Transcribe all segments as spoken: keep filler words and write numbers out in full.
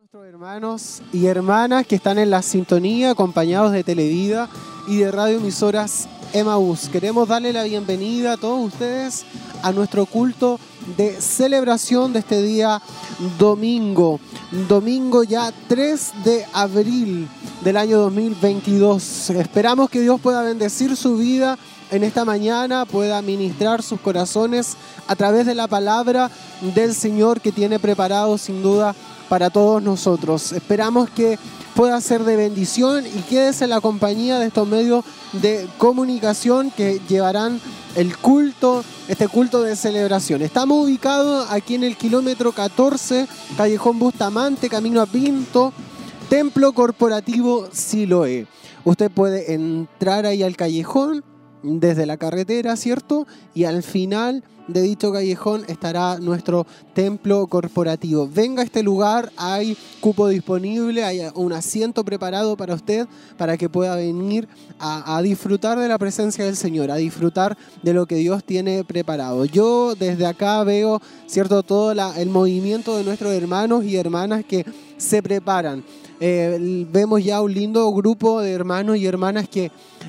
Nuestros hermanos y hermanas que están en la sintonía, acompañados de Televida y de radioemisoras Emaús. Queremos darle la bienvenida a todos ustedes a nuestro culto de celebración de este día domingo. Domingo ya tres de abril del año dos mil veintidós. Esperamos que Dios pueda bendecir su vida en esta mañana, pueda ministrar sus corazones a través de la palabra del Señor que tiene preparado sin duda para todos nosotros. Esperamos que pueda ser de bendición y quédese en la compañía de estos medios de comunicación que llevarán el culto, este culto de celebración. Estamos ubicados aquí en el kilómetro catorce, Callejón Bustamante, camino a Pinto, Templo Corporativo Siloé. Usted puede entrar ahí al callejón desde la carretera, ¿cierto? Y al final de dicho callejón estará nuestro templo corporativo. Venga a este lugar, hay cupo disponible, hay un asiento preparado para usted para que pueda venir a, a disfrutar de la presencia del Señor, a disfrutar de lo que Dios tiene preparado. Yo desde acá veo, ¿cierto?, todo la, el movimiento de nuestros hermanos y hermanas que se preparan. Eh, vemos ya un lindo grupo de hermanos y hermanas que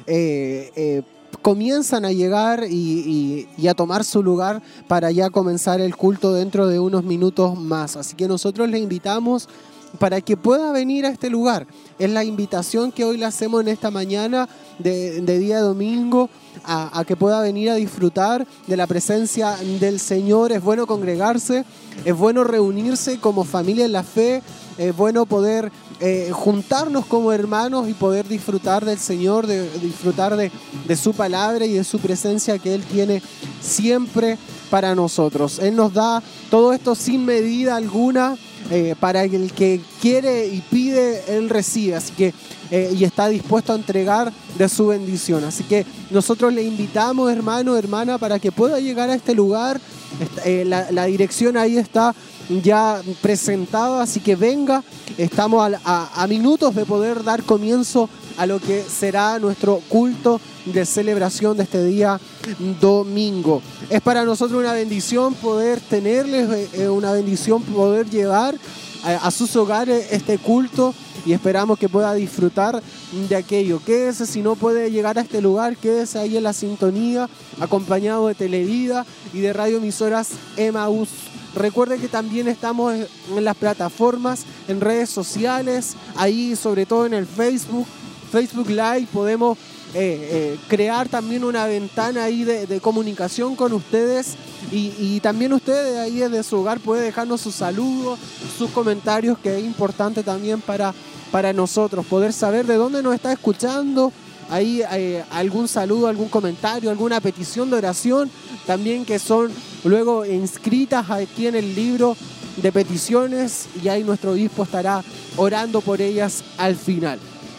eh, eh, comienzan a llegar y, y, y a tomar su lugar para ya comenzar el culto dentro de unos minutos más. Así que nosotros le invitamos para que pueda venir a este lugar. Es la invitación que hoy le hacemos en esta mañana de, de día domingo a, a que pueda venir a disfrutar de la presencia del Señor. Es bueno congregarse, es bueno reunirse como familia en la fe, es bueno poder Eh, juntarnos como hermanos y poder disfrutar del Señor, de, de disfrutar de, de su palabra y de su presencia que Él tiene siempre para nosotros. Él nos da todo esto sin medida alguna, eh, para el que quiere y pide, Él recibe, así que eh, y está dispuesto a entregar de su bendición. Así que nosotros le invitamos, hermano, hermana, para que pueda llegar a este lugar. Eh, la, la dirección ahí está ya presentado, así que venga, estamos a, a, a minutos de poder dar comienzo a lo que será nuestro culto de celebración de este día domingo. Es para nosotros una bendición poder tenerles, eh, una bendición poder llevar a, a sus hogares este culto y esperamos que pueda disfrutar de aquello. Quédese, si no puede llegar a este lugar, quédese ahí en la sintonía, acompañado de Televida y de radioemisoras Emaús. Recuerde que también estamos en las plataformas, en redes sociales, ahí sobre todo en el Facebook, Facebook Live, podemos eh, eh, crear también una ventana ahí de, de comunicación con ustedes y, y también ustedes ahí desde su hogar pueden dejarnos sus saludos, sus comentarios, que es importante también para, para nosotros, poder saber de dónde nos está escuchando. Ahí eh, algún saludo, algún comentario, alguna petición de oración, también que son luego inscritas aquí en el libro de peticiones y ahí nuestro obispo estará orando por ellas al final.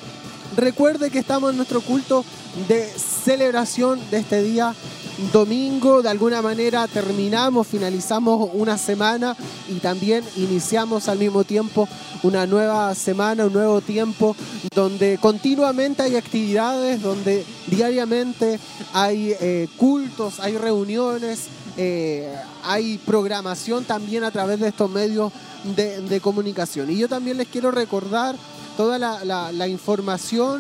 Recuerde que estamos en nuestro culto de celebración de este día domingo. De alguna manera terminamos, finalizamos una semana y también iniciamos al mismo tiempo una nueva semana, un nuevo tiempo donde continuamente hay actividades, donde diariamente hay eh, cultos, hay reuniones, eh, hay programación también a través de estos medios de, de comunicación. Y yo también les quiero recordar toda la, la, la información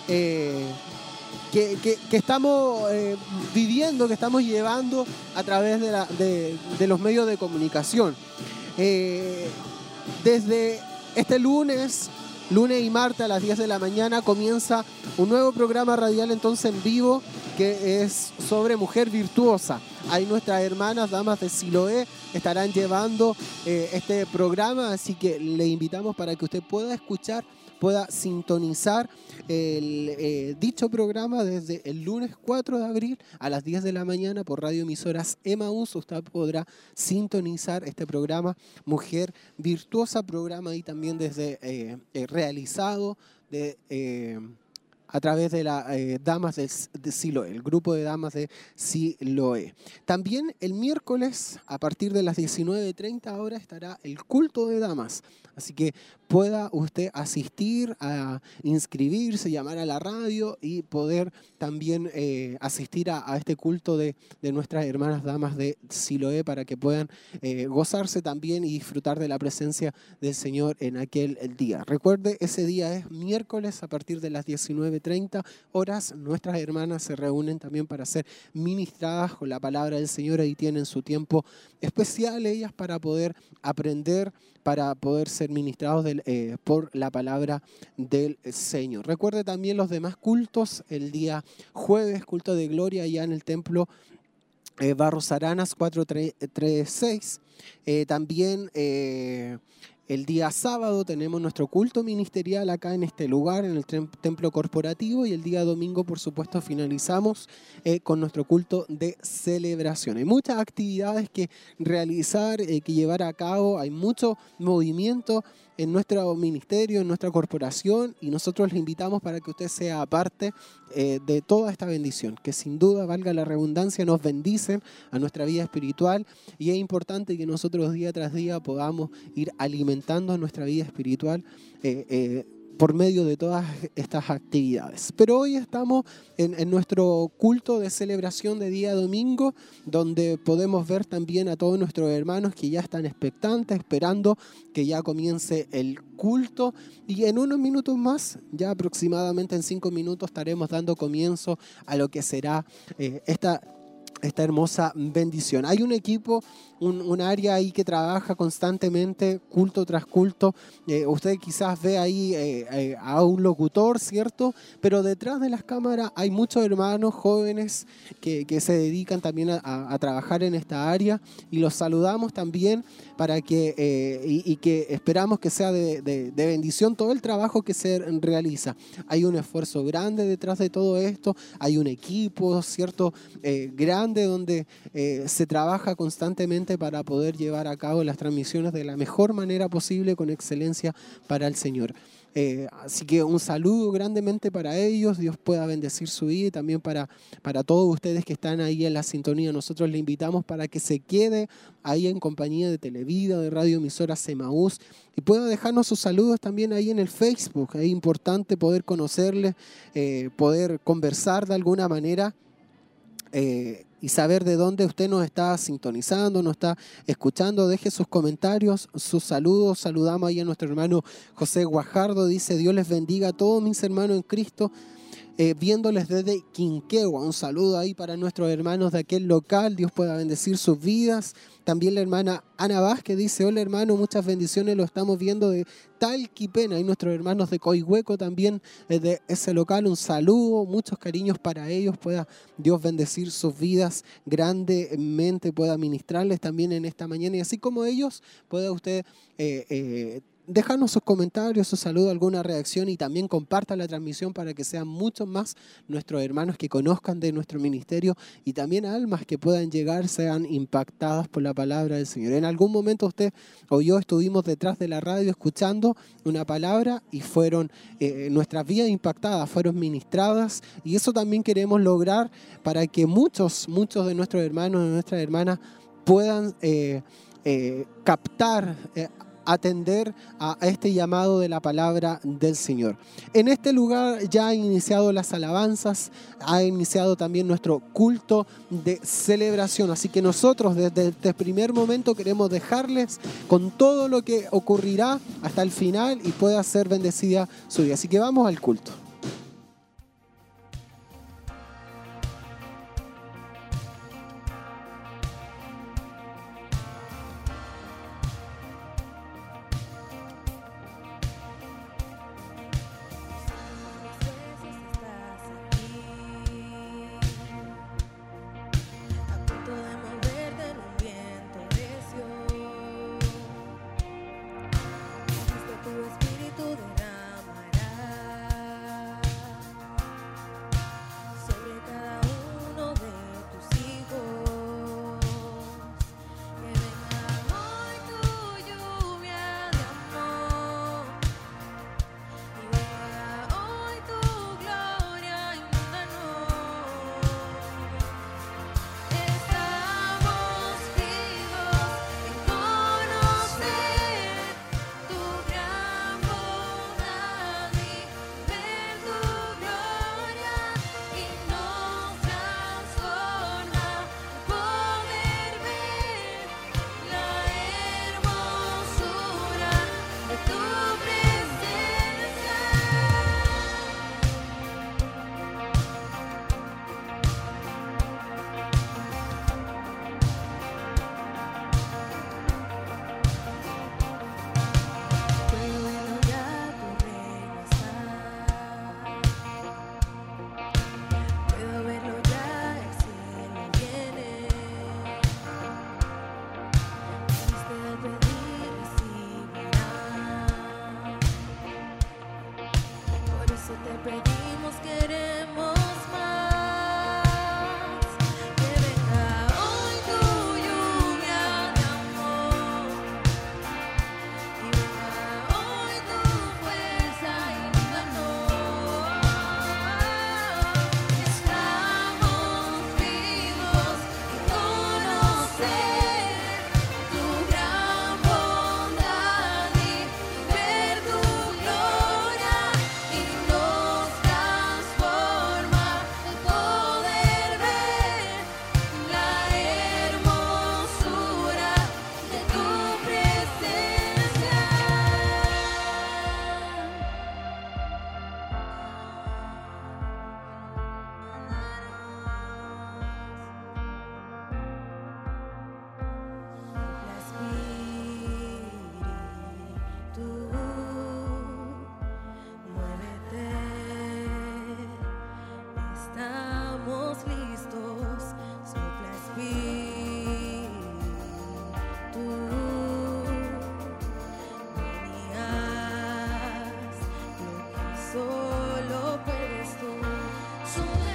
eh, que, que, que estamos eh, viviendo, que estamos llevando a través de, la, de, de los medios de comunicación. Eh, desde este lunes, lunes y martes a las diez de la mañana comienza un nuevo programa radial entonces en vivo que es sobre mujer virtuosa. Ahí nuestras hermanas, damas de Siloé, estarán llevando eh, este programa, así que le invitamos para que usted pueda escuchar, pueda sintonizar el, eh, dicho programa desde el lunes cuatro de abril a las diez de la mañana por radioemisoras Emaús. Usted podrá sintonizar este programa Mujer Virtuosa, programa ahí también desde eh, eh, realizado de... Eh, a través de las eh, damas de, de Siloé, el grupo de damas de Siloé. También el miércoles, a partir de las diecinueve treinta horas, estará el culto de damas Así que pueda usted asistir, a inscribirse, llamar a la radio y poder también eh, asistir a, a este culto de, de nuestras hermanas damas de Siloé para que puedan eh, gozarse también y disfrutar de la presencia del Señor en aquel día. Recuerde, ese día es miércoles a partir de las diecinueve treinta horas. Nuestras hermanas se reúnen también para ser ministradas con la palabra del Señor. Ahí tienen su tiempo especial ellas para poder aprender, para poder ser ministrados del, eh, por la palabra del Señor. Recuerde también los demás cultos, el día jueves, culto de gloria allá en el templo eh, Barros Aranas cuatrocientos treinta y seis. Eh, también eh, el día sábado tenemos nuestro culto ministerial acá en este lugar, en el templo corporativo, y el día domingo, por supuesto, finalizamos eh, con nuestro culto de celebración. Hay muchas actividades que realizar, eh, que llevar a cabo, hay mucho movimiento en nuestro ministerio, en nuestra corporación, y nosotros les invitamos para que usted sea parte eh, de toda esta bendición, que sin duda, valga la redundancia, nos bendicen a nuestra vida espiritual, y es importante que nosotros día tras día podamos ir alimentando nuestra vida espiritual eh, eh, por medio de todas estas actividades. Pero hoy estamos en, en nuestro culto de celebración de día domingo, donde podemos ver también a todos nuestros hermanos que ya están expectantes, esperando que ya comience el culto. Y en unos minutos más, ya aproximadamente en cinco minutos, estaremos dando comienzo a lo que será eh, esta esta hermosa bendición. Hay un equipo, un, un área ahí que trabaja constantemente, culto tras culto. Eh, usted quizás ve ahí eh, eh, a un locutor, ¿cierto? Pero detrás de las cámaras hay muchos hermanos jóvenes que, que se dedican también a, a, a trabajar en esta área, y los saludamos también para que, eh, y, y que esperamos que sea de, de, de bendición todo el trabajo que se realiza. Hay un esfuerzo grande detrás de todo esto, hay un equipo, ¿cierto? Eh, grande donde eh, se trabaja constantemente para poder llevar a cabo las transmisiones de la mejor manera posible, con excelencia para el Señor. Eh, así que un saludo grandemente para ellos, Dios pueda bendecir su vida, y también para, para todos ustedes que están ahí en la sintonía. Nosotros le invitamos para que se quede ahí en compañía de Televida, de Radio Emisoras Emaús, y pueda dejarnos sus saludos también ahí en el Facebook. Es importante poder conocerles, eh, poder conversar de alguna manera, Eh, y saber de dónde usted nos está sintonizando, nos está escuchando. Deje sus comentarios, sus saludos. Saludamos ahí a nuestro hermano José Guajardo. Dice: Dios les bendiga a todos mis hermanos en Cristo, eh, viéndoles desde Quinquegua. Un saludo ahí para nuestros hermanos de aquel local. Dios pueda bendecir sus vidas. También la hermana Ana Vázquez dice: hola hermano, muchas bendiciones, lo estamos viendo de Talquipena. Y nuestros hermanos de Coihueco también de ese local, un saludo, muchos cariños para ellos. Pueda Dios bendecir sus vidas grandemente, pueda ministrarles también en esta mañana, y así como ellos, pueda usted eh, eh, dejarnos sus comentarios, su saludo, alguna reacción, y también comparta la transmisión para que sean muchos más nuestros hermanos que conozcan de nuestro ministerio, y también almas que puedan llegar, sean impactadas por la palabra del Señor. En algún momento usted o yo estuvimos detrás de la radio escuchando una palabra y fueron eh, nuestras vidas impactadas, fueron ministradas, y eso también queremos lograr para que muchos, muchos de nuestros hermanos, de nuestras hermanas puedan eh, eh, captar, eh, atender a este llamado de la palabra del Señor. En este lugar ya han iniciado las alabanzas, ha iniciado también nuestro culto de celebración, así que nosotros desde este primer momento queremos dejarles con todo lo que ocurrirá hasta el final y pueda ser bendecida su vida. Así que vamos al culto. Tu espíritu derramará. pedimos, queremos más. Que venga hoy tu lluvia de amor, y venga hoy tu fuerza inundándonos. Estamos vivos en conocer tu gran bondad y ver tu gloria, y nos transforma el poder ver la hermosura de tu presencia. Sopla Espíritu, muévete, estamos listos. Sopla Espíritu, ven y haz lo que solo puedes tú. Sopla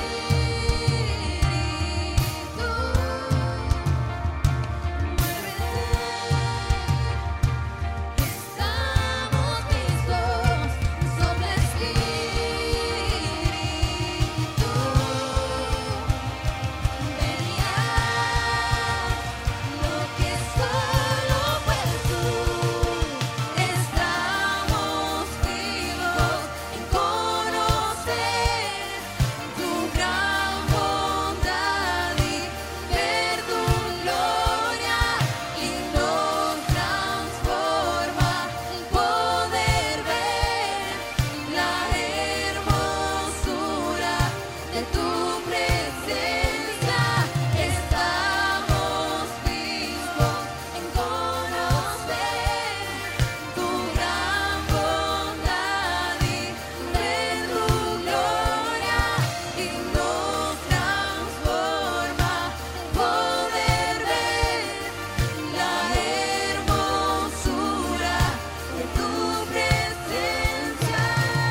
Espíritu, muévete, estamos listos. Sopla Espíritu, ven y haz lo que solo puedes tú. Estamos vivos en conocer tu gran bondad y ver tu gloria, y nos transforma el poder ver la hermosura de tu presencia. Estamos vivos en conocer tu gran bondad y ver tu gloria, y nos transforma el poder ver la hermosura de tu presencia.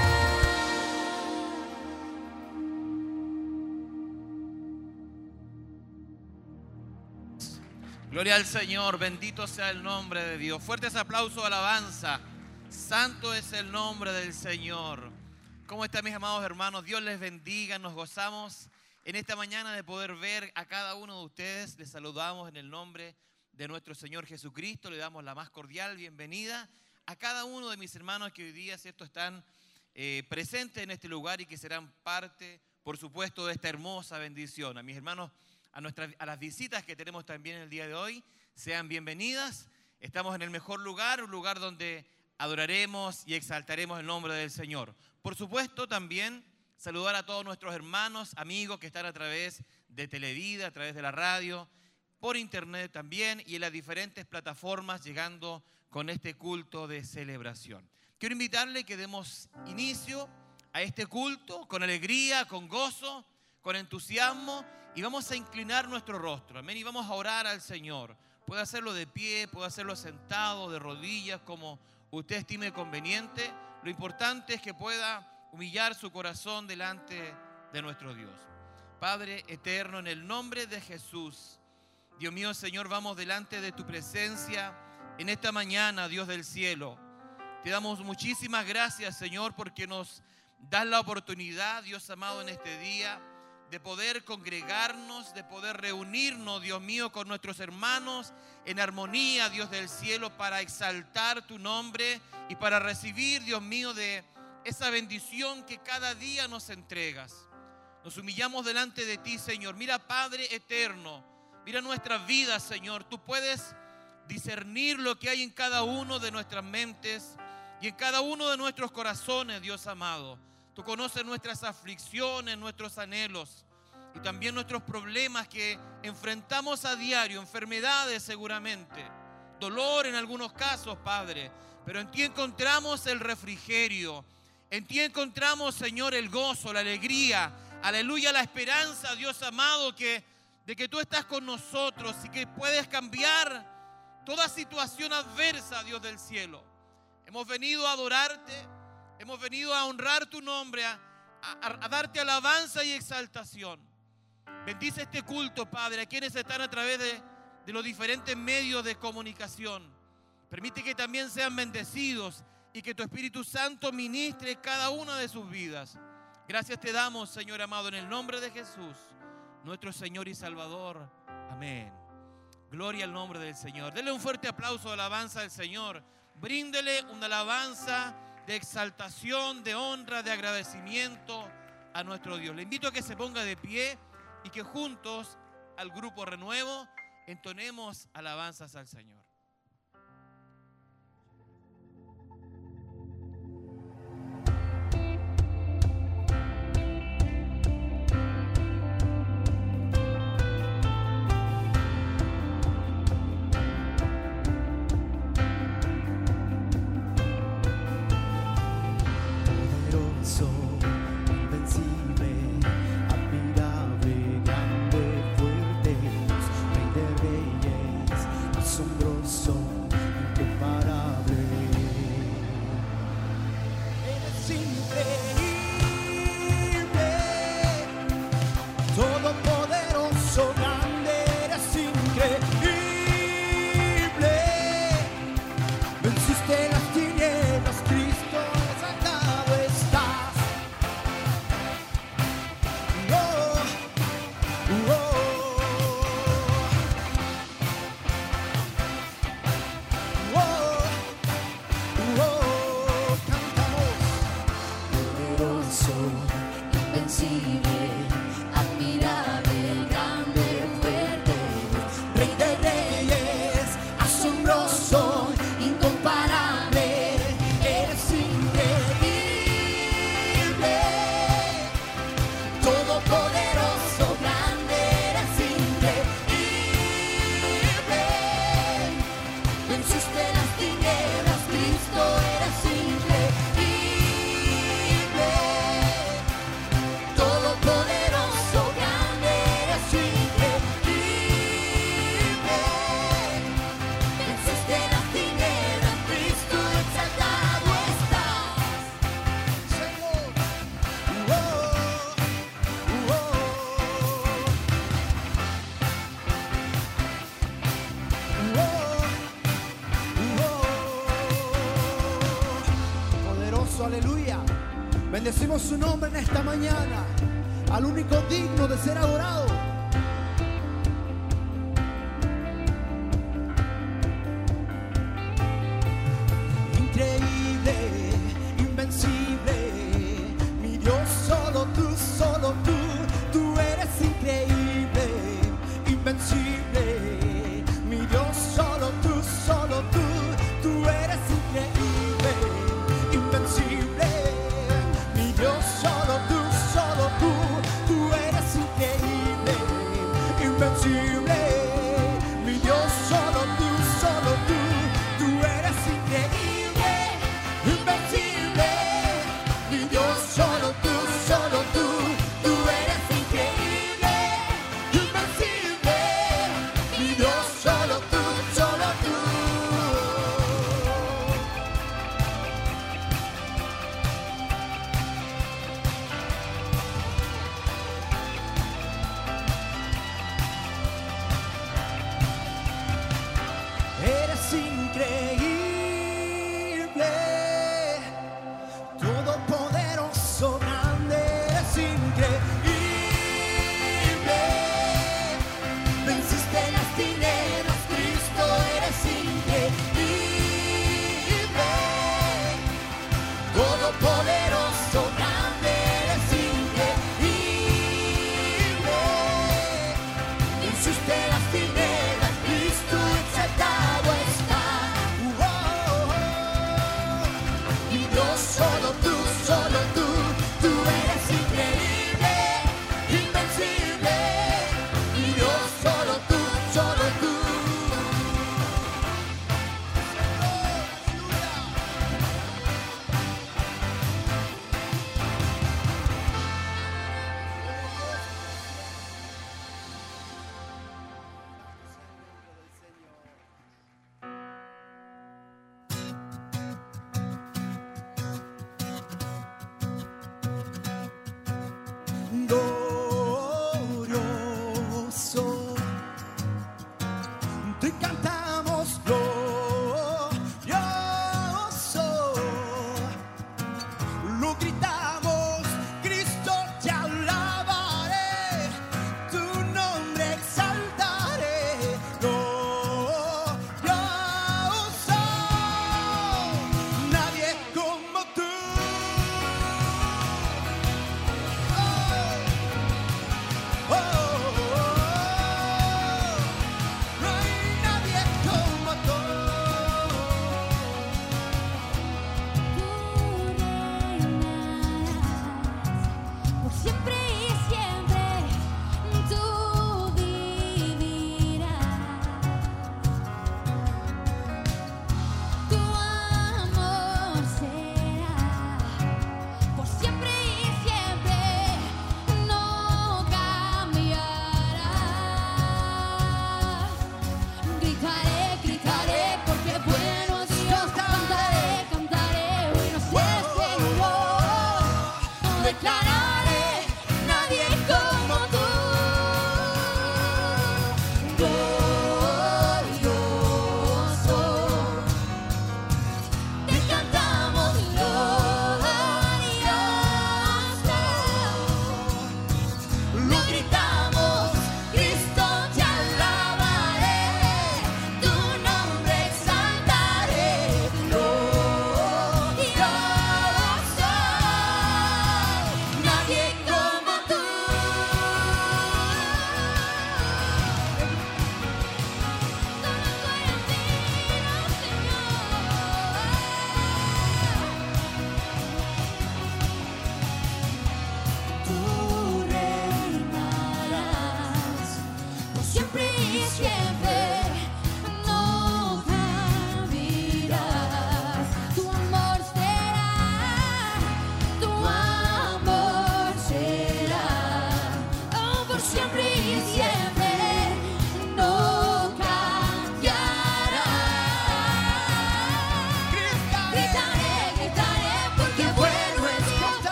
Gloria al Señor, bendito sea el nombre de Dios. Fuertes aplausos, alabanza. Santo es el nombre del Señor. ¿Cómo están mis amados hermanos? Dios les bendiga. Nos gozamos en esta mañana de poder ver a cada uno de ustedes. Les saludamos en el nombre de nuestro Señor Jesucristo. Le damos la más cordial bienvenida a cada uno de mis hermanos que hoy día, ¿cierto?, están eh, presentes en este lugar y que serán parte, por supuesto, de esta hermosa bendición. A mis hermanos, a, nuestras, a las visitas que tenemos también el día de hoy, sean bienvenidas. Estamos en el mejor lugar, un lugar donde adoraremos y exaltaremos el nombre del Señor. Por supuesto, también saludar a todos nuestros hermanos, amigos que están a través de Televida, a través de la radio, por internet también y en las diferentes plataformas, llegando con este culto de celebración. Quiero invitarle que demos inicio a este culto con alegría, con gozo, con entusiasmo, y vamos a inclinar nuestro rostro, amén, y vamos a orar al Señor. Puede hacerlo de pie, puede hacerlo sentado, de rodillas, como usted estime conveniente. Lo importante es que pueda humillar su corazón delante de nuestro Dios. Padre eterno, en el nombre de Jesús, Dios mío, Señor, vamos delante de tu presencia en esta mañana, Dios del cielo. Te damos muchísimas gracias, Señor, porque nos das la oportunidad, Dios amado, en este día de poder congregarnos, de poder reunirnos, Dios mío, con nuestros hermanos en armonía, Dios del cielo, para exaltar tu nombre y para recibir, Dios mío, de esa bendición que cada día nos entregas. Nos humillamos delante de ti, Señor. Mira, Padre eterno, mira nuestras vidas, Señor. Tú puedes discernir lo que hay en cada uno de nuestras mentes y en cada uno de nuestros corazones, Dios amado. Tú conoces nuestras aflicciones, nuestros anhelos y también nuestros problemas que enfrentamos a diario, enfermedades seguramente, dolor en algunos casos, Padre, pero en ti encontramos el refrigerio, en ti encontramos, Señor, el gozo, la alegría, aleluya, la esperanza, Dios amado, que, de que tú estás con nosotros y que puedes cambiar toda situación adversa, Dios del cielo. Hemos venido a adorarte, Hemos venido a honrar tu nombre, a, a, a darte alabanza y exaltación. Bendice este culto, Padre, a quienes están a través de, de los diferentes medios de comunicación. Permite que también sean bendecidos y que tu Espíritu Santo ministre cada una de sus vidas. Gracias te damos, Señor amado, en el nombre de Jesús, nuestro Señor y Salvador. Amén. Gloria al nombre del Señor. Denle un fuerte aplauso de alabanza al Señor. Bríndele una alabanza de exaltación, de honra, de agradecimiento a nuestro Dios. Le invito a que se ponga de pie y que juntos al grupo Renuevo entonemos alabanzas al Señor. Aleluya. Bendecimos su nombre en esta mañana, al único digno de ser adorado. Increíble, invencible, mi Dios, solo tú, solo tú, tú eres increíble, invencible, mi Dios, solo tú, solo tú, tú eres increíble, invencible, mi Dios, solo tú, solo tú, tú eres increíble,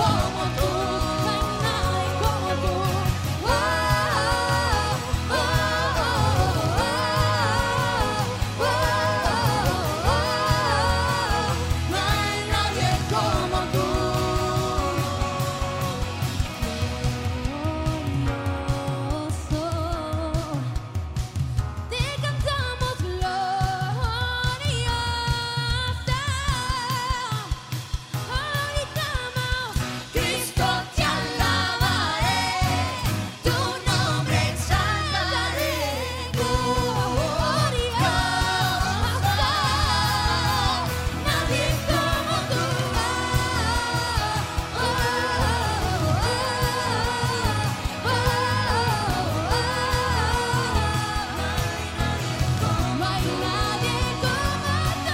como tú, no hay nadie como tú. Oh, oh, oh, oh, oh, oh, no hay nadie como tú. Glorioso, te cantamos gloriosa. Gritamos, Cristo te alabaré, tu nombre exaltaré. Gloriosa, nadie como tú. Oh, oh, oh, no hay nadie como tú.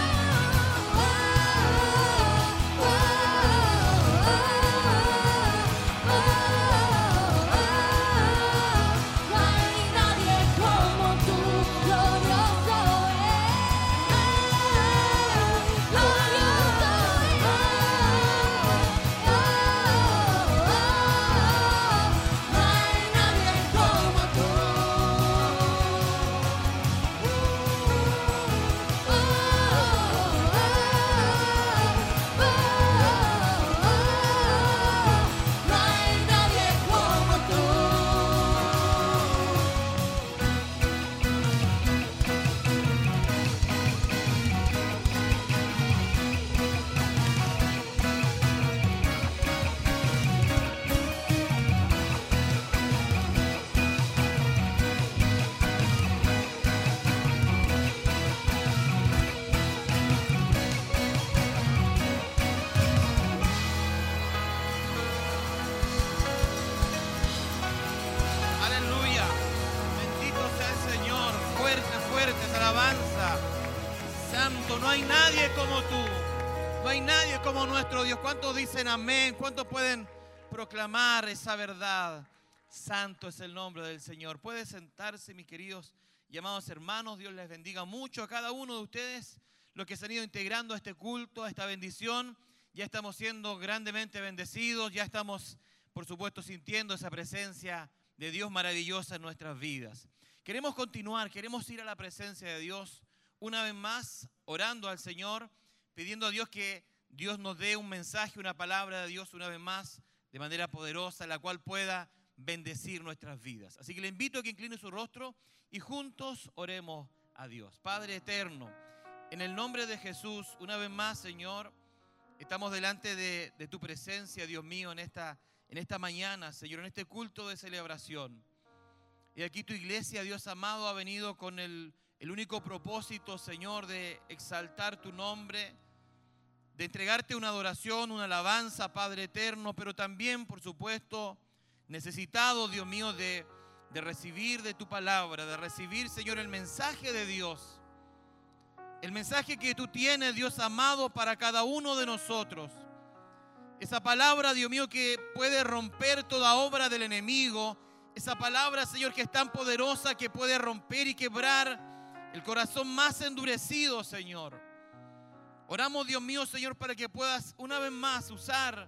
No hay nadie como tú, glorioso es, glorioso es. No hay nadie como tú. No hay nadie como tú. Aleluya. Bendito sea el Señor. Fuerte, fuerte esa alabanza. Santo, no hay nadie como tú. No hay nadie como nuestro Dios. ¿Cuántos dicen amén? ¿Cuántos pueden proclamar esa verdad? Santo es el nombre del Señor. Puede sentarse, mis queridos y amados hermanos. Dios les bendiga mucho a cada uno de ustedes, los que se han ido integrando a este culto, a esta bendición. Ya estamos siendo grandemente bendecidos. Ya estamos, por supuesto, sintiendo esa presencia de Dios maravillosa en nuestras vidas. Queremos continuar, queremos ir a la presencia de Dios una vez más, orando al Señor, pidiendo a Dios que Dios nos dé un mensaje, una palabra de Dios una vez más, de manera poderosa, la cual pueda bendecir nuestras vidas. Así que le invito a que incline su rostro y juntos oremos a Dios. Padre eterno, en el nombre de Jesús, una vez más, Señor, estamos delante de, de tu presencia, Dios mío, en esta, en esta mañana, Señor, en este culto de celebración. Y aquí tu iglesia, Dios amado, ha venido con el, el único propósito, Señor, de exaltar tu nombre, de entregarte una adoración, una alabanza, Padre eterno, pero también, por supuesto, necesitado, Dios mío, de, de recibir de tu palabra, de recibir, Señor, el mensaje de Dios. El mensaje que tú tienes, Dios amado, para cada uno de nosotros. Esa palabra, Dios mío, que puede romper toda obra del enemigo. Esa palabra, Señor, que es tan poderosa que puede romper y quebrar el corazón más endurecido, Señor. Oramos, Dios mío, Señor, para que puedas una vez más usar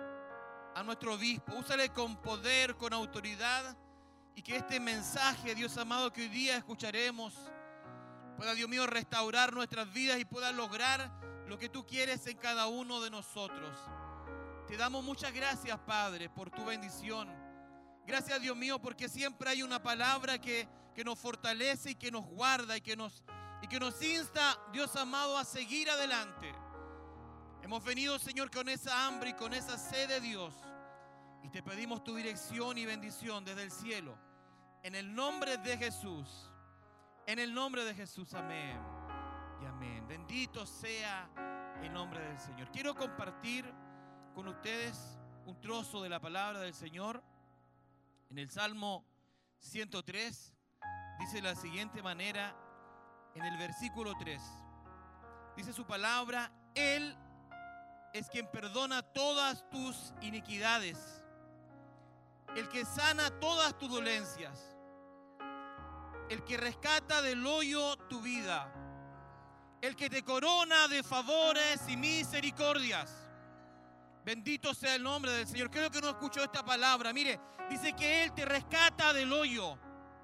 a nuestro obispo. Úsale con poder, con autoridad, y que este mensaje, Dios amado, que hoy día escucharemos, pueda, Dios mío, restaurar nuestras vidas y pueda lograr lo que tú quieres en cada uno de nosotros. Te damos muchas gracias, Padre, por tu bendición. Gracias, Dios mío, porque siempre hay una palabra que, que nos fortalece y que nos guarda y que nos, y que nos insta, Dios amado, a seguir adelante. Hemos venido, Señor, con esa hambre y con esa sed de Dios. Y te pedimos tu dirección y bendición desde el cielo. En el nombre de Jesús. En el nombre de Jesús, amén y amén. Bendito sea el nombre del Señor. Quiero compartir con ustedes un trozo de la palabra del Señor. En el Salmo ciento tres dice de la siguiente manera, en el versículo tres. Dice su palabra: Él es quien perdona todas tus iniquidades, el que sana todas tus dolencias, el que rescata del hoyo tu vida, el que te corona de favores y misericordias, Bendito sea el nombre del Señor. Creo que no escuchó esta palabra. Mire, dice que Él te rescata del hoyo.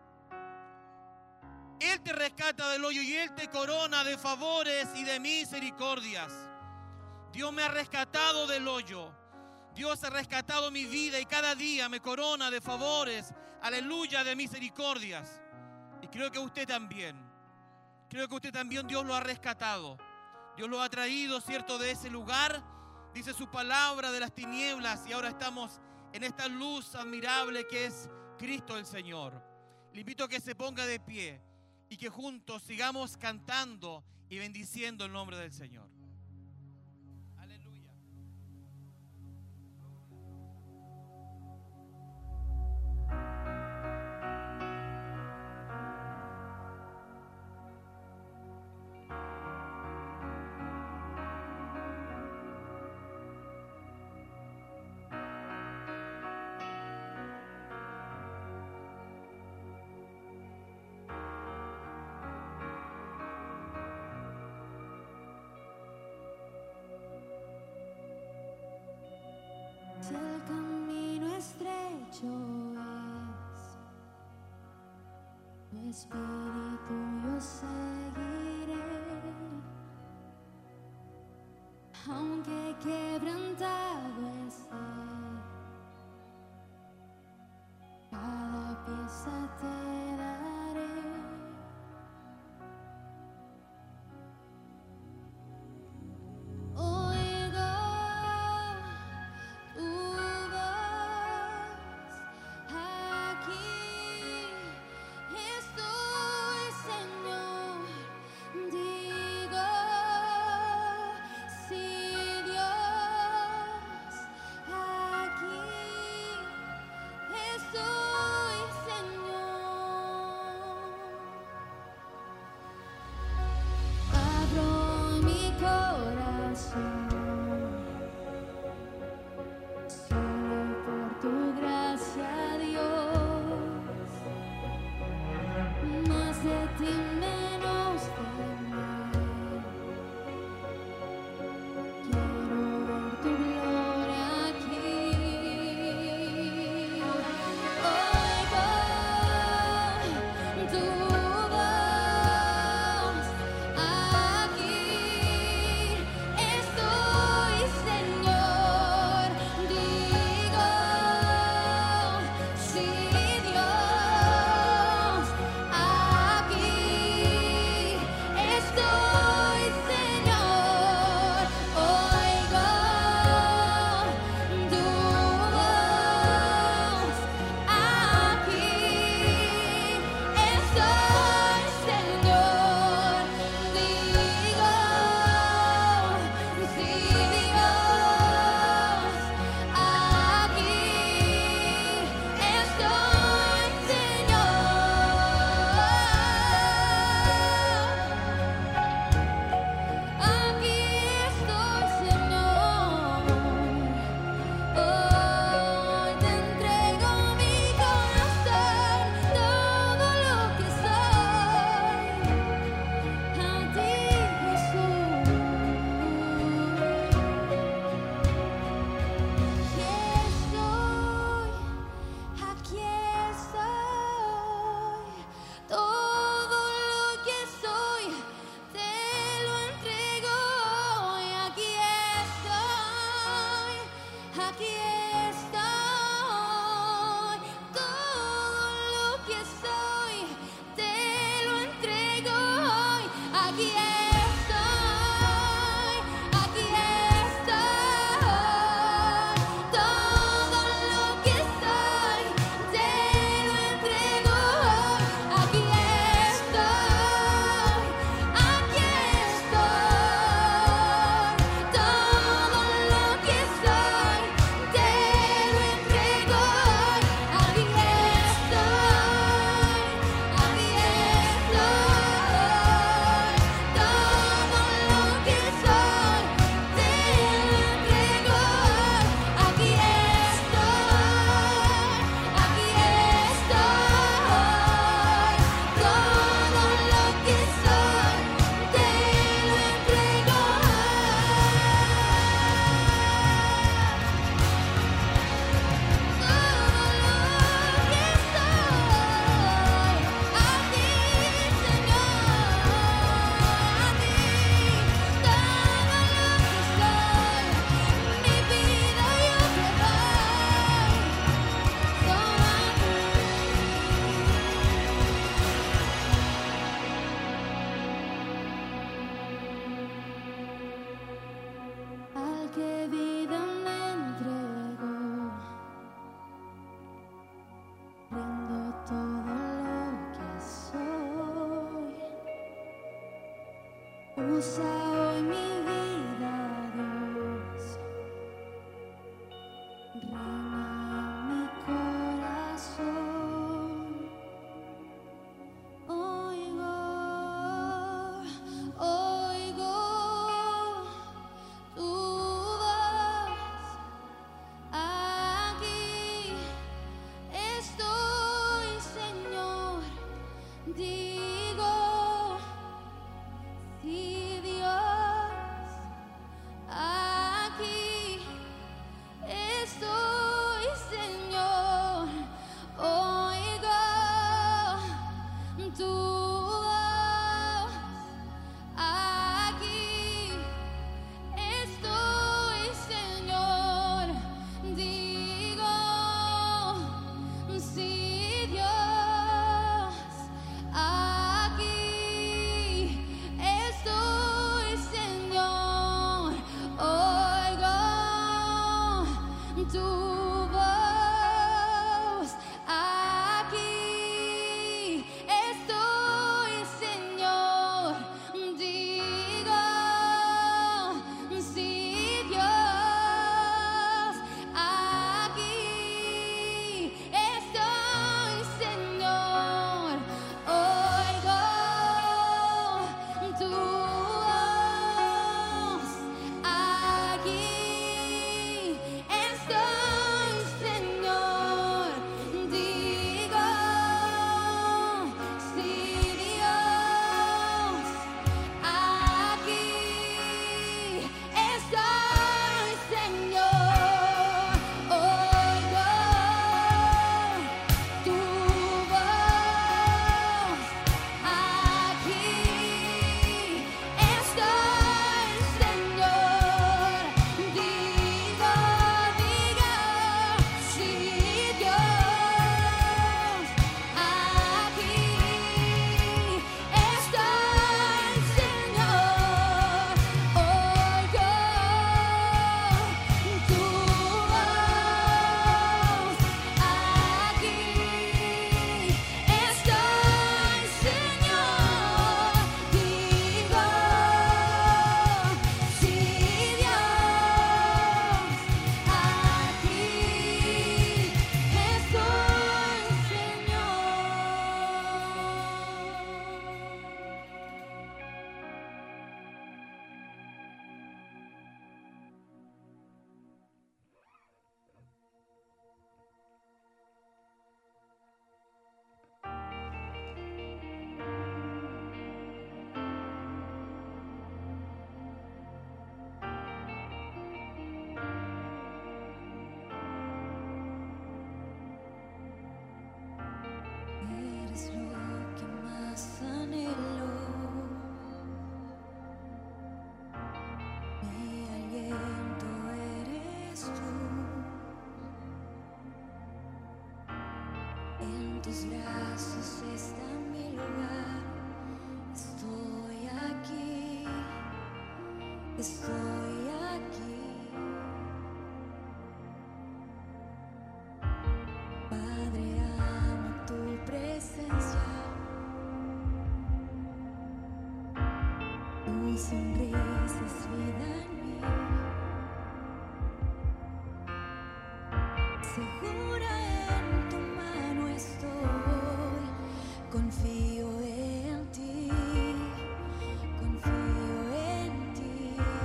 Él te rescata del hoyo y Él te corona de favores y de misericordias. Dios me ha rescatado del hoyo. Dios ha rescatado mi vida y cada día me corona de favores, aleluya, de misericordias. Y creo que usted también, creo que usted también Dios lo ha rescatado. Dios lo ha traído, cierto, de ese lugar, dice su palabra, de las tinieblas, y ahora estamos en esta luz admirable que es Cristo el Señor. Le invito a que se ponga de pie y que juntos sigamos cantando y bendiciendo el nombre del Señor. Aleluya. Si el camino estrecho es, tu espíritu yo seguiré, aunque quebrantado esté, cada pieza te daré. Oigo tu voz aquí, estoy, Señor. Digo, si Dios voz. Aquí estoy, Señor. Digo, sí, Dios. Aquí estoy, Señor. Oigo tu voz. Aquí estoy, Señor. Digo, sí, Dios. Aquí estoy, Señor. Oigo tu voz. Aquí estoy, Señor. Digo, digo, sí, Dios. Aquí estoy, Señor. Oigo tu voz. Aquí estoy, Señor. Digo, sí, Dios. Aquí eres lo que más anhelo. Mi aliento eres tú. En tus brazos está mi lugar. Estoy aquí. Estoy aquí. Padre, amo tu presencia. Tu sonrisa es vida en mí. Segura en tu mano estoy. Confío en ti. Confío en ti.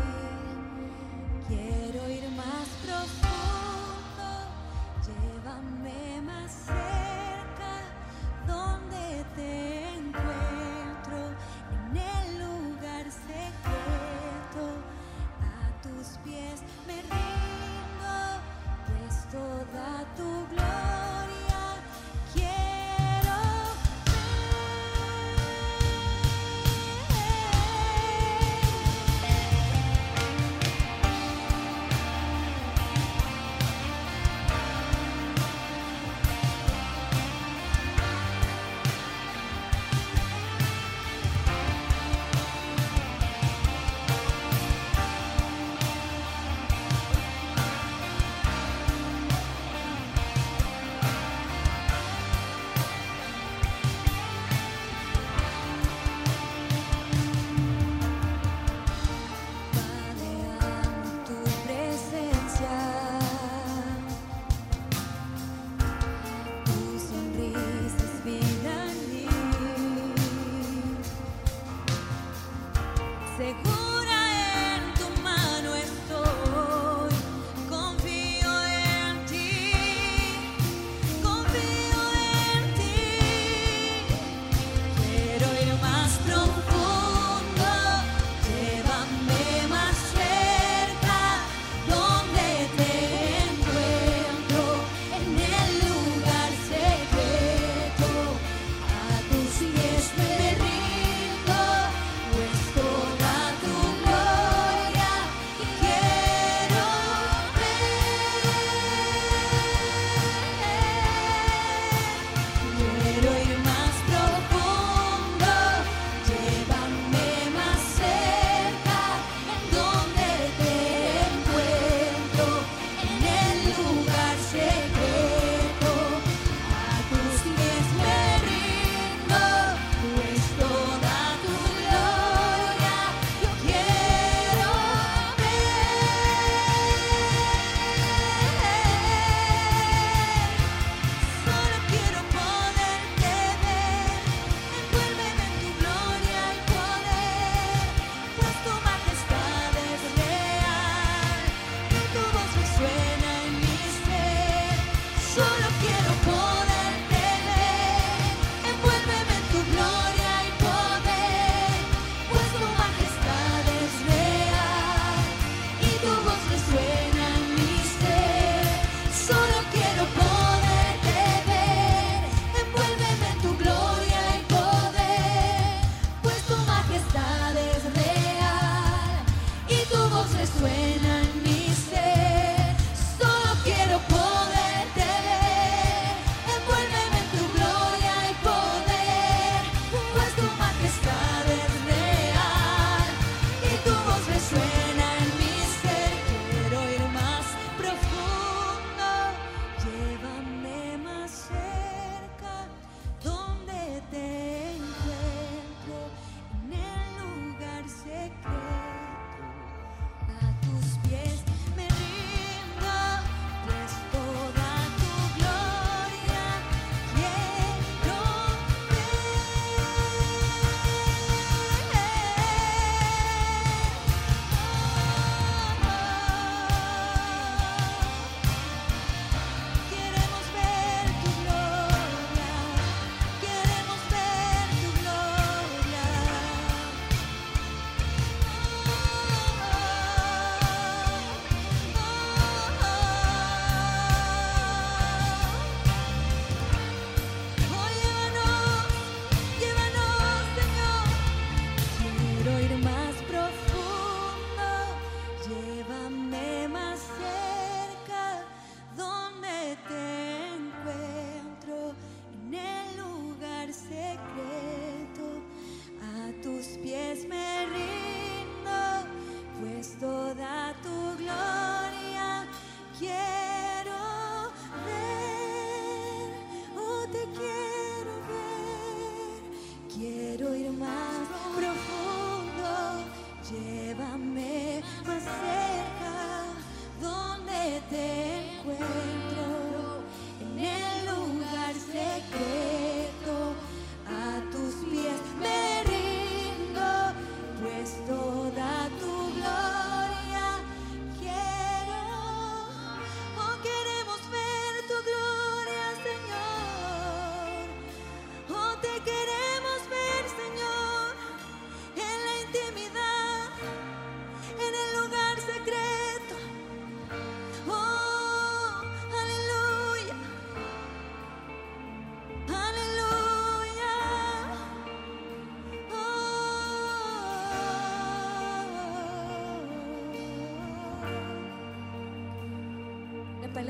Quiero ir más profundo. Llévame más cerca, donde te encuentro, en el lugar secreto. A tus pies me rindo, pues toda tu gloria quiero ver.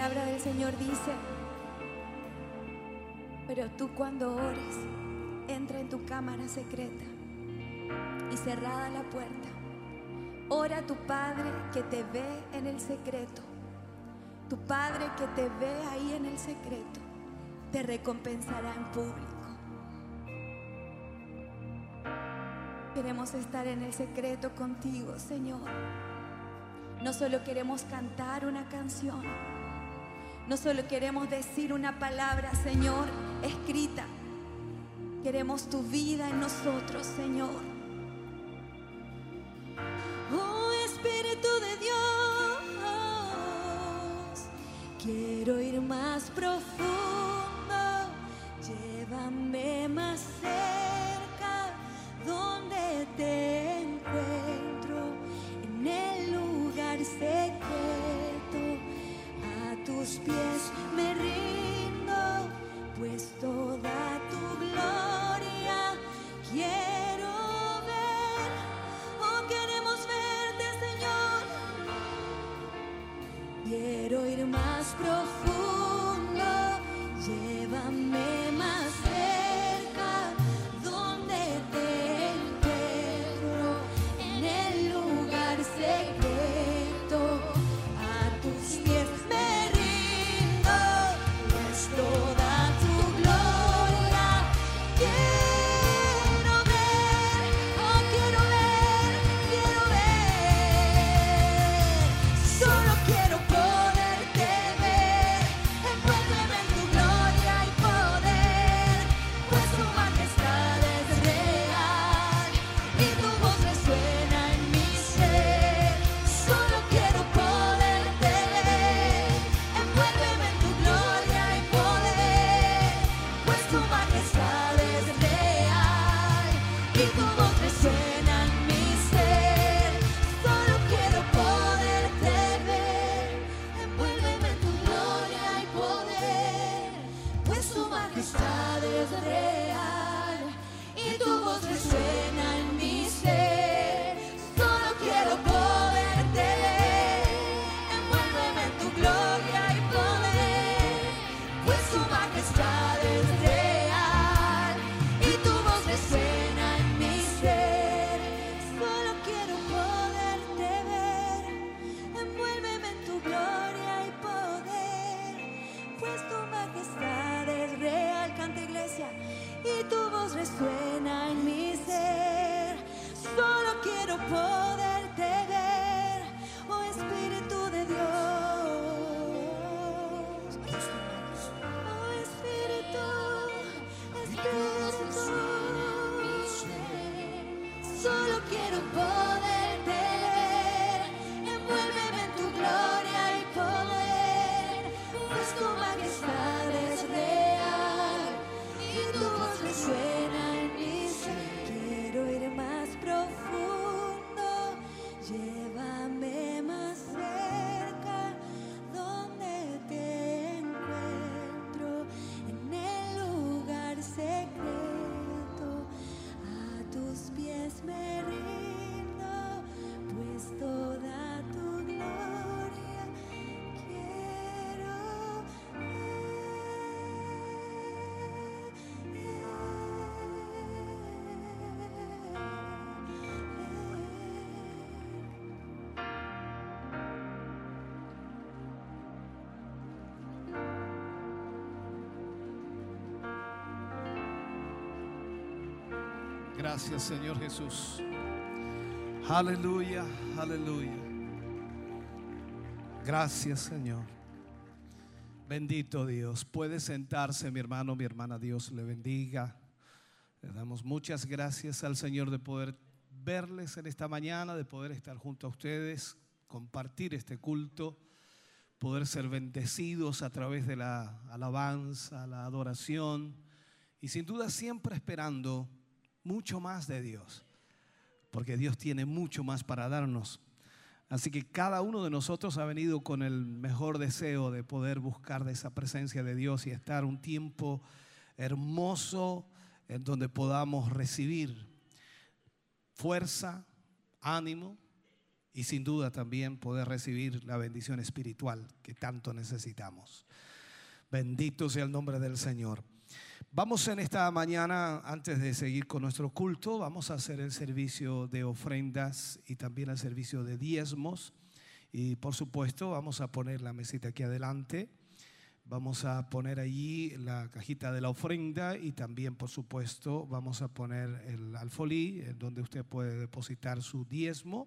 palabra del Señor dice: pero tú cuando ores, entra en tu cámara secreta y cerrada la puerta, ora a tu Padre que te ve en el secreto. Tu Padre que te ve ahí en el secreto te recompensará en público. Queremos estar en el secreto contigo, Señor. No solo queremos cantar una canción, no solo queremos decir una palabra, Señor, escrita. Queremos tu vida en nosotros, Señor. Oh, Espíritu de Dios, quiero ir más profundo. Llévame más cerca, donde te encuentro, en el lugar secreto. A tus pies me rindo, pues toda tu gloria quiero ver. Oh, queremos verte, Señor. Quiero ir más profundo, llévame más cerca, donde te encuentro, en el lugar secreto. A tus pies me rindo, pues toda tu gloria quiero ver. Oh, quiero ver, quiero ver. Solo quiero poderte ver. Envuélveme en tu gloria y poder, pues tu majestad es real y tu voz resuena en mi ser. Solo quiero poderte ver. Envuélveme en tu gloria y poder, pues tu majestad es real y tu voz resuena en mi ser. Solo quiero poderte ver. Envuélveme en tu gloria y poder, pues tu majestad es real y tu voz resuena en mi ser. Solo quiero poderte ver. Envuélveme en tu gloria y poder, pues tu majestad es real y tu voz resuena en mi ser. Solo quiero poderte ver. Envuélveme en tu gloria y poder, pues tu majestad es real. Canta, iglesia. Y tu voz resuena en mi ser. Solo quiero poderte ver. Oh, Espíritu de Dios. Oh, Espíritu, Espíritu. Solo quiero poderte ver. Envuélveme en tu gloria y poder, pues tu majestad es real y tu voz resuena en mi ser. Quiero ir más profundo, llévame más cerca, donde te encuentro, en el lugar secreto. A tus pies me rindo, pues toda tu gloria quiero Gracias, Señor Jesús. Aleluya, aleluya. Gracias, Señor. Bendito Dios. Puede sentarse, mi hermano, mi hermana. Dios le bendiga. Le damos muchas gracias al Señor de poder verles en esta mañana, de poder estar junto a ustedes, compartir este culto, poder ser bendecidos a través de la alabanza, la adoración y sin duda siempre esperando mucho más de Dios, porque Dios tiene mucho más para darnos. Así que cada uno de nosotros ha venido con el mejor deseo de poder buscar de esa presencia de Dios y estar un tiempo hermoso en donde podamos recibir fuerza, ánimo y sin duda también poder recibir la bendición espiritual que tanto necesitamos. Bendito sea el nombre del Señor. Vamos en esta mañana, antes de seguir con nuestro culto, vamos a hacer el servicio de ofrendas y también el servicio de diezmos. Y por supuesto vamos a poner la mesita aquí adelante. Vamos a poner allí la cajita de la ofrenda y también, por supuesto, vamos a poner el alfolí donde usted puede depositar su diezmo.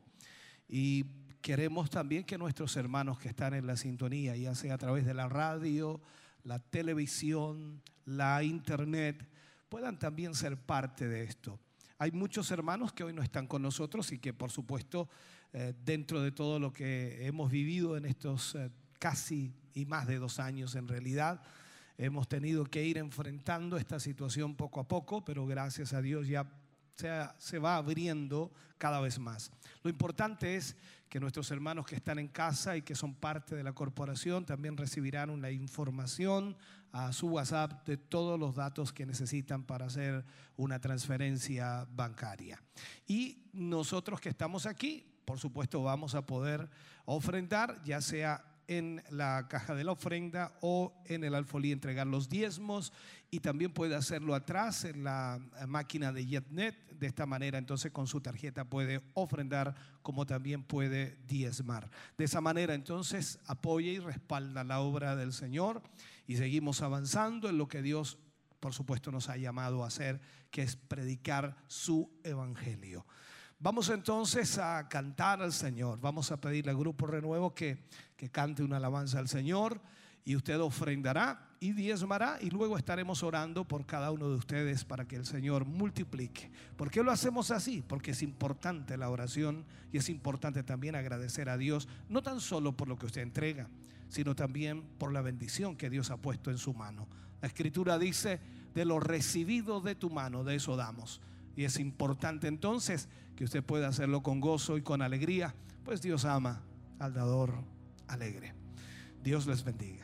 Y queremos también que nuestros hermanos que están en la sintonía, ya sea a través de la radio, la televisión, la internet, puedan también ser parte de esto. Hay muchos hermanos que hoy no están con nosotros y que, por supuesto, eh, dentro de todo lo que hemos vivido en estos eh, casi y más de dos años en realidad, hemos tenido que ir enfrentando esta situación poco a poco, pero gracias a Dios ya se, se va abriendo cada vez más. Lo importante es que nuestros hermanos que están en casa y que son parte de la corporación también recibirán una información a su WhatsApp de todos los datos que necesitan para hacer una transferencia bancaria. Y nosotros que estamos aquí, por supuesto, vamos a poder ofrendar, ya sea en la caja de la ofrenda o en el alfolí, entregar los diezmos, y también puede hacerlo atrás en la máquina de JetNet. De esta manera entonces con su tarjeta puede ofrendar como también puede diezmar. De esa manera entonces apoya y respalda la obra del Señor y seguimos avanzando en lo que Dios por supuesto nos ha llamado a hacer, que es predicar su evangelio. Vamos entonces a cantar al Señor. Vamos a pedirle al Grupo Renuevo que, que cante una alabanza al Señor, y usted ofrendará y diezmará, y luego estaremos orando por cada uno de ustedes para que el Señor multiplique. ¿Por qué lo hacemos así? Porque es importante la oración y es importante también agradecer a Dios, no tan solo por lo que usted entrega, sino también por la bendición que Dios ha puesto en su mano. La Escritura dice: de lo recibido de tu mano, de eso damos. Y es importante entonces que usted pueda hacerlo con gozo y con alegría, pues Dios ama al dador alegre. Dios les bendiga.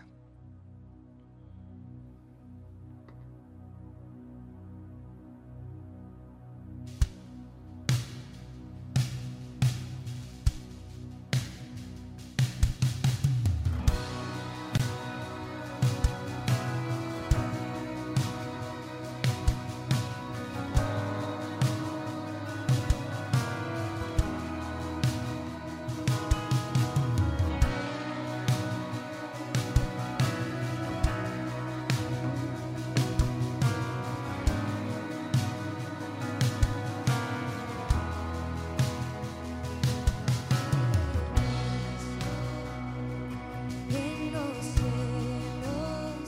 En los cielos,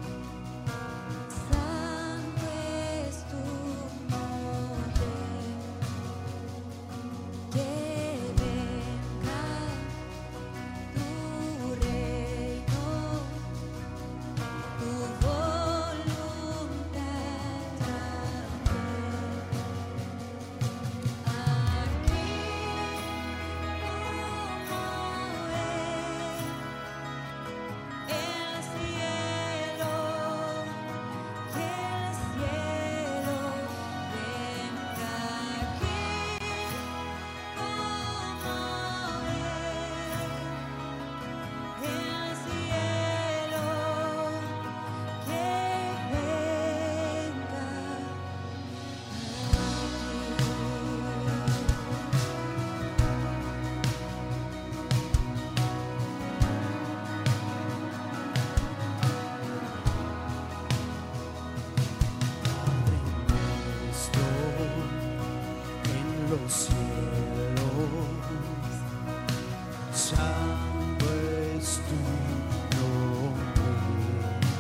santo es tu nombre, que venga tu reino, tu voluntad también, aquí el cielo, que el cielo venga aquí como es. El cielo, que venga Nuestro en los cielos, santo es tu nombre,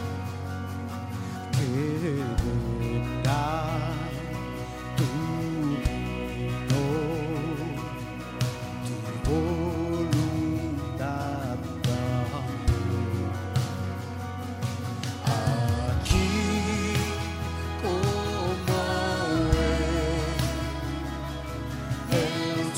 que venga tu reino, tu voluntad también, aquí como es el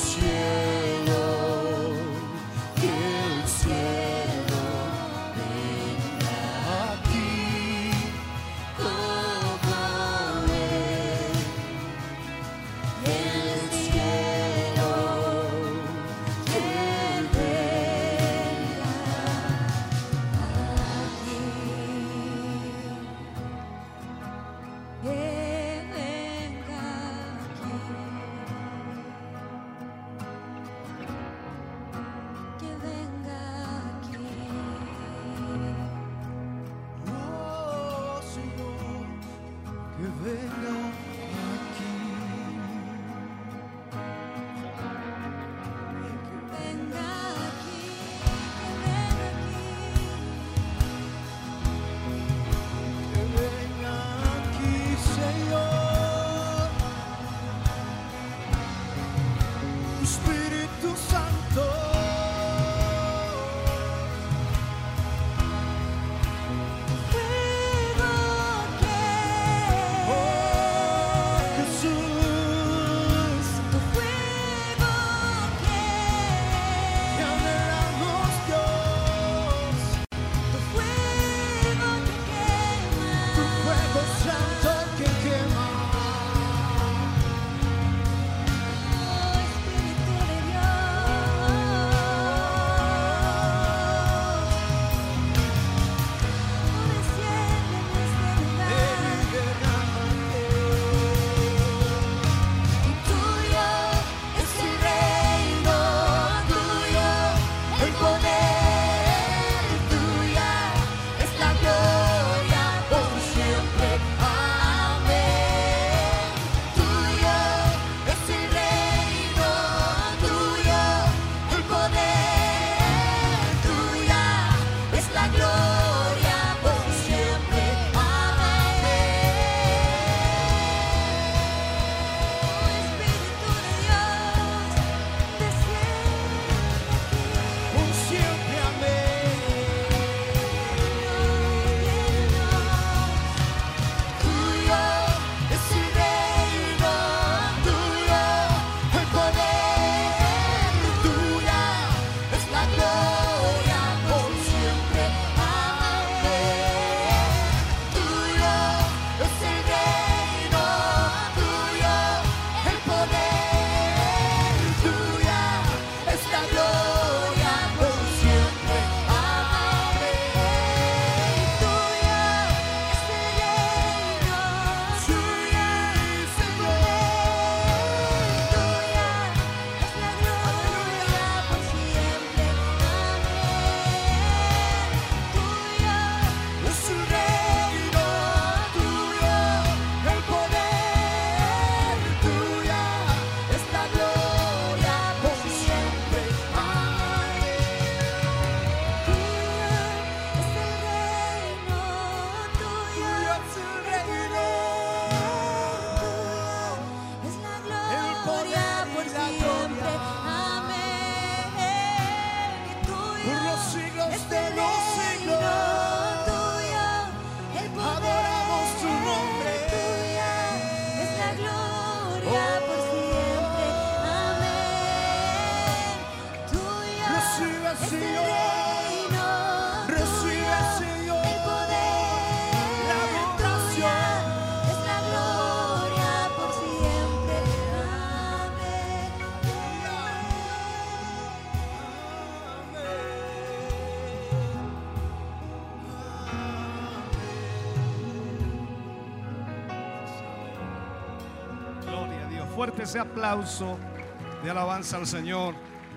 fuerte ese aplauso de alabanza al Señor.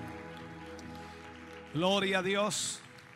Gloria a Dios.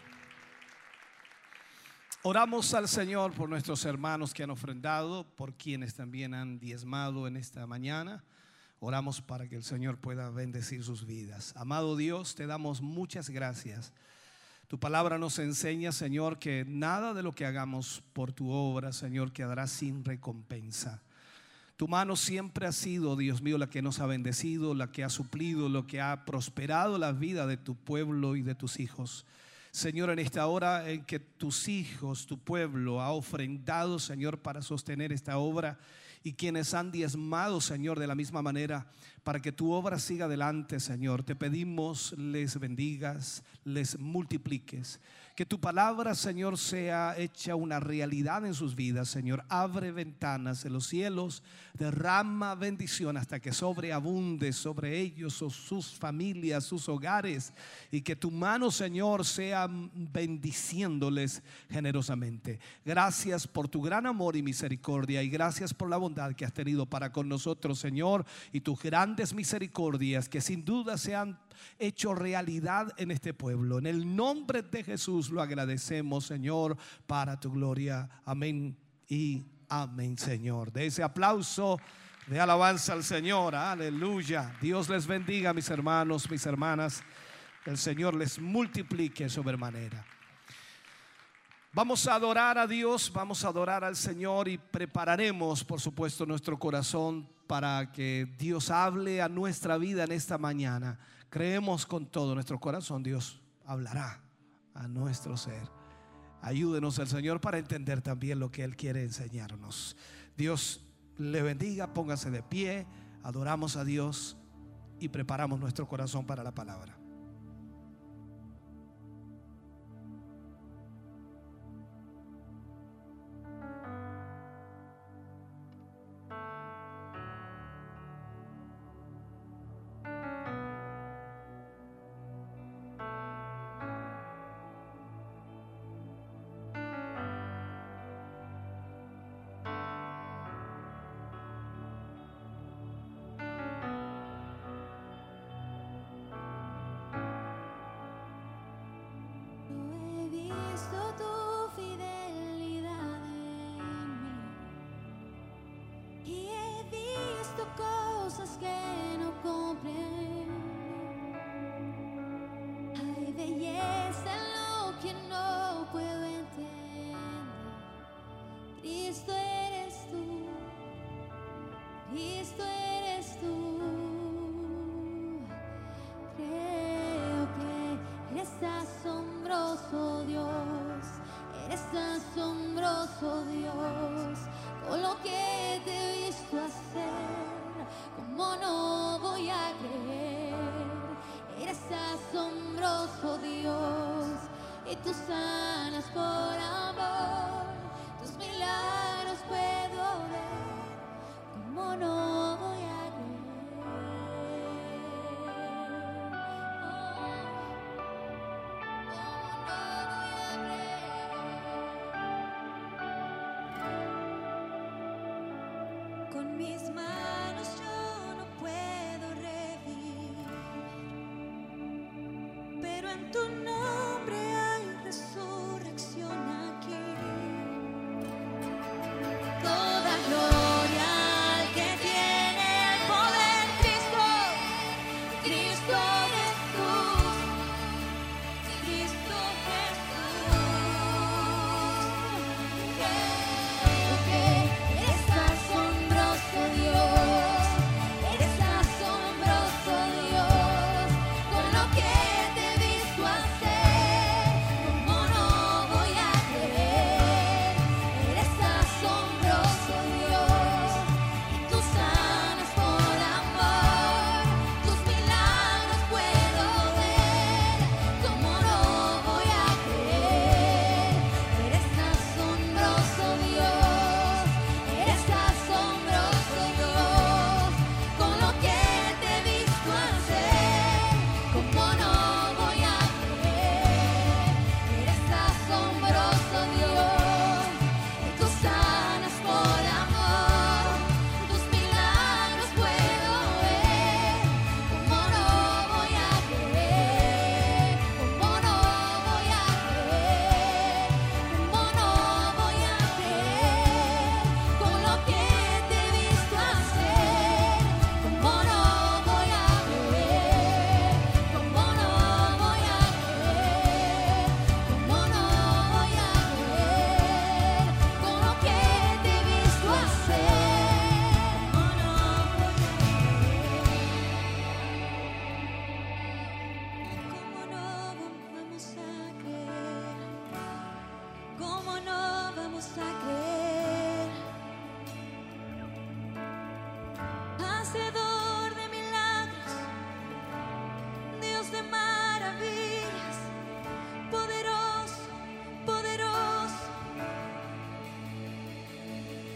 Oramos al Señor por nuestros hermanos que han ofrendado, por quienes también han diezmado en esta mañana. Oramos para que el Señor pueda bendecir sus vidas. Amado Dios, te damos muchas gracias. Tu palabra nos enseña, Señor, que nada de lo que hagamos por tu obra, Señor, quedará sin recompensa. Tu mano siempre ha sido, Dios mío, la que nos ha bendecido, la que ha suplido, lo que ha prosperado la vida de tu pueblo y de tus hijos. Señor, en esta hora en que tus hijos, tu pueblo ha ofrendado, Señor, para sostener esta obra, y quienes han diezmado, Señor, de la misma manera, para que tu obra siga adelante, Señor, te pedimos les bendigas, les multipliques. Que tu palabra, Señor, sea hecha una realidad en sus vidas, Señor. Abre ventanas en los cielos, derrama bendición hasta que sobreabunde sobre ellos o sus familias, sus hogares, y que tu mano, Señor, sea bendiciéndoles generosamente. Gracias por tu gran amor y misericordia, y gracias por la bondad que has tenido para con nosotros, Señor, y tus grandes misericordias que sin duda se han hecho realidad en este pueblo. En el nombre de Jesús lo agradecemos, Señor, para tu gloria. Amén y amén, Señor. De ese aplauso de alabanza al Señor. Aleluya. Dios les bendiga, mis hermanos, mis hermanas. El Señor les multiplique sobremanera. Vamos a adorar a Dios, vamos a adorar al Señor, y prepararemos, por supuesto, nuestro corazón para que Dios hable a nuestra vida en esta mañana. Creemos con todo nuestro corazón, Dios hablará a nuestro ser. Ayúdenos el Señor para entender también lo que Él quiere enseñarnos. Dios le bendiga, póngase de pie, adoramos a Dios y preparamos nuestro corazón para la palabra. Con mis manos yo no puedo revivir, pero en tu nombre hay resurrección aquí. Toda gloria al que tiene el poder, Cristo, Cristo Jesús, Cristo Jesús. Creo que eres asombroso, Dios.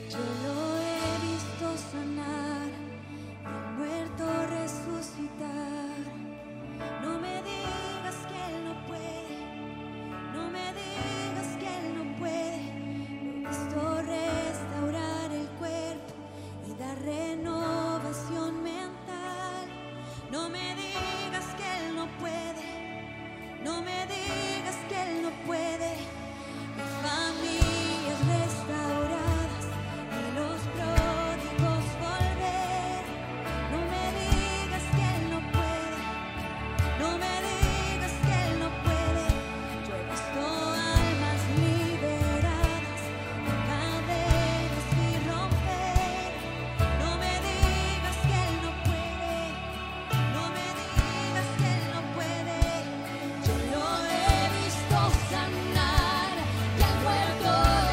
Yo lo he visto sanar y al muerto resucitar. No me digas que Él no puede, no me digas que Él no puede. Lo he visto restaurar el cuerpo y dar renovación mental. No me digas que Él no puede, no me digas que Él no puede. Mi familias restauradas y los pródigos volver. No me digas que Él no puede, no me digas que Él no puede. Yo he visto almas liberadas, cadenas y romper. No me digas que Él no puede, no me digas que Él no puede. Yo lo he visto sanar y al muerto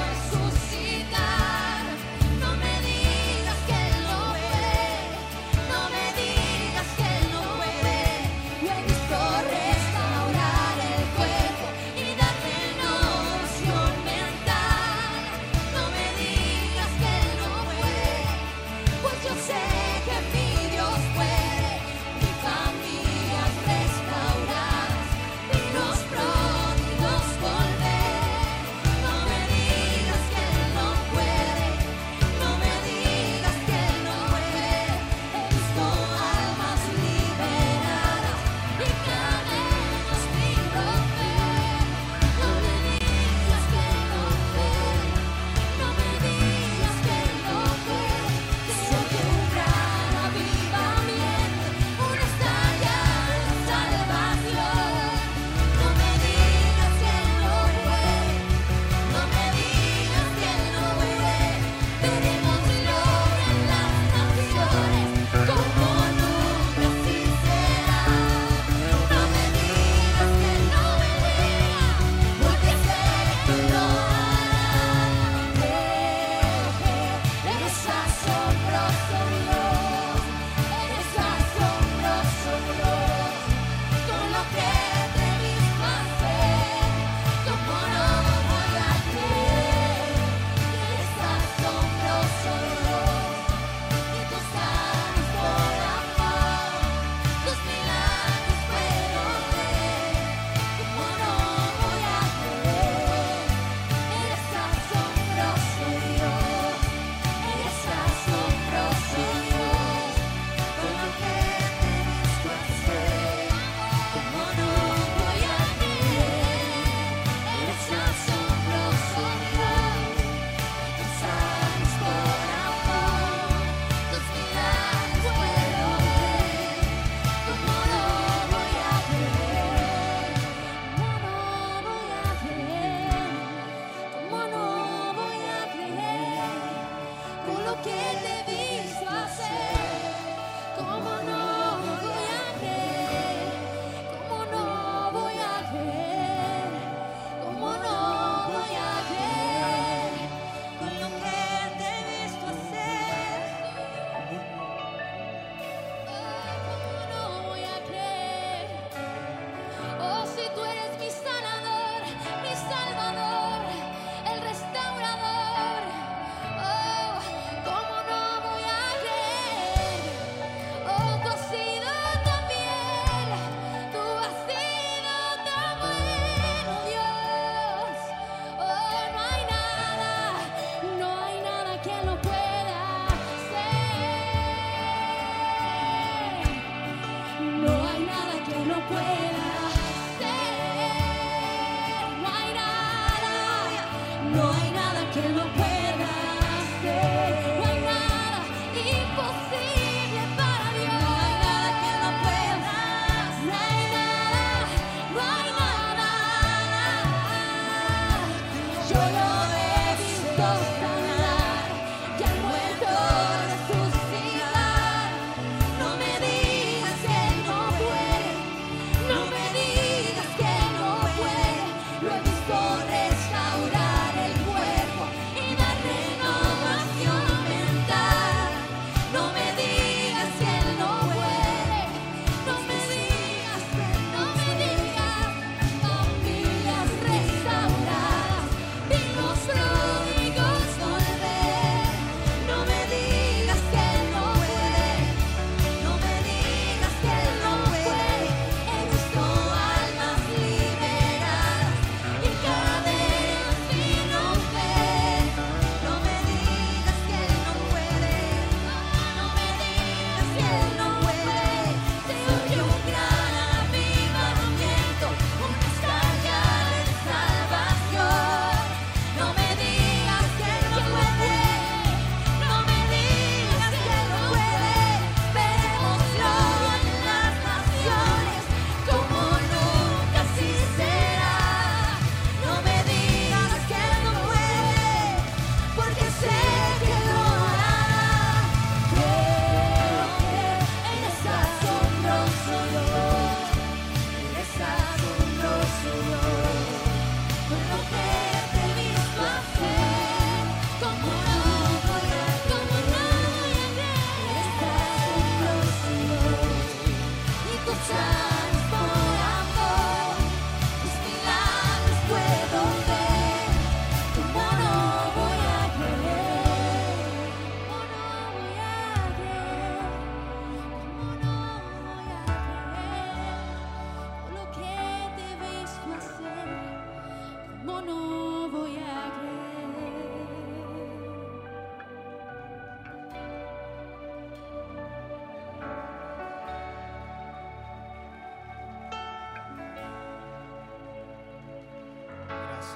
resucitar. No me digas que Él no puede, no me digas que Él no puede. Lo he visto restaurar el cuerpo y dar renovación mental. No me digas que Él no puede, pues yo sé que mi Dios puede. Mi familia restauradas y los pródigos volver. No me digas que Él no puede, no me digas que Él no puede. He visto almas liberadas y cadenas sin romper. No me digas que Él no puede, no me digas que Él no puede. Soy un gran avivamiento, un estallar de salvación. No me digas que Él no puede, no me digas que Él no puede. Veremos gloria en las naciones, como nunca así será. No me digas que no me digas, porque sé que lo hará. Eres asombroso Dios, eres asombroso Dios. Con lo que te he visto hacer, como no voy a creer. Eres asombroso Dios, y tus sanos por amor, tus milagros puedo ver, como no voy a creer. Eres asombroso Dios, eres asombroso Dios. Con lo que te he visto hacer, como no voy a creer. Eres asombroso Dios, tus sanos por amor, tus milagros puedo ver, como no voy a creer. Como no voy a creer, como no voy a creer. Con lo que te he visto hacer, como no voy a creer, como no voy a creer, como no voy a creer. Con lo que te he visto hacer, como no voy a creer. Oh, si tú eres mi sanador, mi salvador, el restaurador. Oh, cómo no voy a creer. Oh, tú has sido tan fiel, tú has sido tan bueno, Dios. Oh, no hay nada, no hay nada que no pueda hacer. No hay nada que no pueda hacer. No hay nada, no hay nada que no pueda hacer. No hay nada imposible para Dios. No hay nada que no pueda hacer. No hay nada, no hay nada. Yo lo he visto sanar y al muerto resucitar. No me digas que no puede, no me digas que no puede. Lo he visto restaurar el cuerpo y dar renovación mental. No me digas que no puede, no me digas que no me digas. Familias restauradas, vivos pródigos.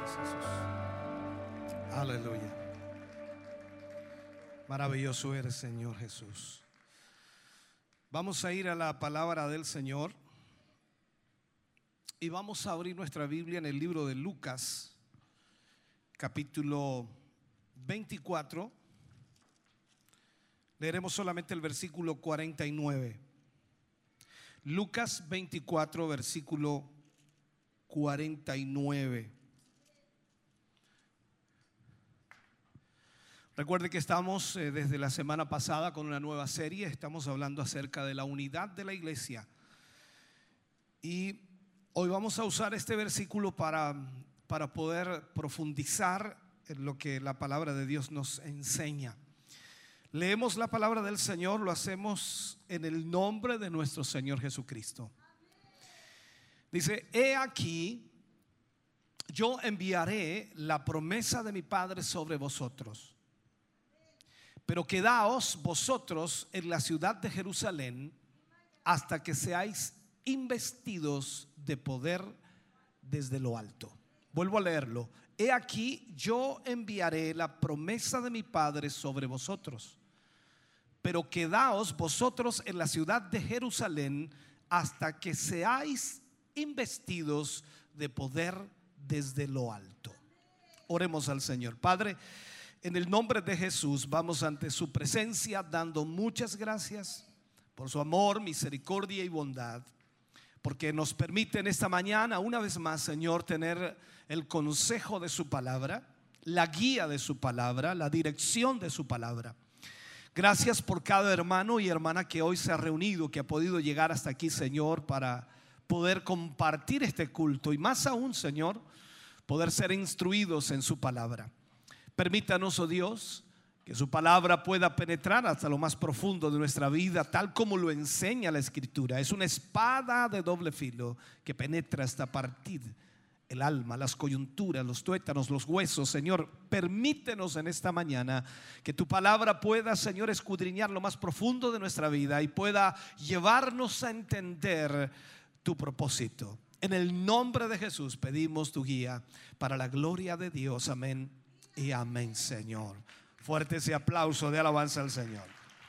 Gracias, Jesús. Aleluya. Maravilloso eres, Señor Jesús. Vamos a ir a la palabra del Señor y vamos a abrir nuestra Biblia en el libro de Lucas, capítulo veinticuatro. Leeremos solamente el versículo cuarenta y nueve. Lucas veinticuatro, versículo cuarenta y nueve. Recuerde que estamos eh, desde la semana pasada con una nueva serie. Estamos hablando acerca de la unidad de la iglesia. Y hoy vamos a usar este versículo para, para poder profundizar en lo que la palabra de Dios nos enseña. Leemos la palabra del Señor, lo hacemos en el nombre de nuestro Señor Jesucristo. Dice: he aquí, yo enviaré la promesa de mi Padre sobre vosotros, pero quedaos vosotros en la ciudad de Jerusalén hasta que seáis investidos de poder desde lo alto. Vuelvo a leerlo. He aquí, yo enviaré la promesa de mi Padre sobre vosotros, pero quedaos vosotros en la ciudad de Jerusalén hasta que seáis investidos de poder desde lo alto. Oremos al Señor. Padre, en el nombre de Jesús vamos ante su presencia dando muchas gracias por su amor, misericordia y bondad, porque nos permite en esta mañana una vez más, Señor, tener el consejo de su palabra, la guía de su palabra, la dirección de su palabra. Gracias por cada hermano y hermana que hoy se ha reunido, que ha podido llegar hasta aquí, Señor, para poder compartir este culto y más aún, Señor, poder ser instruidos en su palabra. Permítanos, oh Dios, que su palabra pueda penetrar hasta lo más profundo de nuestra vida, tal como lo enseña la Escritura. Es una espada de doble filo que penetra hasta partir el alma, las coyunturas, los tuétanos, los huesos. Señor, permítenos en esta mañana que tu palabra pueda, Señor, escudriñar lo más profundo de nuestra vida y pueda llevarnos a entender tu propósito. En el nombre de Jesús pedimos tu guía para la gloria de Dios. Amén y amén, Señor. Fuerte ese aplauso de alabanza al Señor.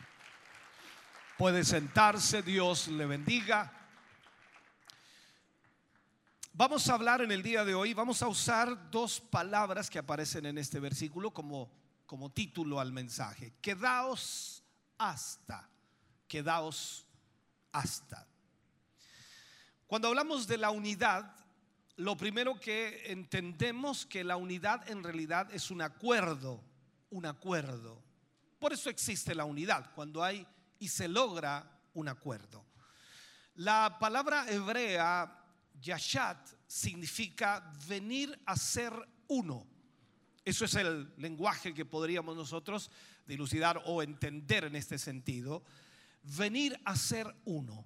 Puede sentarse, Dios le bendiga. Vamos a hablar en el día de hoy, vamos a usar dos palabras que aparecen en este versículo como, como título al mensaje. Quedaos hasta, quedaos hasta. Cuando hablamos de la unidad, lo primero que entendemos que la unidad en realidad es un acuerdo, un acuerdo. Por eso existe la unidad, cuando hay y se logra un acuerdo. La palabra hebrea Yashat significa venir a ser uno. Eso es el lenguaje que podríamos nosotros dilucidar o entender en este sentido. Venir a ser uno.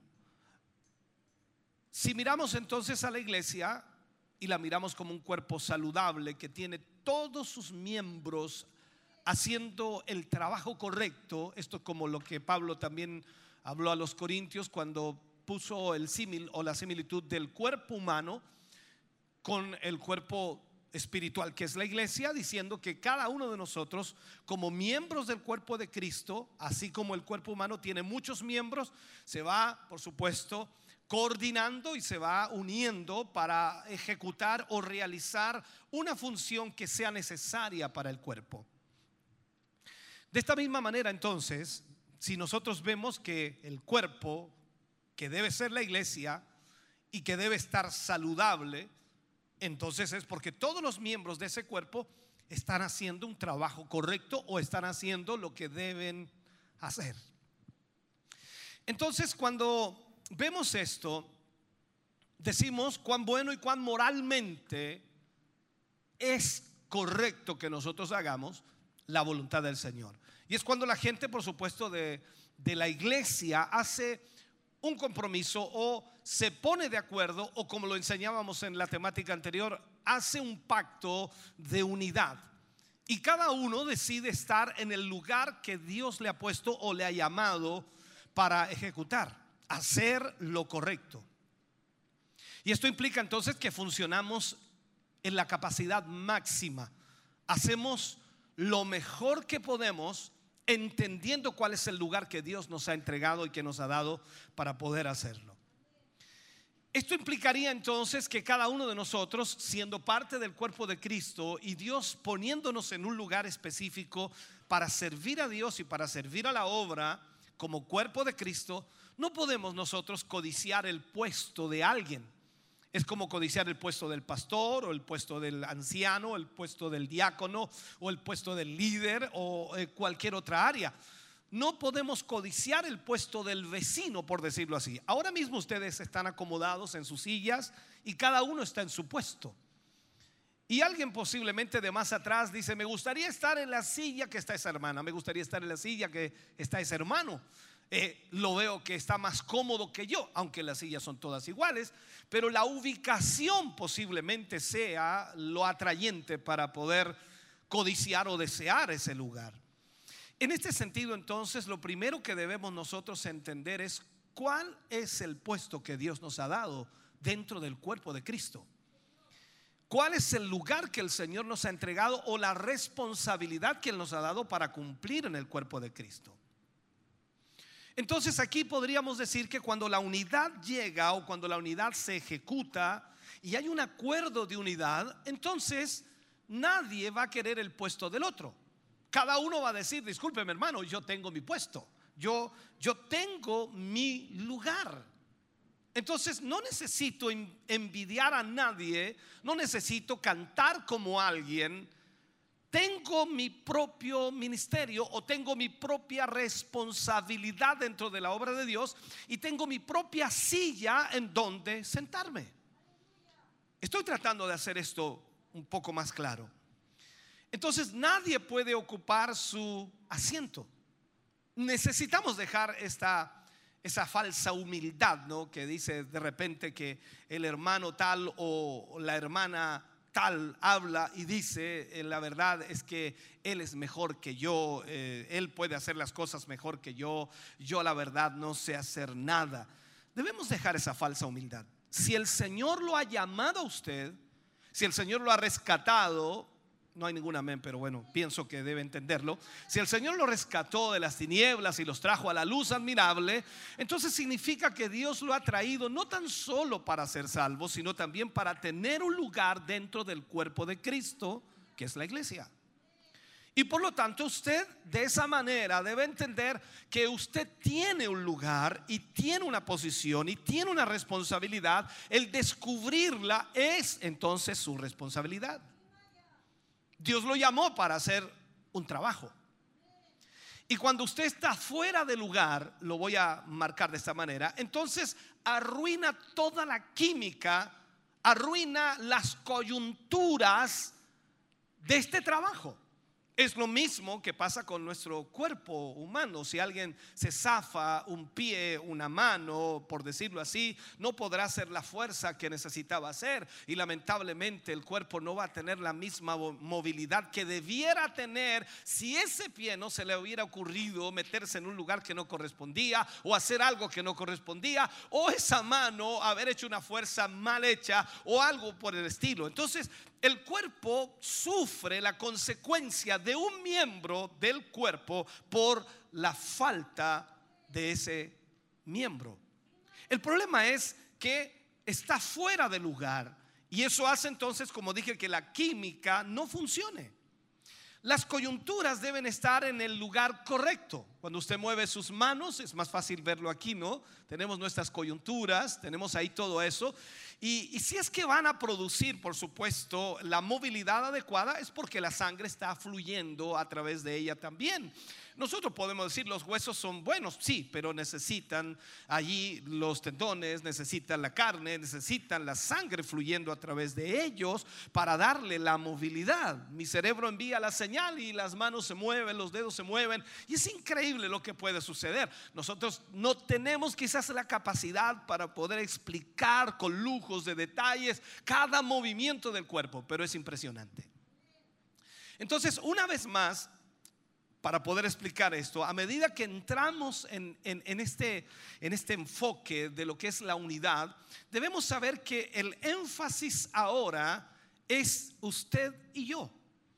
Si miramos entonces a la iglesia y la miramos como un cuerpo saludable que tiene todos sus miembros haciendo el trabajo correcto, esto es como lo que Pablo también habló a los corintios cuando puso el símil o la similitud del cuerpo humano con el cuerpo espiritual que es la iglesia, diciendo que cada uno de nosotros como miembros del cuerpo de Cristo, así como el cuerpo humano tiene muchos miembros, se va, por supuesto, coordinando y se va uniendo para ejecutar o realizar una función que sea necesaria para el cuerpo. De esta misma manera, entonces, si nosotros vemos que el cuerpo, que debe ser la iglesia y que debe estar saludable, entonces es porque todos los miembros de ese cuerpo están haciendo un trabajo correcto o están haciendo lo que deben hacer. Entonces, cuando vemos esto, decimos cuán bueno y cuán moralmente es correcto que nosotros hagamos la voluntad del Señor. Y es cuando la gente, por supuesto, de, de la iglesia hace un compromiso o se pone de acuerdo, o como lo enseñábamos en la temática anterior, hace un pacto de unidad. Y cada uno decide estar en el lugar que Dios le ha puesto o le ha llamado para ejecutar, hacer lo correcto. Y esto implica entonces que funcionamos en la capacidad máxima. Hacemos lo mejor que podemos, entendiendo cuál es el lugar que Dios nos ha entregado y que nos ha dado para poder hacerlo. Esto implicaría entonces que cada uno de nosotros, siendo parte del cuerpo de Cristo y Dios poniéndonos en un lugar específico para servir a Dios y para servir a la obra como cuerpo de Cristo, no podemos nosotros codiciar el puesto de alguien. Es como codiciar el puesto del pastor o el puesto del anciano, el puesto del diácono o el puesto del líder o eh, cualquier otra área. No podemos codiciar el puesto del vecino, por decirlo así. Ahora mismo ustedes están acomodados en sus sillas y cada uno está en su puesto. Y alguien posiblemente de más atrás dice: me gustaría estar en la silla que está esa hermana, me gustaría estar en la silla que está ese hermano. Eh, lo veo que está más cómodo que yo, aunque las sillas son todas iguales, pero la ubicación posiblemente sea lo atrayente para poder codiciar o desear ese lugar. En este sentido, entonces, lo primero que debemos nosotros entender es cuál es el puesto que Dios nos ha dado dentro del cuerpo de Cristo. ¿Cuál es el lugar que el Señor nos ha entregado o la responsabilidad que Él nos ha dado para cumplir en el cuerpo de Cristo? Entonces aquí podríamos decir que cuando la unidad llega o cuando la unidad se ejecuta y hay un acuerdo de unidad, entonces nadie va a querer el puesto del otro. Cada uno va a decir: discúlpeme, hermano, yo tengo mi puesto, yo, yo tengo mi lugar. Entonces no necesito envidiar a nadie, no necesito cantar como alguien. Tengo mi propio ministerio o tengo mi propia responsabilidad dentro de la obra de Dios y tengo mi propia silla en donde sentarme. Estoy tratando de hacer esto un poco más claro. Entonces nadie puede ocupar su asiento. Necesitamos dejar esta, esa falsa humildad, ¿no? Que dice de repente que el hermano tal o la hermana tal habla y dice: eh, la verdad es que él es mejor que yo, eh, él puede hacer las cosas mejor que yo, yo la verdad no sé hacer nada. Debemos dejar esa falsa humildad. Si el Señor lo ha llamado a usted, si el Señor lo ha rescatado, no hay ningún amén, pero bueno, pienso que debe entenderlo. Si el Señor lo rescató de las tinieblas y los trajo a la luz admirable, entonces significa que Dios lo ha traído no tan solo para ser salvo, sino también para tener un lugar dentro del cuerpo de Cristo, que es la iglesia. Y por lo tanto usted de esa manera debe entender que usted tiene un lugar y tiene una posición y tiene una responsabilidad. El descubrirla es entonces su responsabilidad. Dios lo llamó para hacer un trabajo. Y cuando usted está fuera de lugar, lo voy a marcar de esta manera, entonces arruina toda la química, arruina las coyunturas de este trabajo. Es lo mismo que pasa con nuestro cuerpo humano. Si alguien se zafa un pie, una mano, por decirlo así, no podrá hacer la fuerza que necesitaba hacer y lamentablemente el cuerpo no va a tener la misma movilidad que debiera tener si ese pie no se le hubiera ocurrido meterse en un lugar que no correspondía o hacer algo que no correspondía, o esa mano haber hecho una fuerza mal hecha o algo por el estilo. Entonces el cuerpo sufre la consecuencia de un miembro del cuerpo por la falta de ese miembro. El problema es que está fuera de lugar y eso hace entonces, como dije, que la química no funcione. Las coyunturas deben estar en el lugar correcto. Cuando usted mueve sus manos, es más fácil verlo aquí, ¿no? Tenemos nuestras coyunturas, tenemos ahí todo eso. Y, y si es que van a producir, por supuesto, la movilidad adecuada, es porque la sangre está fluyendo a través de ella también. Nosotros podemos decir los huesos son buenos, sí, pero necesitan allí los tendones, necesitan la carne, necesitan la sangre fluyendo a través de ellos para darle la movilidad. Mi cerebro envía la señal y las manos se mueven, los dedos se mueven y es increíble lo que puede suceder. Nosotros no tenemos quizás la capacidad para poder explicar con lujos de detalles cada movimiento del cuerpo, pero es impresionante. Entonces, una vez más, para poder explicar esto, a medida que entramos en, en, en, este, en este enfoque de lo que es la unidad, debemos saber que el énfasis ahora es usted y yo.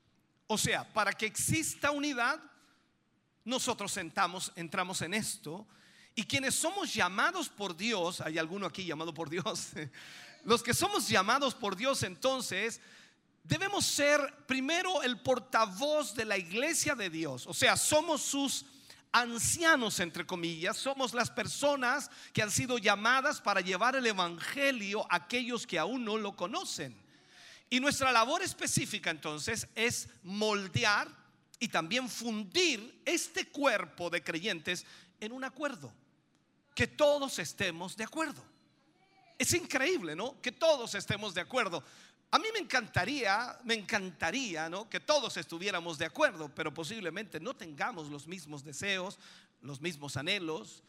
O sea, para que exista unidad, nosotros sentamos, entramos en esto. Y quienes somos llamados por Dios, hay alguno aquí llamado por Dios, los que somos llamados por Dios, entonces debemos ser primero el portavoz de la iglesia de Dios. O sea, somos sus ancianos, entre comillas, somos las personas que han sido llamadas para llevar el evangelio a aquellos que aún no lo conocen. Y nuestra labor específica entonces es moldear y también fundir este cuerpo de creyentes en un acuerdo, que todos estemos de acuerdo. Es increíble, ¿no? Que todos estemos de acuerdo. A mí me encantaría, me encantaría, ¿no?, que todos estuviéramos de acuerdo, pero posiblemente no tengamos los mismos deseos, los mismos anhelos,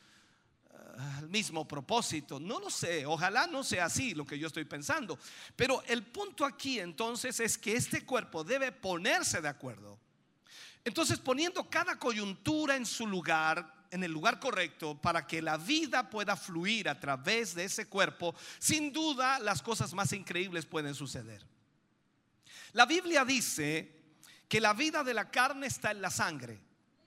uh, el mismo propósito. No lo sé, ojalá no sea así lo que yo estoy pensando. Pero el punto aquí entonces es que este cuerpo debe ponerse de acuerdo. Entonces, poniendo cada coyuntura en su lugar, en el lugar correcto, para que la vida pueda fluir a través de ese cuerpo, sin duda las cosas más increíbles pueden suceder. La Biblia dice que la vida de la carne está en la sangre.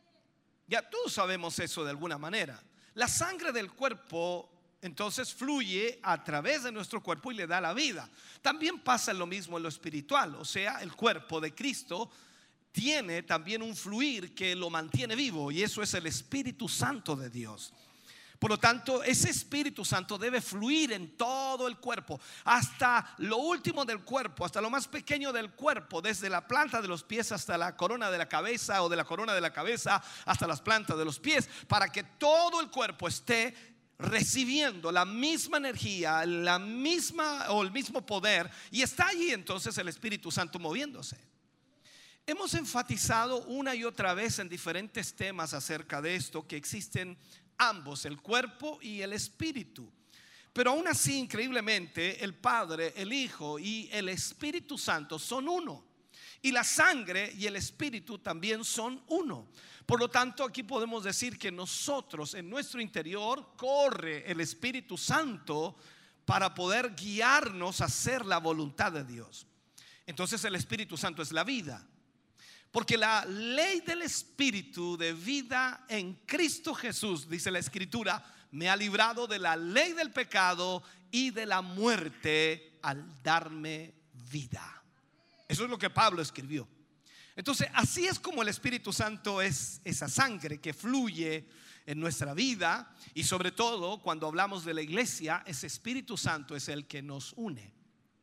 Ya todos sabemos eso de alguna manera. La sangre del cuerpo entonces fluye a través de nuestro cuerpo y le da la vida. También pasa lo mismo en lo espiritual, o sea, el cuerpo de Cristo tiene también un fluir que lo mantiene vivo, y eso es el Espíritu Santo de Dios. Por lo tanto, ese Espíritu Santo debe fluir en todo el cuerpo, hasta lo último del cuerpo, hasta lo más pequeño del cuerpo, desde la planta de los pies hasta la corona de la cabeza, o de la corona de la cabeza hasta las plantas de los pies, para que todo el cuerpo esté recibiendo la misma energía, la misma o el mismo poder, y está allí entonces el Espíritu Santo moviéndose. Hemos enfatizado una y otra vez en diferentes temas acerca de esto, que existen ambos, el cuerpo y el espíritu. Pero aún así, increíblemente, el Padre, el Hijo y el Espíritu Santo son uno. Y la sangre y el espíritu también son uno. Por lo tanto, aquí podemos decir que nosotros, en nuestro interior, corre el Espíritu Santo para poder guiarnos a hacer la voluntad de Dios. Entonces el Espíritu Santo es la vida. Porque la ley del Espíritu de vida en Cristo Jesús, dice la Escritura, me ha librado de la ley del pecado y de la muerte al darme vida. Eso es lo que Pablo escribió. Entonces, así es como el Espíritu Santo es esa sangre que fluye en nuestra vida. Y sobre todo, cuando hablamos de la iglesia, ese Espíritu Santo es el que nos une.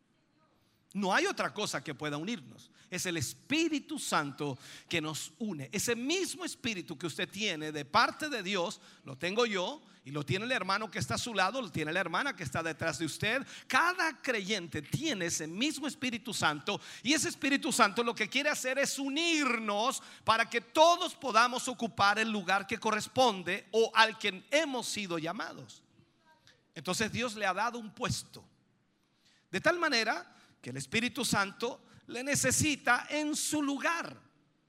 No hay otra cosa que pueda unirnos. Es el Espíritu Santo que nos une. Ese mismo Espíritu que usted tiene de parte de Dios, lo tengo yo, y lo tiene el hermano que está a su lado, lo tiene la hermana que está detrás de usted. Cada creyente tiene ese mismo Espíritu Santo, y ese Espíritu Santo lo que quiere hacer es unirnos para que todos podamos ocupar el lugar que corresponde o al que hemos sido llamados. Entonces Dios le ha dado un puesto, de tal manera que el Espíritu Santo le necesita en su lugar.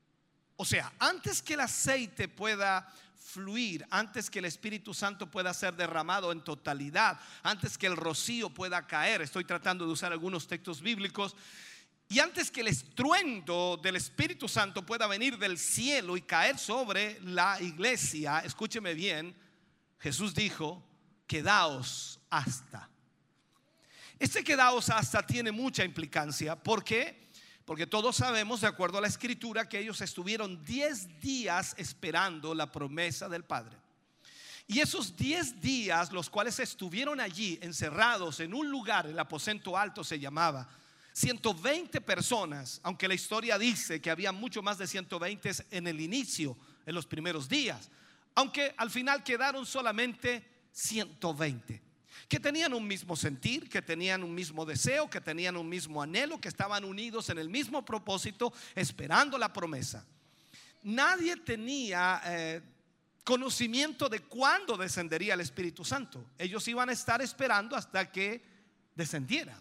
O sea, antes que el aceite pueda fluir, antes que el Espíritu Santo pueda ser derramado en totalidad, antes que el rocío pueda caer, estoy tratando de usar algunos textos bíblicos, y antes que el estruendo del Espíritu Santo pueda venir del cielo y caer sobre la iglesia, escúcheme bien, Jesús dijo: quedaos hasta. Este quedaos hasta tiene mucha implicancia. ¿Por qué? Porque todos sabemos, de acuerdo a la Escritura, que ellos estuvieron diez días esperando la promesa del Padre. Y esos diez días, los cuales estuvieron allí encerrados en un lugar, el aposento alto se llamaba, ciento veinte personas, aunque la historia dice que había mucho más de ciento veinte en el inicio, en los primeros días, aunque al final quedaron solamente ciento veinte. Que tenían un mismo sentir, que tenían un mismo deseo, que tenían un mismo anhelo, que estaban unidos en el mismo propósito, esperando la promesa. Nadie tenía eh, conocimiento de cuándo descendería el Espíritu Santo. Ellos iban a estar esperando hasta que descendiera.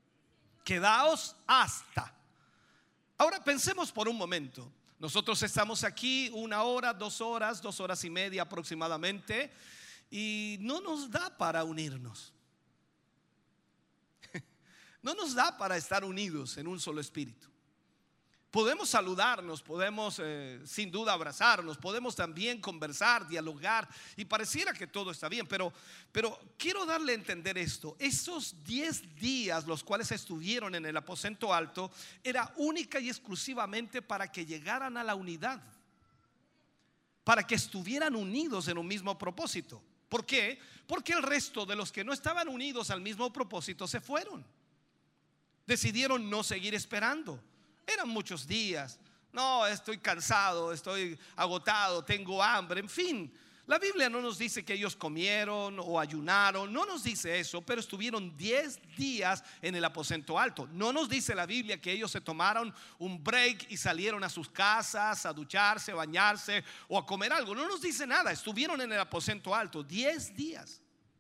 Quedaos hasta. Ahora pensemos por un momento. Nosotros estamos aquí una hora, dos horas, dos horas y media aproximadamente, y no nos da para unirnos. no nos da para estar unidos en un solo espíritu. Podemos saludarnos, podemos eh, sin duda abrazarnos, podemos también conversar, dialogar y pareciera que todo está bien, pero, pero quiero darle a entender esto. Esos diez días los cuales estuvieron en el aposento alto era única y exclusivamente para que llegaran a la unidad, para que estuvieran unidos en un mismo propósito. ¿Por qué? Porque el resto de los que no estaban unidos al mismo propósito se fueron. Decidieron no seguir esperando. Eran muchos días. No, estoy cansado, estoy agotado, tengo hambre, en fin. La Biblia no nos dice que ellos comieron o ayunaron, no nos dice eso, pero estuvieron diez días en el aposento alto. No nos dice la Biblia que ellos se tomaron un break y salieron a sus casas a ducharse, a bañarse o a comer algo. No nos dice nada, estuvieron en el aposento alto diez días.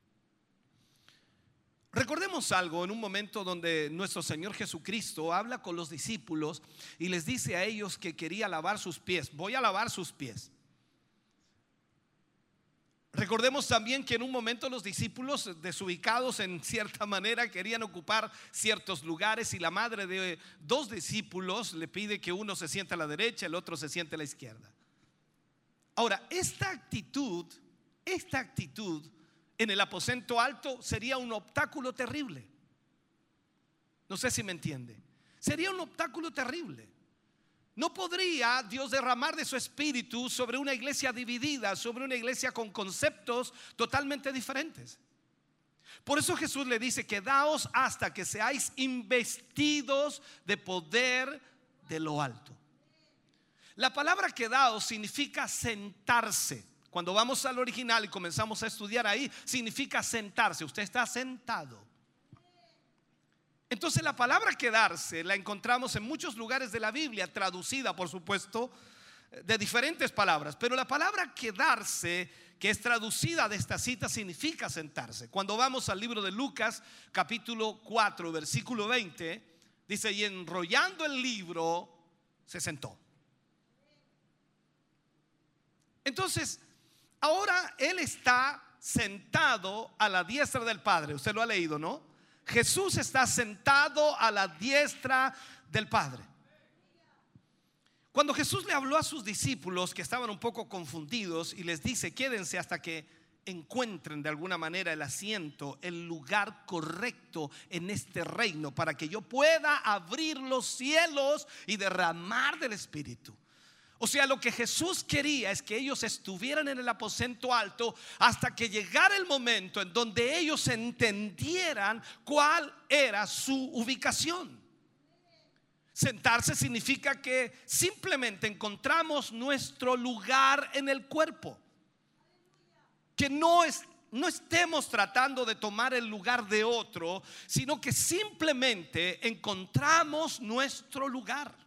Recordemos algo en un momento donde nuestro Señor Jesucristo habla con los discípulos y les dice a ellos que quería lavar sus pies. Voy a lavar sus pies. Recordemos también que en un momento los discípulos, desubicados en cierta manera, querían ocupar ciertos lugares y la madre de dos discípulos le pide que uno se siente a la derecha, el otro se siente a la izquierda. Ahora, esta actitud, esta actitud en el aposento alto sería un obstáculo terrible. No sé si me entiende. Sería un obstáculo terrible. No podría Dios derramar de su espíritu sobre una iglesia dividida, sobre una iglesia con conceptos totalmente diferentes. Por eso Jesús le dice: quedaos hasta que seáis investidos de poder de lo alto. La palabra quedaos significa sentarse. Cuando vamos al original y comenzamos a estudiar ahí, significa sentarse. Usted está sentado. Entonces la palabra quedarse la encontramos en muchos lugares de la Biblia, traducida por supuesto de diferentes palabras. Pero la palabra quedarse, que es traducida de esta cita, significa sentarse. Cuando vamos al libro de Lucas capítulo cuatro versículo veinte, dice: y enrollando el libro se sentó. Entonces ahora Él está sentado a la diestra del Padre. Usted lo ha leído, ¿no? Jesús está sentado a la diestra del Padre. Cuando Jesús le habló a sus discípulos, que estaban un poco confundidos, y les dice: quédense hasta que encuentren de alguna manera el asiento, el lugar correcto en este reino, para que yo pueda abrir los cielos y derramar del Espíritu. O sea, lo que Jesús quería es que ellos estuvieran en el aposento alto hasta que llegara el momento en donde ellos entendieran cuál era su ubicación. Sentarse significa que simplemente encontramos nuestro lugar en el cuerpo. Que no es, no estemos tratando de tomar el lugar de otro, sino que simplemente encontramos nuestro lugar.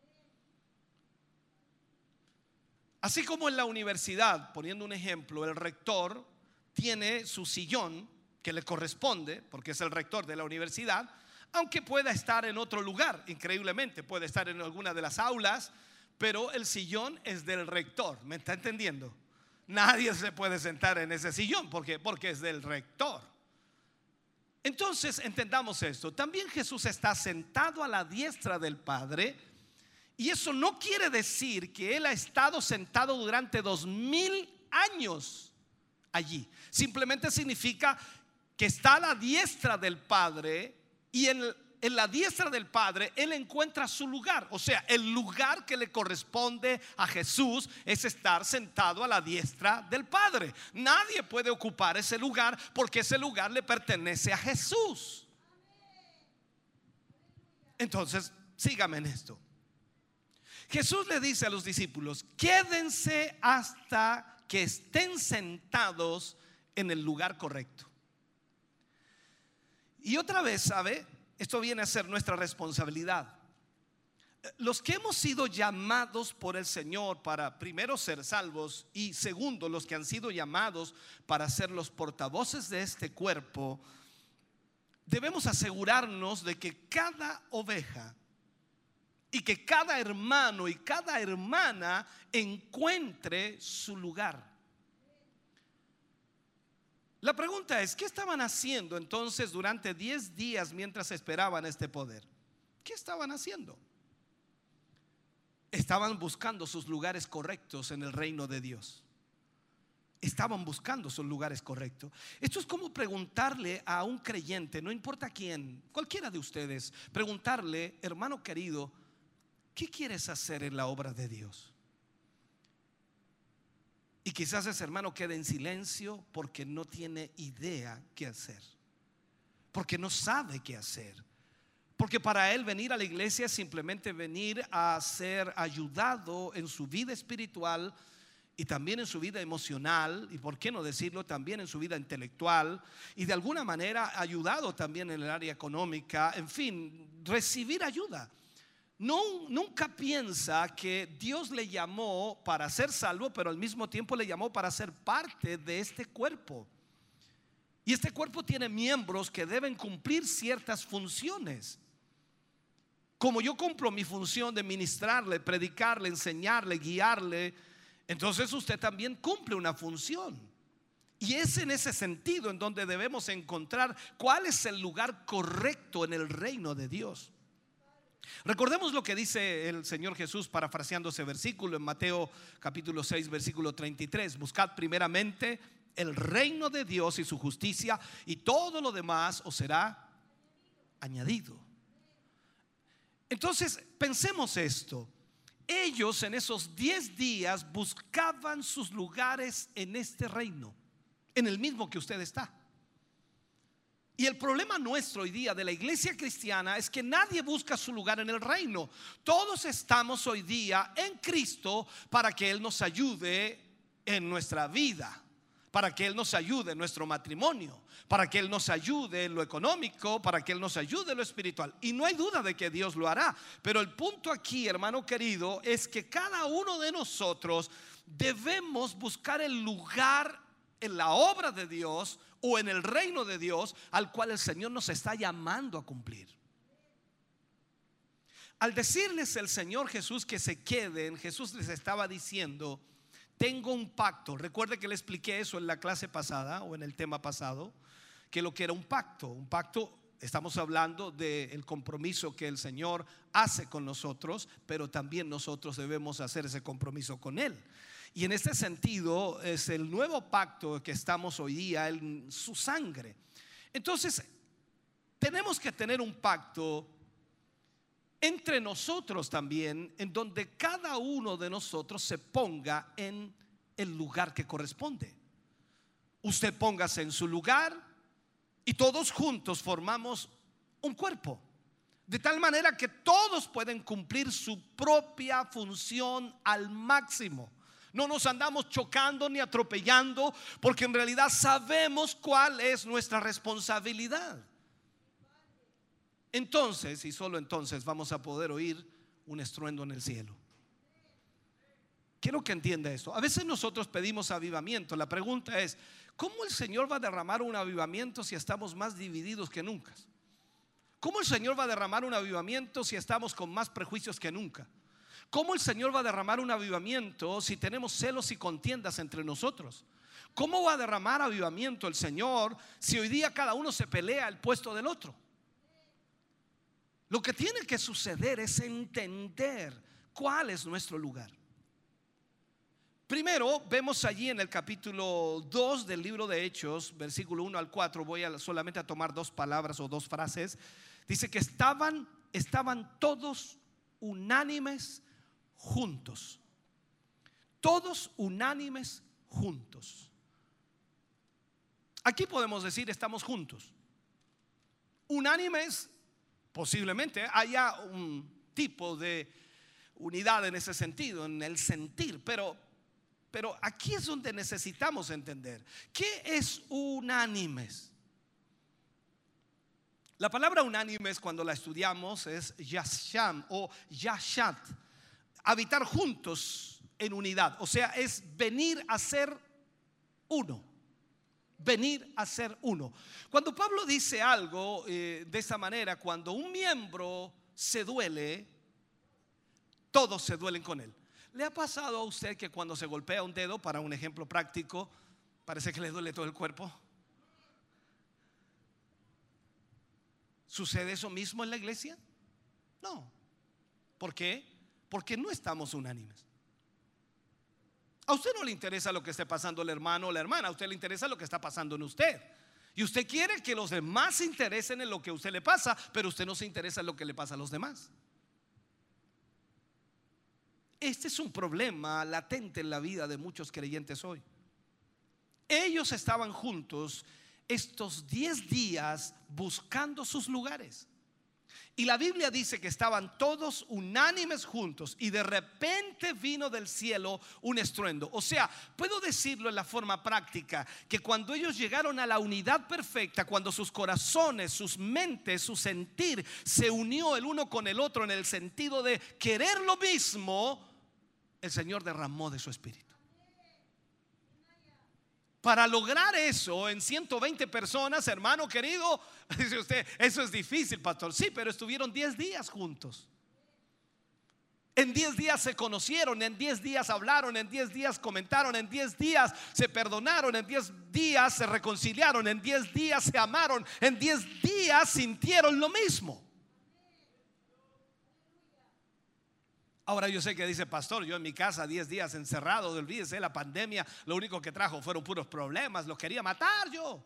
Así como en la universidad, poniendo un ejemplo, el rector tiene su sillón que le corresponde, porque es el rector de la universidad, aunque pueda estar en otro lugar. Increíblemente puede estar en alguna de las aulas, pero el sillón es del rector. ¿Me está entendiendo? Nadie se puede sentar en ese sillón porque, porque es del rector. Entonces entendamos esto. También Jesús está sentado a la diestra del Padre. Y eso no quiere decir que Él ha estado sentado durante dos mil años allí. Simplemente significa que está a la diestra del Padre, y en, en la diestra del Padre Él encuentra su lugar. O sea, el lugar que le corresponde a Jesús es estar sentado a la diestra del Padre. Nadie puede ocupar ese lugar porque ese lugar le pertenece a Jesús. Entonces, sígame en esto. Jesús le dice a los discípulos: quédense hasta que estén sentados en el lugar correcto. Y otra vez, ¿sabe? Esto viene a ser nuestra responsabilidad. Los que hemos sido llamados por el Señor para primero ser salvos, y segundo los que han sido llamados para ser los portavoces de este cuerpo, debemos asegurarnos de que cada oveja y que cada hermano y cada hermana encuentre su lugar. La pregunta es, ¿qué estaban haciendo entonces durante diez días mientras esperaban este poder? ¿Qué estaban haciendo? Estaban buscando sus lugares correctos en el reino de Dios. Estaban buscando sus lugares correctos. Esto es como preguntarle a un creyente, no importa quién, cualquiera de ustedes, preguntarle, hermano querido, ¿qué quieres hacer en la obra de Dios? Y quizás ese hermano quede en silencio porque no tiene idea qué hacer, porque no sabe qué hacer, porque para él venir a la iglesia es simplemente venir a ser ayudado en su vida espiritual y también en su vida emocional, y por qué no decirlo, también en su vida intelectual, y de alguna manera ayudado también en el área económica, en fin, recibir ayuda. No, nunca piensa que Dios le llamó para ser salvo, pero al mismo tiempo le llamó para ser parte de este cuerpo. Y este cuerpo tiene miembros que deben cumplir ciertas funciones. Como yo cumplo mi función de ministrarle, predicarle, enseñarle, guiarle, entonces usted también cumple una función. Y es en ese sentido en donde debemos encontrar cuál es el lugar correcto en el reino de Dios. Recordemos lo que dice el Señor Jesús parafraseando ese versículo en Mateo capítulo seis versículo treinta y tres. Buscad primeramente el reino de Dios y su justicia, y todo lo demás os será añadido. Entonces pensemos esto. Ellos en esos diez días buscaban sus lugares en este reino, en el mismo que usted está. Y el problema nuestro hoy día de la iglesia cristiana es que nadie busca su lugar en el reino. Todos estamos hoy día en Cristo para que Él nos ayude en nuestra vida, para que Él nos ayude en nuestro matrimonio, para que Él nos ayude en lo económico, para que Él nos ayude en lo espiritual. Y no hay duda de que Dios lo hará. Pero el punto aquí, hermano querido, es que cada uno de nosotros debemos buscar el lugar en la obra de Dios o en el reino de Dios al cual el Señor nos está llamando a cumplir. Al decirles el Señor Jesús que se queden, Jesús les estaba diciendo: tengo un pacto. Recuerde que le expliqué eso en la clase pasada o en el tema pasado, que lo que era un pacto. Un pacto, estamos hablando del compromiso que el Señor hace con nosotros, pero también nosotros debemos hacer ese compromiso con Él. Y en este sentido es el nuevo pacto que estamos hoy día en su sangre. Entonces tenemos que tener un pacto entre nosotros también, en donde cada uno de nosotros se ponga en el lugar que corresponde. Usted póngase en su lugar y todos juntos formamos un cuerpo, de tal manera que todos pueden cumplir su propia función al máximo. No nos andamos chocando ni atropellando, porque en realidad sabemos cuál es nuestra responsabilidad. Entonces, y solo entonces, vamos a poder oír un estruendo en el cielo. Quiero que entienda esto. A veces nosotros pedimos avivamiento. La pregunta es: ¿cómo el Señor va a derramar un avivamiento si estamos más divididos que nunca? ¿Cómo el Señor va a derramar un avivamiento si estamos con más prejuicios que nunca? ¿Cómo el Señor va a derramar un avivamiento si tenemos celos y contiendas entre nosotros? ¿Cómo va a derramar avivamiento el Señor si hoy día cada uno se pelea el puesto del otro? Lo que tiene que suceder es entender cuál es nuestro lugar. Primero vemos allí en el capítulo dos del libro de Hechos, versículo uno al cuatro. Voy a solamente a tomar dos palabras o dos frases. Dice que estaban, estaban todos unánimes juntos. Todos unánimes juntos. Aquí podemos decir estamos juntos. Unánimes, posiblemente haya un tipo de unidad en ese sentido, en el sentir, pero, pero aquí es donde necesitamos entender ¿qué es unánimes? La palabra unánimes, cuando la estudiamos, es yasham o yashat, habitar juntos en unidad. O sea, es venir a ser uno. Venir a ser uno. Cuando Pablo dice algo eh, de esa manera, cuando un miembro se duele, todos se duelen con él. ¿Le ha pasado a usted que cuando se golpea un dedo, para un ejemplo práctico, parece que le duele todo el cuerpo? ¿Sucede eso mismo en la iglesia? No. ¿Por qué? Porque no estamos unánimes. A usted no le interesa lo que esté pasando el hermano o la hermana, a usted le interesa lo que está pasando en usted. Y usted quiere que los demás se interesen en lo que a usted le pasa, pero usted no se interesa en lo que le pasa a los demás. Este es un problema latente en la vida de muchos creyentes hoy. Ellos estaban juntos estos diez días buscando sus lugares. Y la Biblia dice que estaban todos unánimes juntos y de repente vino del cielo un estruendo. O sea, puedo decirlo en la forma práctica, que cuando ellos llegaron a la unidad perfecta, cuando sus corazones, sus mentes, su sentir se unió el uno con el otro en el sentido de querer lo mismo, el Señor derramó de su espíritu. Para lograr eso en ciento veinte personas, hermano querido, dice usted, eso es difícil, pastor. Sí, pero estuvieron diez días juntos. En diez días se conocieron, en diez días hablaron, en diez días comentaron, en diez días se perdonaron, en diez días se reconciliaron, en diez días se amaron, en diez días sintieron lo mismo. Ahora yo sé que dice, pastor, yo en mi casa diez días encerrado, olvídese, la pandemia lo único que trajo fueron puros problemas, los quería matar yo.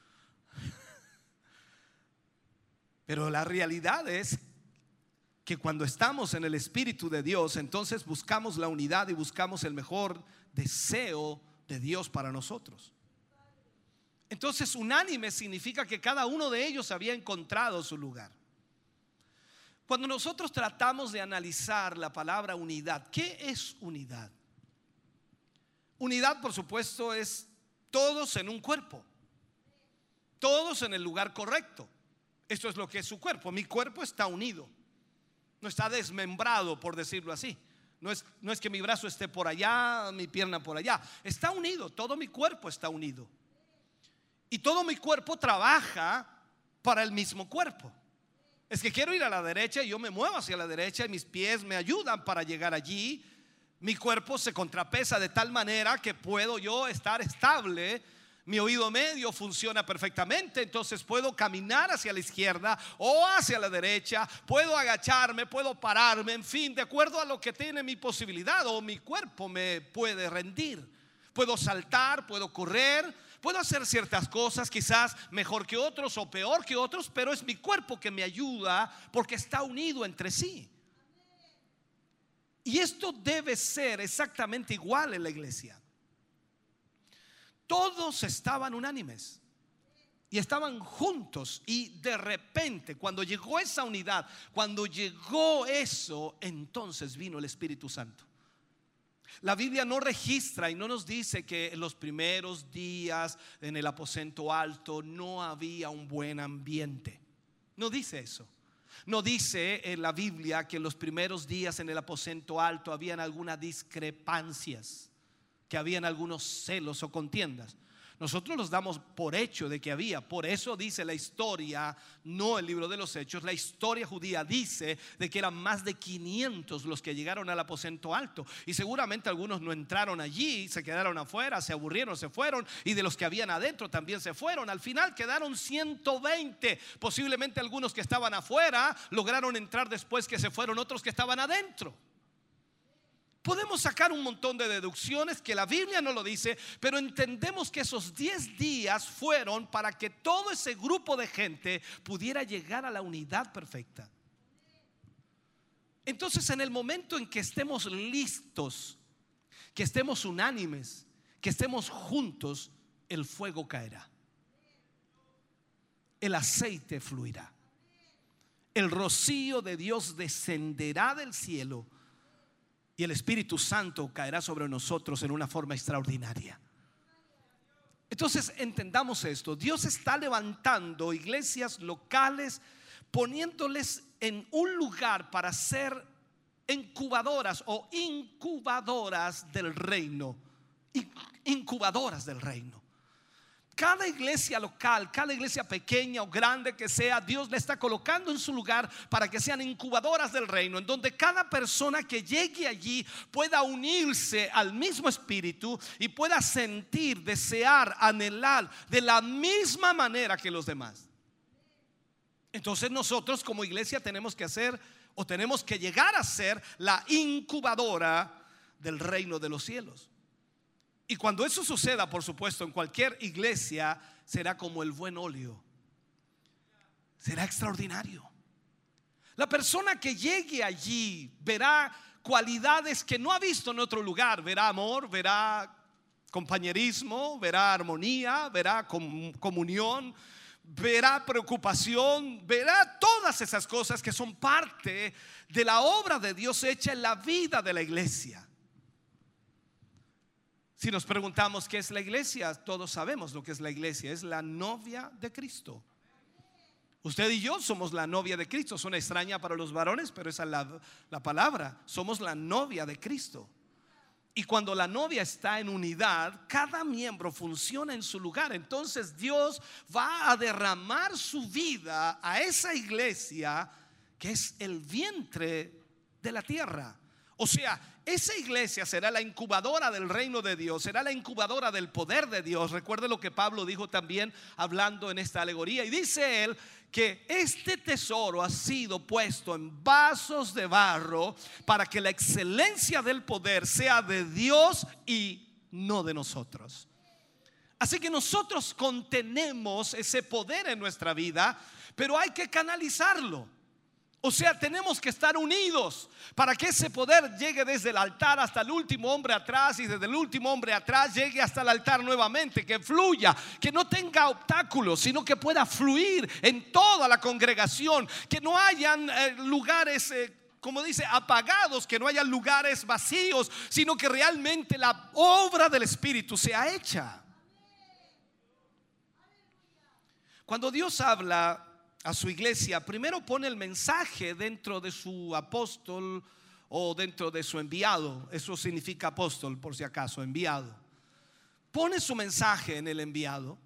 Pero la realidad es que cuando estamos en el Espíritu de Dios, entonces buscamos la unidad y buscamos el mejor deseo de Dios para nosotros. Entonces unánime significa que cada uno de ellos había encontrado su lugar. Cuando nosotros tratamos de analizar la palabra unidad, ¿qué es unidad? Unidad, por supuesto, es todos en un cuerpo, todos en el lugar correcto. Esto es lo que es su cuerpo. Mi cuerpo está unido, no está desmembrado, por decirlo así. No es, no es que mi brazo esté por allá, mi pierna por allá. Está unido, todo mi cuerpo está unido. Y todo mi cuerpo trabaja para el mismo cuerpo. Es que quiero ir a la derecha y yo me muevo hacia la derecha y mis pies me ayudan para llegar allí. Mi cuerpo se contrapesa de tal manera que puedo yo estar estable. Mi oído medio funciona perfectamente, entonces puedo caminar hacia la izquierda o hacia la derecha. Puedo agacharme, puedo pararme, en fin, de acuerdo a lo que tiene mi posibilidad o mi cuerpo me puede rendir. Puedo saltar, puedo correr. Puedo hacer ciertas cosas quizás mejor que otros o peor que otros, pero es mi cuerpo que me ayuda porque está unido entre sí. Y esto debe ser exactamente igual en la iglesia. Todos estaban unánimes y estaban juntos, y de repente cuando llegó esa unidad, cuando llegó eso, entonces vino el Espíritu Santo. La Biblia no registra y no nos dice que en los primeros días en el aposento alto no había un buen ambiente. No dice eso. No dice en la Biblia que en los primeros días en el aposento alto habían algunas discrepancias, que habían algunos celos o contiendas. Nosotros los damos por hecho de que había. Por eso dice la historia, no el libro de los Hechos, la historia judía dice de que eran más de quinientos los que llegaron al aposento alto. Y seguramente algunos no entraron allí, se quedaron afuera, se aburrieron, se fueron. Y de los que habían adentro también se fueron. Al final quedaron ciento veinte. Posiblemente algunos que estaban afuera lograron entrar después que se fueron otros que estaban adentro. Podemos sacar un montón de deducciones que la Biblia no lo dice, pero entendemos que esos diez días fueron para que todo ese grupo de gente pudiera llegar a la unidad perfecta. Entonces, en el momento en que estemos listos, que estemos unánimes, que estemos juntos, el fuego caerá, el aceite fluirá, el rocío de Dios descenderá del cielo y el Espíritu Santo caerá sobre nosotros en una forma extraordinaria. Entonces entendamos esto. Dios está levantando iglesias locales, poniéndoles en un lugar para ser incubadoras o incubadoras del reino. Incubadoras del reino. Cada iglesia local, cada iglesia pequeña o grande que sea, Dios le está colocando en su lugar para que sean incubadoras del reino, en donde cada persona que llegue allí pueda unirse al mismo espíritu y pueda sentir, desear, anhelar de la misma manera que los demás. Entonces nosotros como iglesia tenemos que hacer, o tenemos que llegar a ser, la incubadora del reino de los cielos. Y cuando eso suceda, por supuesto, en cualquier iglesia, será como el buen óleo. Será extraordinario. La persona que llegue allí verá cualidades que no ha visto en otro lugar. Verá amor, verá compañerismo, verá armonía, verá com- comunión, verá preocupación, verá todas esas cosas que son parte de la obra de Dios hecha en la vida de la iglesia. Si nos preguntamos qué es la iglesia, todos sabemos lo que es la iglesia. Es la novia de Cristo. Usted y yo somos la novia de Cristo. Suena extraña para los varones, pero esa es la, la palabra. Somos la novia de Cristo. Y cuando la novia está en unidad, cada miembro funciona en su lugar. Entonces Dios va a derramar su vida a esa iglesia que es el vientre de la tierra. O sea, esa iglesia será la incubadora del reino de Dios, será la incubadora del poder de Dios. Recuerde lo que Pablo dijo también hablando en esta alegoría. Y dice él que este tesoro ha sido puesto en vasos de barro para que la excelencia del poder sea de Dios y no de nosotros. Así que nosotros contenemos ese poder en nuestra vida, pero hay que canalizarlo. O sea, tenemos que estar unidos para que ese poder llegue desde el altar hasta el último hombre atrás, y desde el último hombre atrás llegue hasta el altar nuevamente, que fluya, que no tenga obstáculos, sino que pueda fluir en toda la congregación, que no hayan eh, lugares eh, como dice, apagados, que no hayan lugares vacíos, sino que realmente la obra del Espíritu sea hecha. Cuando Dios habla a su iglesia, primero pone el mensaje dentro de su apóstol o dentro de su enviado. Eso significa apóstol, por si acaso, enviado. Pone su mensaje en el enviado,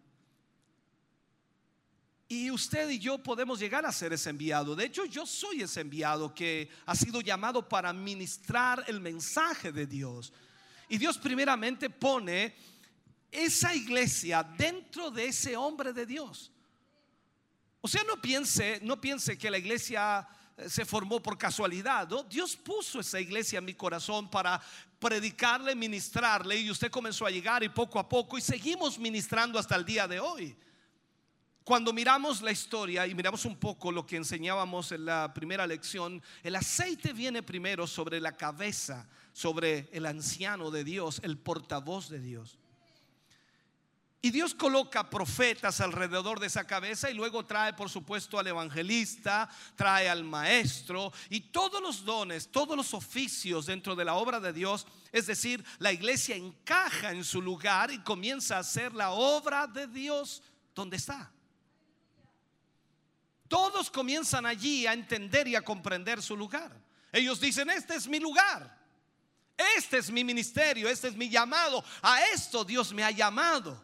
y usted y yo podemos llegar a ser ese enviado. De hecho, yo soy ese enviado que ha sido llamado para ministrar el mensaje de Dios. Y Dios primeramente pone esa iglesia dentro de ese hombre de Dios. O sea, no piense, no piense que la iglesia se formó por casualidad, ¿no? Dios puso esa iglesia en mi corazón para predicarle, ministrarle, y usted comenzó a llegar, y poco a poco, y seguimos ministrando hasta el día de hoy. Cuando miramos la historia y miramos un poco lo que enseñábamos en la primera lección, el aceite viene primero sobre la cabeza, sobre el anciano de Dios, el portavoz de Dios. Y Dios coloca profetas alrededor de esa cabeza, y luego trae, por supuesto, al evangelista, trae al maestro, y todos los dones, todos los oficios dentro de la obra de Dios. Es decir, la iglesia encaja en su lugar y comienza a hacer la obra de Dios donde está. Todos comienzan allí a entender y a comprender su lugar. Ellos dicen: este es mi lugar, este es mi ministerio, este es mi llamado, a esto Dios me ha llamado.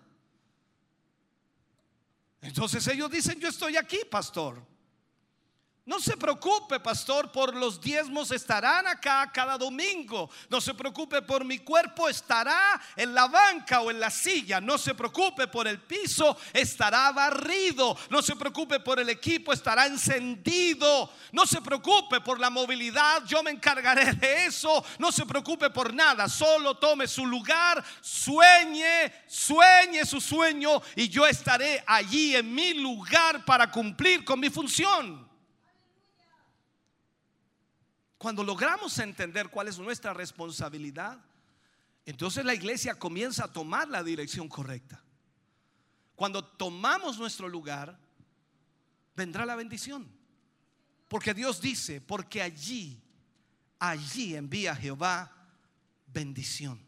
Entonces ellos dicen: yo estoy aquí, pastor. No se preocupe, pastor, por los diezmos, estarán acá cada domingo. No se preocupe por mi cuerpo, estará en la banca o en la silla. No se preocupe por el piso, estará barrido. No se preocupe por el equipo, estará encendido. No se preocupe por la movilidad, yo me encargaré de eso. No se preocupe por nada, solo tome su lugar, sueñe, sueñe su sueño, y yo estaré allí en mi lugar para cumplir con mi función. Cuando logramos entender cuál es nuestra responsabilidad, entonces la iglesia comienza a tomar la dirección correcta. Cuando tomamos nuestro lugar, vendrá la bendición. Porque Dios dice: porque allí, allí envía Jehová bendición.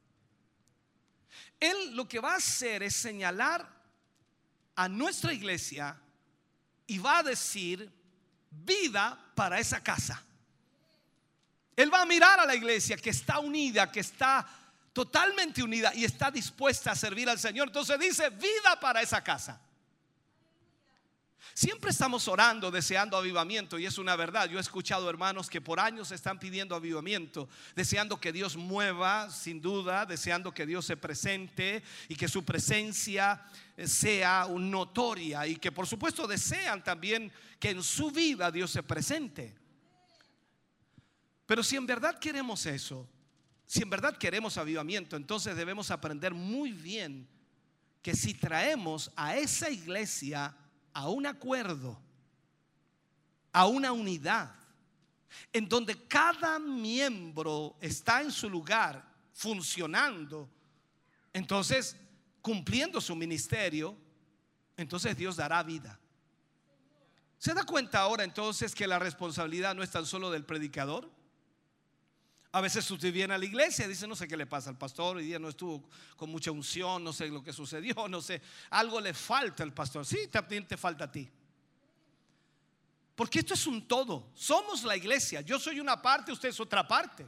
Él lo que va a hacer es señalar a nuestra iglesia y va a decir: vida para esa casa. Él va a mirar a la iglesia que está unida, que está totalmente unida y está dispuesta a servir al Señor. Entonces dice: vida para esa casa. Siempre estamos orando, deseando avivamiento, y es una verdad. Yo he escuchado hermanos que por años están pidiendo avivamiento, deseando que Dios mueva, sin duda, deseando que Dios se presente y que su presencia sea notoria, y que por supuesto desean también que en su vida Dios se presente. Pero si en verdad queremos eso, si en verdad queremos avivamiento, entonces debemos aprender muy bien que si traemos a esa iglesia a un acuerdo, a una unidad, en donde cada miembro está en su lugar funcionando, entonces cumpliendo su ministerio, entonces Dios dará vida. ¿Se da cuenta ahora entonces que la responsabilidad no es tan solo del predicador? A veces usted viene a la iglesia y dice: no sé qué le pasa al pastor, hoy día no estuvo con mucha unción, no sé lo que sucedió, no sé, algo le falta al pastor. Sí, también te falta a ti. Porque esto es un todo. Somos la iglesia. Yo soy una parte, usted es otra parte.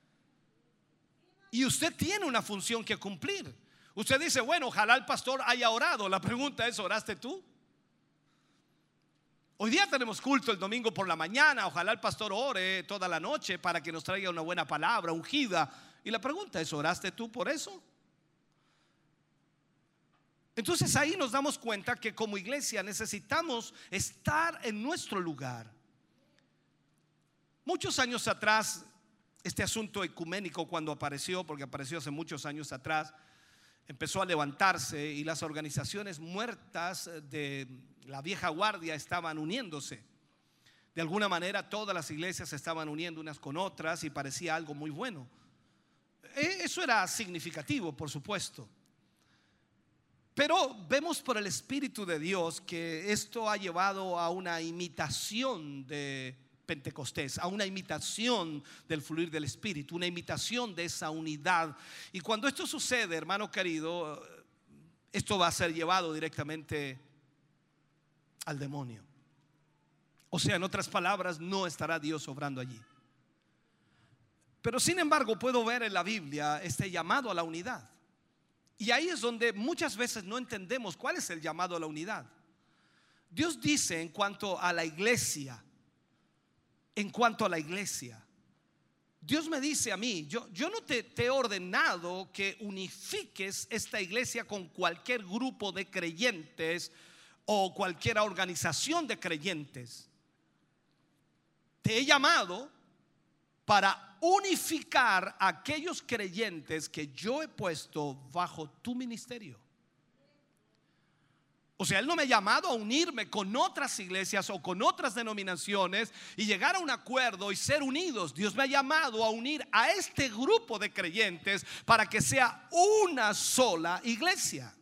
Y usted tiene una función que cumplir. Usted dice: bueno, ojalá el pastor haya orado. La pregunta es: ¿oraste tú? Hoy día tenemos culto el domingo por la mañana. Ojalá el pastor ore toda la noche para que nos traiga una buena palabra ungida. Y la pregunta es: ¿oraste tú por eso? Entonces ahí nos damos cuenta que como iglesia necesitamos estar en nuestro lugar. Muchos años atrás, este asunto ecuménico, cuando apareció, porque apareció hace muchos años atrás, empezó a levantarse, y las organizaciones muertas de la vieja guardia estaban uniéndose. De alguna manera todas las iglesias se estaban uniendo unas con otras, y parecía algo muy bueno. Eso era significativo, por supuesto. Pero vemos por el Espíritu de Dios que esto ha llevado a una imitación de Pentecostés, a una imitación del fluir del Espíritu, una imitación de esa unidad. Y cuando esto sucede, hermano querido, esto va a ser llevado directamente al demonio. O sea, en otras palabras, no estará Dios obrando allí. Pero sin embargo puedo ver en la Biblia este llamado a la unidad. Y ahí es donde muchas veces no entendemos cuál es el llamado a la unidad. Dios dice en cuanto a la iglesia, en cuanto a la iglesia, Dios me dice a mí: yo, yo no te, te he ordenado que unifiques esta iglesia con cualquier grupo de creyentes o cualquier organización de creyentes. Te he llamado para unificar a aquellos creyentes que yo he puesto bajo tu ministerio. O sea, Él no me ha llamado a unirme con otras iglesias o con otras denominaciones y llegar a un acuerdo y ser unidos. Dios me ha llamado a unir a este grupo de creyentes para que sea una sola iglesia.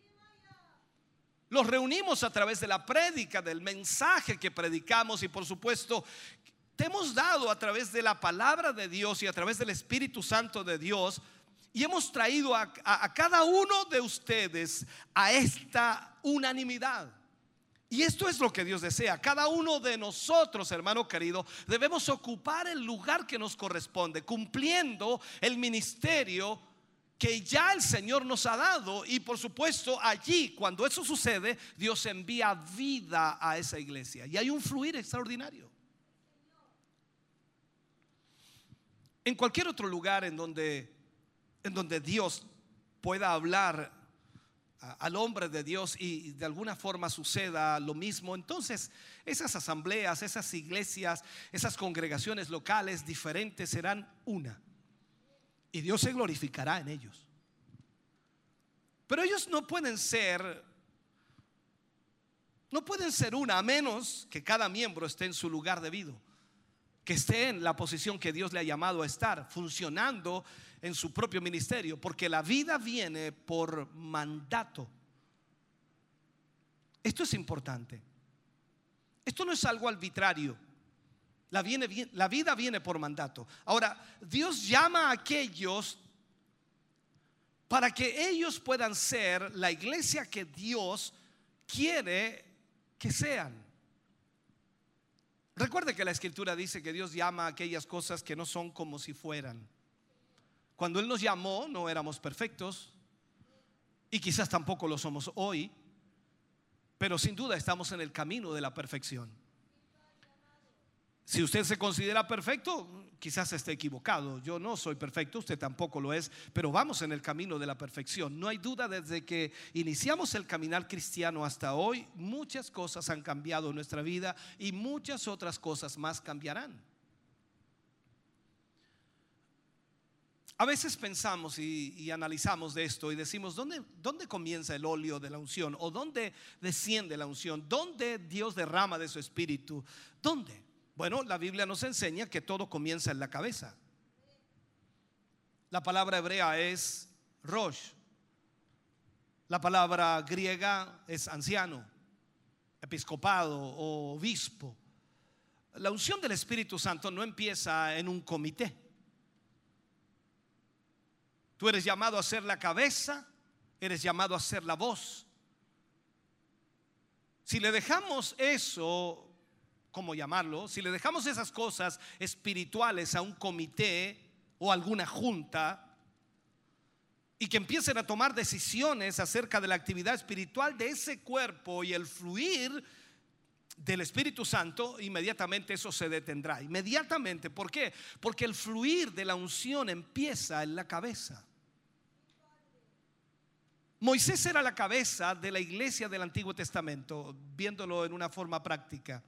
Los reunimos a través de la prédica, del mensaje que predicamos, y por supuesto te hemos dado a través de la palabra de Dios y a través del Espíritu Santo de Dios, y hemos traído a, a, a cada uno de ustedes a esta unanimidad. Y esto es lo que Dios desea. Cada uno de nosotros, hermano querido, debemos ocupar el lugar que nos corresponde, cumpliendo el ministerio que ya el Señor nos ha dado. Y por supuesto allí, cuando eso sucede, Dios envía vida a esa iglesia y hay un fluir extraordinario. En cualquier otro lugar en donde, en donde Dios pueda hablar a, al hombre de Dios y de alguna forma suceda lo mismo, entonces esas asambleas, esas iglesias, esas congregaciones locales diferentes serán una, y Dios se glorificará en ellos. Pero ellos no pueden ser No pueden ser una, a menos que cada miembro esté en su lugar debido, que esté en la posición que Dios le ha llamado a estar, funcionando en su propio ministerio, porque la vida viene por mandato. Esto es importante. Esto no es algo arbitrario. La, viene, la vida viene por mandato. Ahora, Dios llama a aquellos para que ellos puedan ser la iglesia que Dios quiere que sean. Recuerde que la Escritura dice que Dios llama a aquellas cosas que no son como si fueran. Cuando Él nos llamó no éramos perfectos y quizás tampoco lo somos hoy, pero sin duda estamos en el camino de la perfección. Si usted se considera perfecto, quizás esté equivocado. Yo no soy perfecto, usted tampoco lo es, pero vamos en el camino de la perfección. No hay duda, desde que iniciamos el caminar cristiano hasta hoy, muchas cosas han cambiado en nuestra vida y muchas otras cosas más cambiarán. A veces pensamos y, y analizamos de esto y decimos, ¿dónde, ¿dónde comienza el óleo de la unción? ¿O dónde desciende la unción? ¿Dónde Dios derrama de su espíritu? ¿Dónde? Bueno, la Biblia nos enseña que todo comienza en la cabeza. La palabra hebrea es rosh. La palabra griega es anciano, episcopado o obispo. La unción del Espíritu Santo no empieza en un comité. Tú eres llamado a ser la cabeza, eres llamado a ser la voz. Si le dejamos eso, ¿cómo llamarlo? Si le dejamos esas cosas espirituales a un comité o alguna junta y que empiecen a tomar decisiones acerca de la actividad espiritual de ese cuerpo y el fluir del Espíritu Santo, inmediatamente eso se detendrá. Inmediatamente. ¿Por qué? Porque el fluir de la unción empieza en la cabeza. Moisés era la cabeza de la iglesia del Antiguo Testamento, viéndolo en una forma práctica.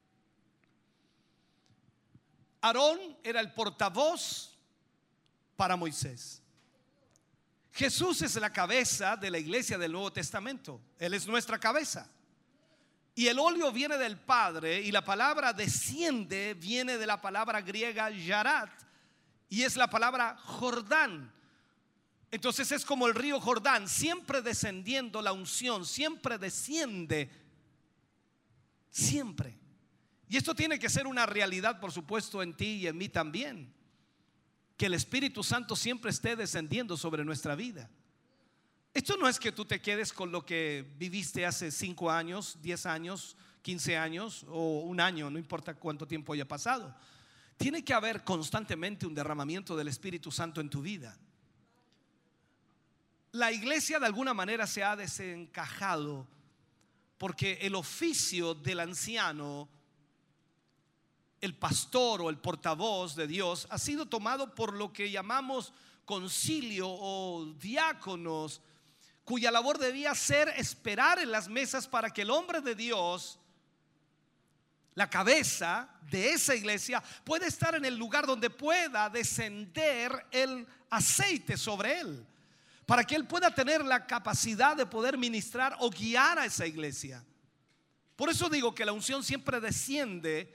Aarón era el portavoz para Moisés. Jesús es la cabeza de la iglesia del Nuevo Testamento. Él es nuestra cabeza. Y el óleo viene del Padre, y la palabra desciende viene de la palabra griega yarat, y es la palabra Jordán. Entonces es como el río Jordán, siempre descendiendo la unción, siempre desciende, siempre. Y esto tiene que ser una realidad, por supuesto, en ti y en mí también, que el Espíritu Santo siempre esté descendiendo sobre nuestra vida. Esto no es que tú te quedes con lo que viviste hace cinco años, diez años, quince años o un año, no importa cuánto tiempo haya pasado. Tiene que haber constantemente un derramamiento del Espíritu Santo en tu vida. La iglesia de alguna manera se ha desencajado porque el oficio del anciano, el pastor o el portavoz de Dios, ha sido tomado por lo que llamamos concilio o diáconos, cuya labor debía ser esperar en las mesas para que el hombre de Dios, la cabeza de esa iglesia, pueda estar en el lugar donde pueda descender el aceite sobre él, para que él pueda tener la capacidad de poder ministrar o guiar a esa iglesia. Por eso digo que la unción siempre desciende,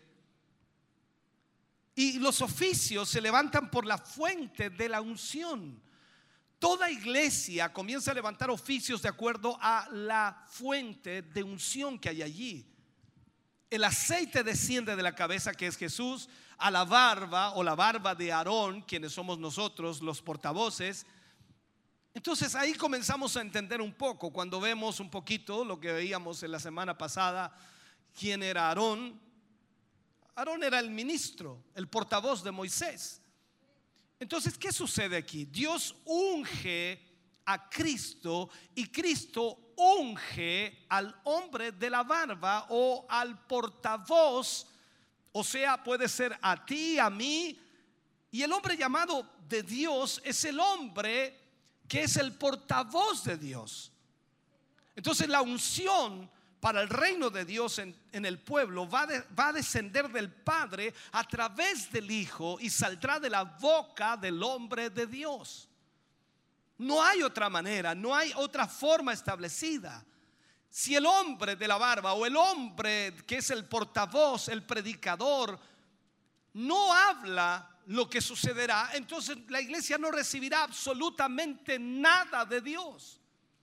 y los oficios se levantan por la fuente de la unción. Toda iglesia comienza a levantar oficios de acuerdo a la fuente de unción que hay allí. El aceite desciende de la cabeza, que es Jesús, a la barba o la barba de Aarón, quienes somos nosotros los portavoces. Entonces ahí comenzamos a entender un poco, cuando vemos un poquito lo que veíamos en la semana pasada. ¿Quién era Aarón? Aarón era el ministro, el portavoz de Moisés. Entonces, ¿qué sucede aquí? Dios unge a Cristo, y Cristo unge al hombre de la barba o al portavoz. O sea, puede ser a ti, a mí. Y el hombre llamado de Dios es el hombre que es el portavoz de Dios. Entonces la unción para el reino de Dios en, en el pueblo va, de, va a descender del Padre a través del Hijo y saldrá de la boca del hombre de Dios. No hay otra manera, no hay otra forma establecida. Si el hombre de la barba o el hombre que es el portavoz, el predicador, no habla lo que sucederá, entonces la iglesia no recibirá absolutamente nada de Dios.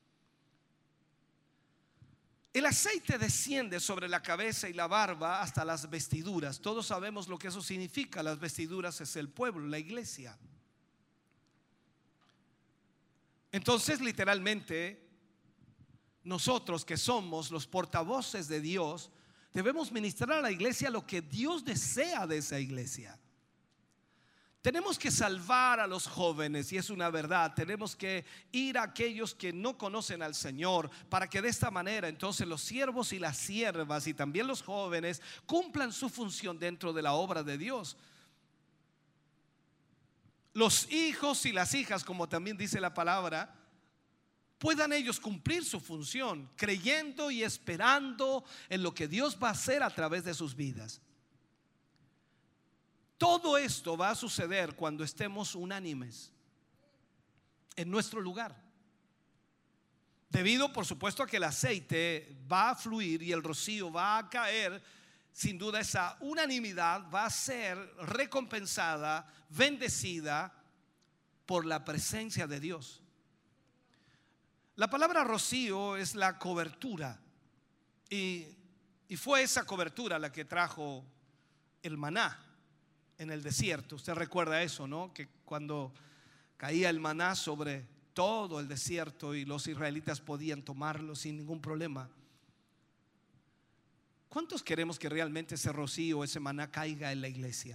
El aceite desciende sobre la cabeza y la barba hasta las vestiduras. Todos sabemos lo que eso significa. Las vestiduras es el pueblo, la iglesia. Entonces, literalmente, nosotros que somos los portavoces de Dios, debemos ministrar a la iglesia lo que Dios desea de esa iglesia. Tenemos que salvar a los jóvenes, y es una verdad. Tenemos que ir a aquellos que no conocen al Señor, para que de esta manera entonces los siervos y las siervas y también los jóvenes cumplan su función dentro de la obra de Dios. Los hijos y las hijas, como también dice la palabra, puedan ellos cumplir su función, creyendo y esperando en lo que Dios va a hacer a través de sus vidas. Todo esto va a suceder cuando estemos unánimes en nuestro lugar, debido por supuesto a que el aceite va a fluir y el rocío va a caer. Sin duda esa unanimidad va a ser recompensada, bendecida por la presencia de Dios. La palabra rocío es la cobertura, y, y fue esa cobertura la que trajo el maná en el desierto. Usted recuerda eso, ¿no? Que cuando caía el maná sobre todo el desierto y los israelitas podían tomarlo sin ningún problema. ¿Cuántos queremos que realmente ese rocío, ese maná caiga en la iglesia?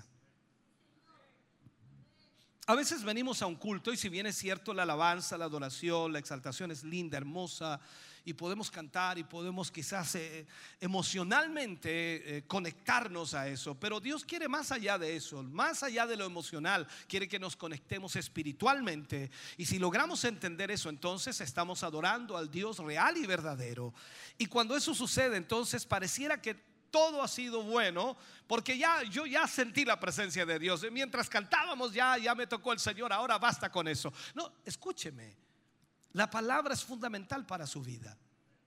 A veces venimos a un culto y si bien es cierto la alabanza, la adoración, la exaltación es linda, hermosa, y podemos cantar y podemos quizás eh, emocionalmente eh, conectarnos a eso, pero Dios quiere más allá de eso, más allá de lo emocional, quiere que nos conectemos espiritualmente, y si logramos entender eso, entonces estamos adorando al Dios real y verdadero. Y cuando eso sucede, entonces pareciera que todo ha sido bueno, porque ya yo ya sentí la presencia de Dios. Mientras cantábamos ya, ya me tocó el Señor, ahora basta con eso. No, escúcheme, la palabra es fundamental para su vida.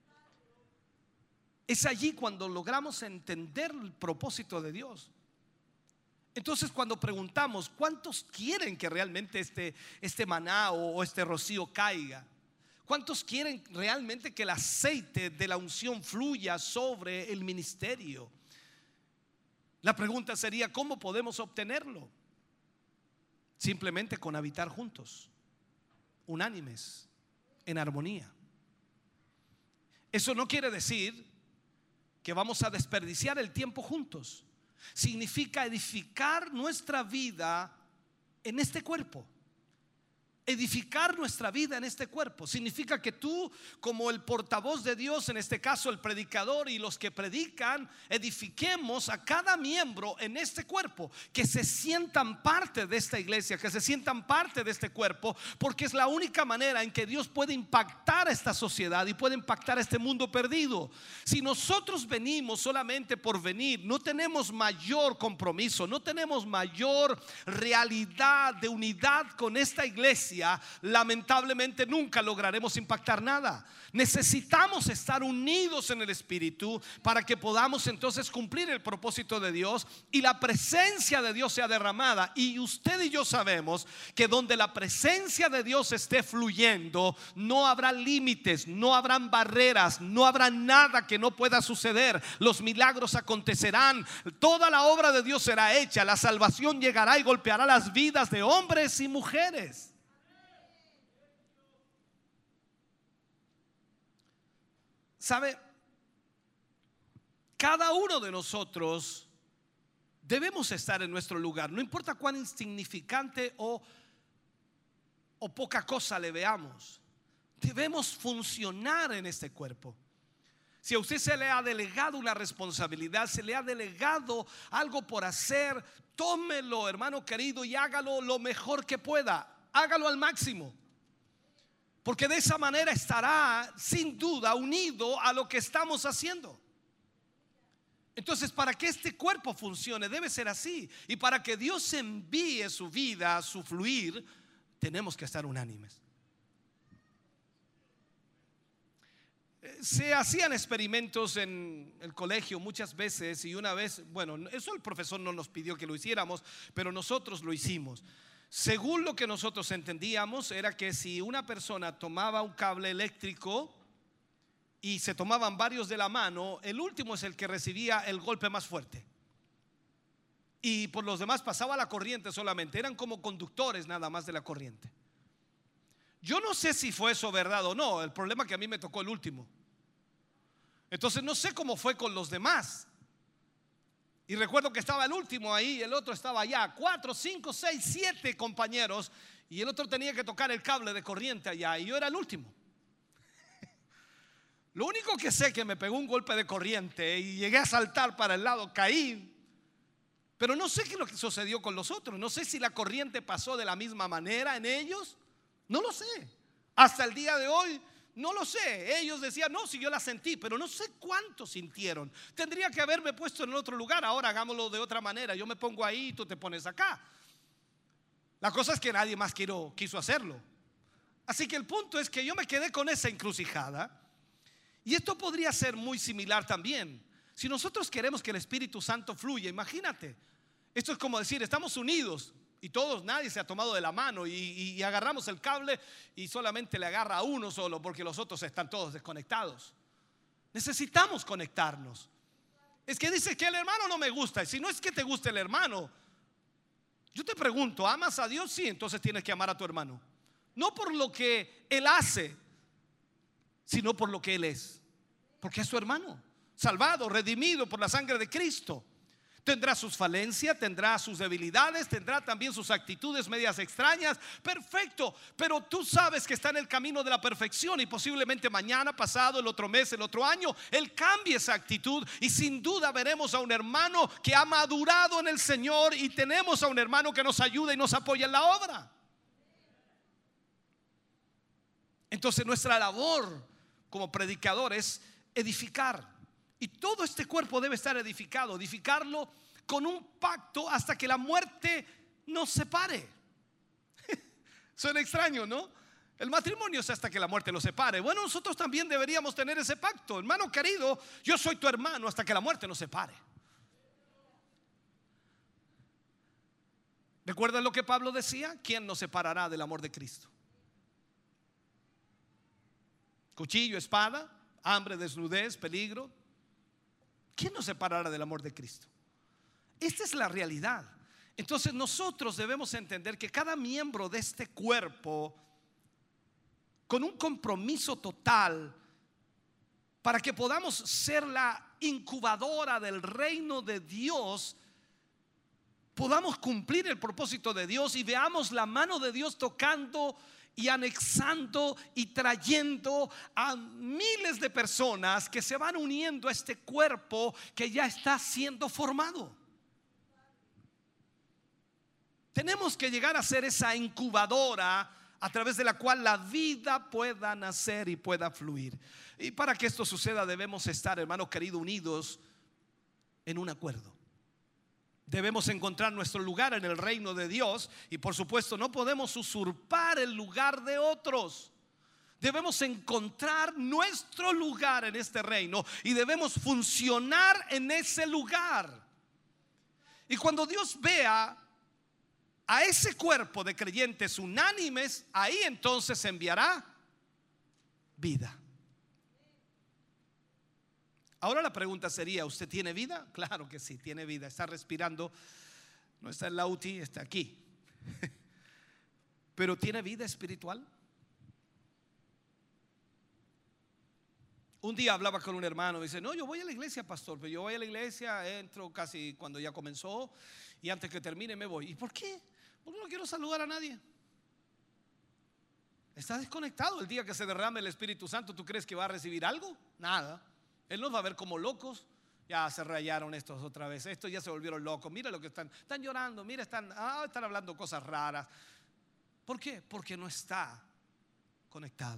Es allí cuando logramos entender el propósito de Dios. Entonces cuando preguntamos ¿cuántos quieren que realmente este, este maná o este rocío caiga? ¿Cuántos quieren realmente que el aceite de la unción fluya sobre el ministerio? La pregunta sería ¿cómo podemos obtenerlo? Simplemente con habitar juntos, unánimes, en armonía. Eso no quiere decir que vamos a desperdiciar el tiempo juntos. Significa edificar nuestra vida en este cuerpo. Edificar nuestra vida en este cuerpo significa que tú, como el portavoz de Dios, en este caso el predicador y los que predican, edifiquemos a cada miembro en este cuerpo, que se sientan parte de esta iglesia, que se sientan parte de este cuerpo, porque es la única manera en que Dios puede impactar a esta sociedad y puede impactar a este mundo perdido. Si nosotros venimos solamente por venir, no tenemos mayor compromiso, no tenemos mayor realidad de unidad con esta iglesia, lamentablemente nunca lograremos impactar nada. Necesitamos estar unidos en el Espíritu para que podamos entonces cumplir el propósito de Dios y la presencia de Dios sea derramada. Y usted y yo sabemos que donde la presencia de Dios esté fluyendo, no habrá límites, no habrán barreras, no habrá nada que no pueda suceder. Los milagros acontecerán, toda la obra de Dios será hecha, la salvación llegará y golpeará las vidas de hombres y mujeres. ¿Sabe? Cada uno de nosotros debemos estar en nuestro lugar, no importa cuán insignificante o, o poca cosa le veamos. Debemos funcionar en este cuerpo. Si a usted se le ha delegado una responsabilidad, se le ha delegado algo por hacer, tómelo, hermano querido, y hágalo lo mejor que pueda. Hágalo al máximo. Porque de esa manera estará sin duda unido a lo que estamos haciendo. Entonces, para que este cuerpo funcione debe ser así. Y para que Dios envíe su vida, su fluir, tenemos que estar unánimes. Se hacían experimentos en el colegio muchas veces, y una vez, bueno, eso el profesor no nos pidió que lo hiciéramos, pero nosotros lo hicimos. Según lo que nosotros entendíamos, era que si una persona tomaba un cable eléctrico y se tomaban varios de la mano, el último es el que recibía el golpe más fuerte. Y por los demás pasaba la corriente solamente, eran como conductores nada más de la corriente. Yo no sé si fue eso verdad o no, el problema es que a mí me tocó el último. Entonces no sé cómo fue con los demás. Y recuerdo que estaba el último ahí, el otro estaba allá, cuatro, cinco, seis, siete compañeros, y el otro tenía que tocar el cable de corriente allá, y yo era el último. Lo único que sé es que me pegó un golpe de corriente y llegué a saltar para el lado, caí. Pero no sé qué es lo que sucedió con los otros. No sé si la corriente pasó de la misma manera en ellos. No lo sé. Hasta el día de hoy no lo sé. Ellos decían, no, si yo la sentí, pero no sé cuántos sintieron. Tendría que haberme puesto en otro lugar. Ahora hagámoslo de otra manera. Yo me pongo ahí y tú te pones acá. La cosa es que nadie más quiso, quiso hacerlo. Así que el punto es que yo me quedé con esa encrucijada. Y esto podría ser muy similar también. Si nosotros queremos que el Espíritu Santo fluya, imagínate, esto es como decir, estamos unidos y todos, nadie se ha tomado de la mano y, y, y agarramos el cable y solamente le agarra a uno solo porque los otros están todos desconectados. Necesitamos conectarnos. Es que dice que el hermano no me gusta. Y si no es que te guste el hermano, yo te pregunto, ¿amas a Dios? Sí, entonces tienes que amar a tu hermano. No por lo que él hace, sino por lo que él es, porque es su hermano, salvado, redimido por la sangre de Cristo. Tendrá sus falencias, tendrá sus debilidades, tendrá también sus actitudes medias extrañas, perfecto, pero tú sabes que está en el camino de la perfección y posiblemente mañana, pasado, el otro mes, el otro año, él cambie esa actitud y sin duda veremos a un hermano que ha madurado en el Señor y tenemos a un hermano que nos ayuda y nos apoya en la obra. Entonces nuestra labor como predicador es edificar, y todo este cuerpo debe estar edificado, edificarlo con un pacto hasta que la muerte nos separe. Suena extraño, ¿no? El matrimonio es hasta que la muerte nos separe. Bueno, nosotros también deberíamos tener ese pacto. Hermano querido, yo soy tu hermano hasta que la muerte nos separe. ¿Recuerdan lo que Pablo decía? ¿Quién nos separará del amor de Cristo? Cuchillo, espada, hambre, desnudez, peligro. ¿Quién nos separará del amor de Cristo? Esta es la realidad. Entonces nosotros debemos entender que cada miembro de este cuerpo, con un compromiso total para que podamos ser la incubadora del reino de Dios, podamos cumplir el propósito de Dios y veamos la mano de Dios tocando y anexando y trayendo a miles de personas que se van uniendo a este cuerpo que ya está siendo formado. Tenemos que llegar a ser esa incubadora a través de la cual la vida pueda nacer y pueda fluir. Y para que esto suceda debemos estar, hermano querido, unidos en un acuerdo. Debemos encontrar nuestro lugar en el reino de Dios y por supuesto no podemos usurpar el lugar de otros. Debemos encontrar nuestro lugar en este reino y debemos funcionar en ese lugar. Y cuando Dios vea a ese cuerpo de creyentes unánimes, ahí entonces enviará vida. Ahora la pregunta sería, ¿usted tiene vida? Claro que sí, tiene vida, está respirando. No está en la U T I, está aquí. Pero ¿tiene vida espiritual? Un día hablaba con un hermano y dice, no, yo voy a la iglesia, pastor, pero yo voy a la iglesia, entro casi cuando ya comenzó y antes que termine me voy. ¿Y por qué? Porque no quiero saludar a nadie. Está desconectado. El día que se derrame el Espíritu Santo, ¿tú crees que va a recibir algo? Nada. Él nos va a ver como locos. Ya se rayaron estos otra vez. Estos ya se volvieron locos. Mira lo que están. Están llorando. Mira, están, ah, están hablando cosas raras. ¿Por qué? Porque no está conectado.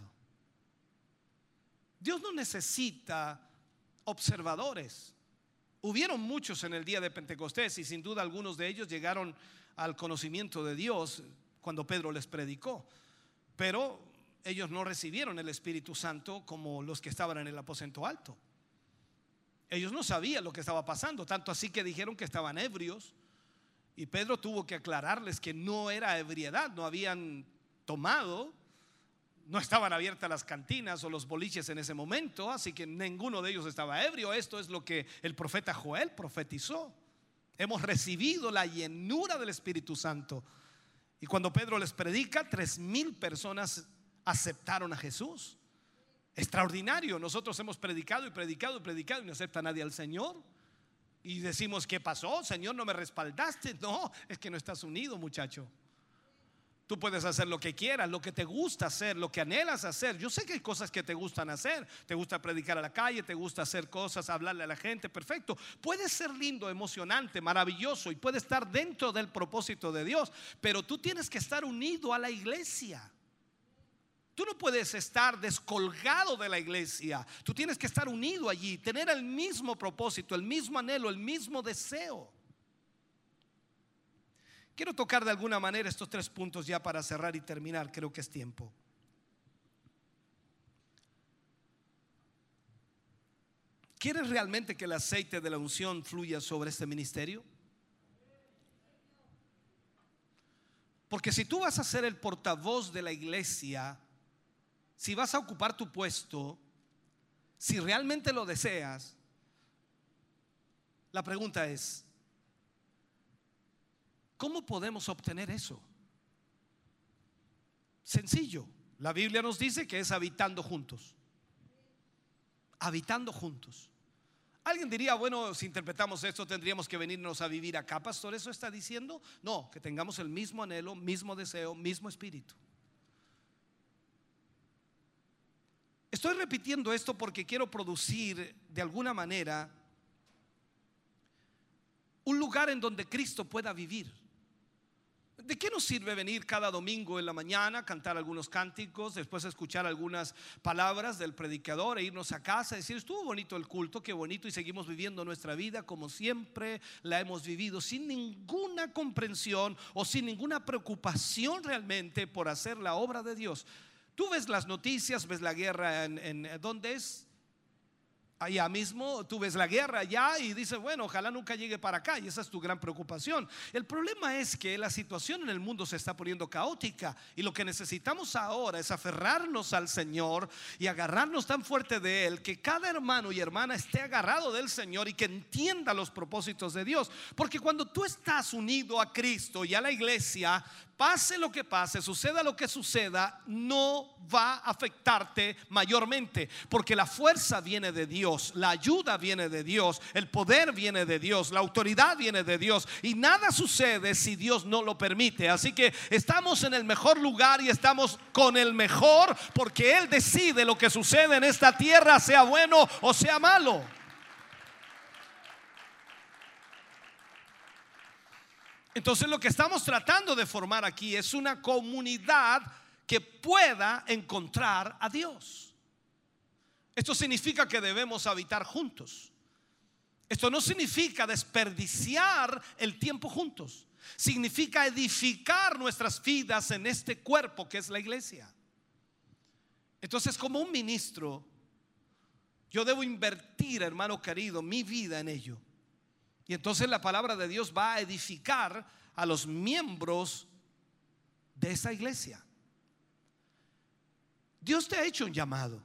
Dios no necesita observadores. Hubieron muchos en el día de Pentecostés y sin duda algunos de ellos llegaron al conocimiento de Dios cuando Pedro les predicó. Pero ellos no recibieron el Espíritu Santo como los que estaban en el aposento alto. Ellos no sabían lo que estaba pasando, tanto así que dijeron que estaban ebrios. Y Pedro tuvo que aclararles que no era ebriedad, no habían tomado, no estaban abiertas las cantinas o los boliches en ese momento, así que ninguno de ellos estaba ebrio. Esto es lo que el profeta Joel profetizó. Hemos recibido la llenura del Espíritu Santo. Y cuando Pedro les predica, tres mil personas aceptaron a Jesús. Extraordinario. Nosotros hemos predicado y predicado y predicado y no acepta nadie al Señor. Y decimos, ¿qué pasó? Señor, ¿no me respaldaste? No, es que no estás unido, muchacho. Tú puedes hacer lo que quieras, lo que te gusta hacer, lo que anhelas hacer. Yo sé que hay cosas que te gustan hacer. Te gusta predicar a la calle, te gusta hacer cosas, hablarle a la gente, perfecto. Puede ser lindo, emocionante, maravilloso y puede estar dentro del propósito de Dios. Pero tú tienes que estar unido a la iglesia. Tú no puedes estar descolgado de la iglesia. Tú tienes que estar unido allí, tener el mismo propósito, el mismo anhelo, el mismo deseo. Quiero tocar de alguna manera estos tres puntos ya para cerrar y terminar. Creo que es tiempo. ¿Quieres realmente que el aceite de la unción fluya sobre este ministerio? Porque si tú vas a ser el portavoz de la iglesia, si vas a ocupar tu puesto, si realmente lo deseas, la pregunta es, ¿cómo podemos obtener eso? Sencillo. La Biblia nos dice que es habitando juntos. Habitando juntos. Alguien diría, bueno, si interpretamos esto, tendríamos que venirnos a vivir acá, pastor. ¿Eso está diciendo? No, que tengamos el mismo anhelo, mismo deseo, mismo espíritu. Estoy repitiendo esto porque quiero producir de alguna manera un lugar en donde Cristo pueda vivir. ¿De qué nos sirve venir cada domingo en la mañana, cantar algunos cánticos, después escuchar algunas palabras del predicador e irnos a casa y decir, estuvo bonito el culto, qué bonito, y seguimos viviendo nuestra vida como siempre la hemos vivido, sin ninguna comprensión o sin ninguna preocupación realmente por hacer la obra de Dios? Tú ves las noticias, ves la guerra en, en ¿dónde es? Allá mismo, tú ves la guerra allá y dices, bueno, ojalá nunca llegue para acá, y esa es tu gran preocupación. El problema es que la situación en el mundo se está poniendo caótica, y lo que necesitamos ahora es aferrarnos al Señor y agarrarnos tan fuerte de Él que cada hermano y hermana esté agarrado del Señor y que entienda los propósitos de Dios. Porque cuando tú estás unido a Cristo y a la iglesia, pase lo que pase, suceda lo que suceda, no va a afectarte mayormente, porque la fuerza viene de Dios, la ayuda viene de Dios, el poder viene de Dios, la autoridad viene de Dios, y nada sucede si Dios no lo permite. Así que estamos en el mejor lugar y estamos con el mejor, porque Él decide lo que sucede en esta tierra, sea bueno o sea malo. Entonces lo que estamos tratando de formar aquí es una comunidad que pueda encontrar a Dios. Esto significa que debemos habitar juntos. Esto no significa desperdiciar el tiempo juntos. Significa edificar nuestras vidas en este cuerpo que es la iglesia. Entonces, como un ministro, yo debo invertir, hermano querido, mi vida en ello. Y entonces la palabra de Dios va a edificar a los miembros de esa iglesia. Dios te ha hecho un llamado,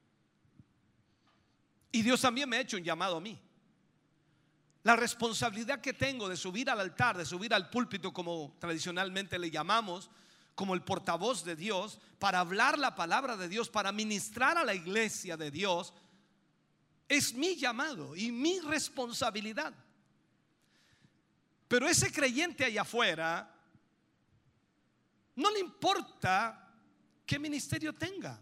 y Dios también me ha hecho un llamado a mí. La responsabilidad que tengo de subir al altar, de subir al púlpito, como tradicionalmente le llamamos, como el portavoz de Dios, para hablar la palabra de Dios, para ministrar a la iglesia de Dios, es mi llamado y mi responsabilidad. Pero ese creyente allá afuera no le importa qué ministerio tenga,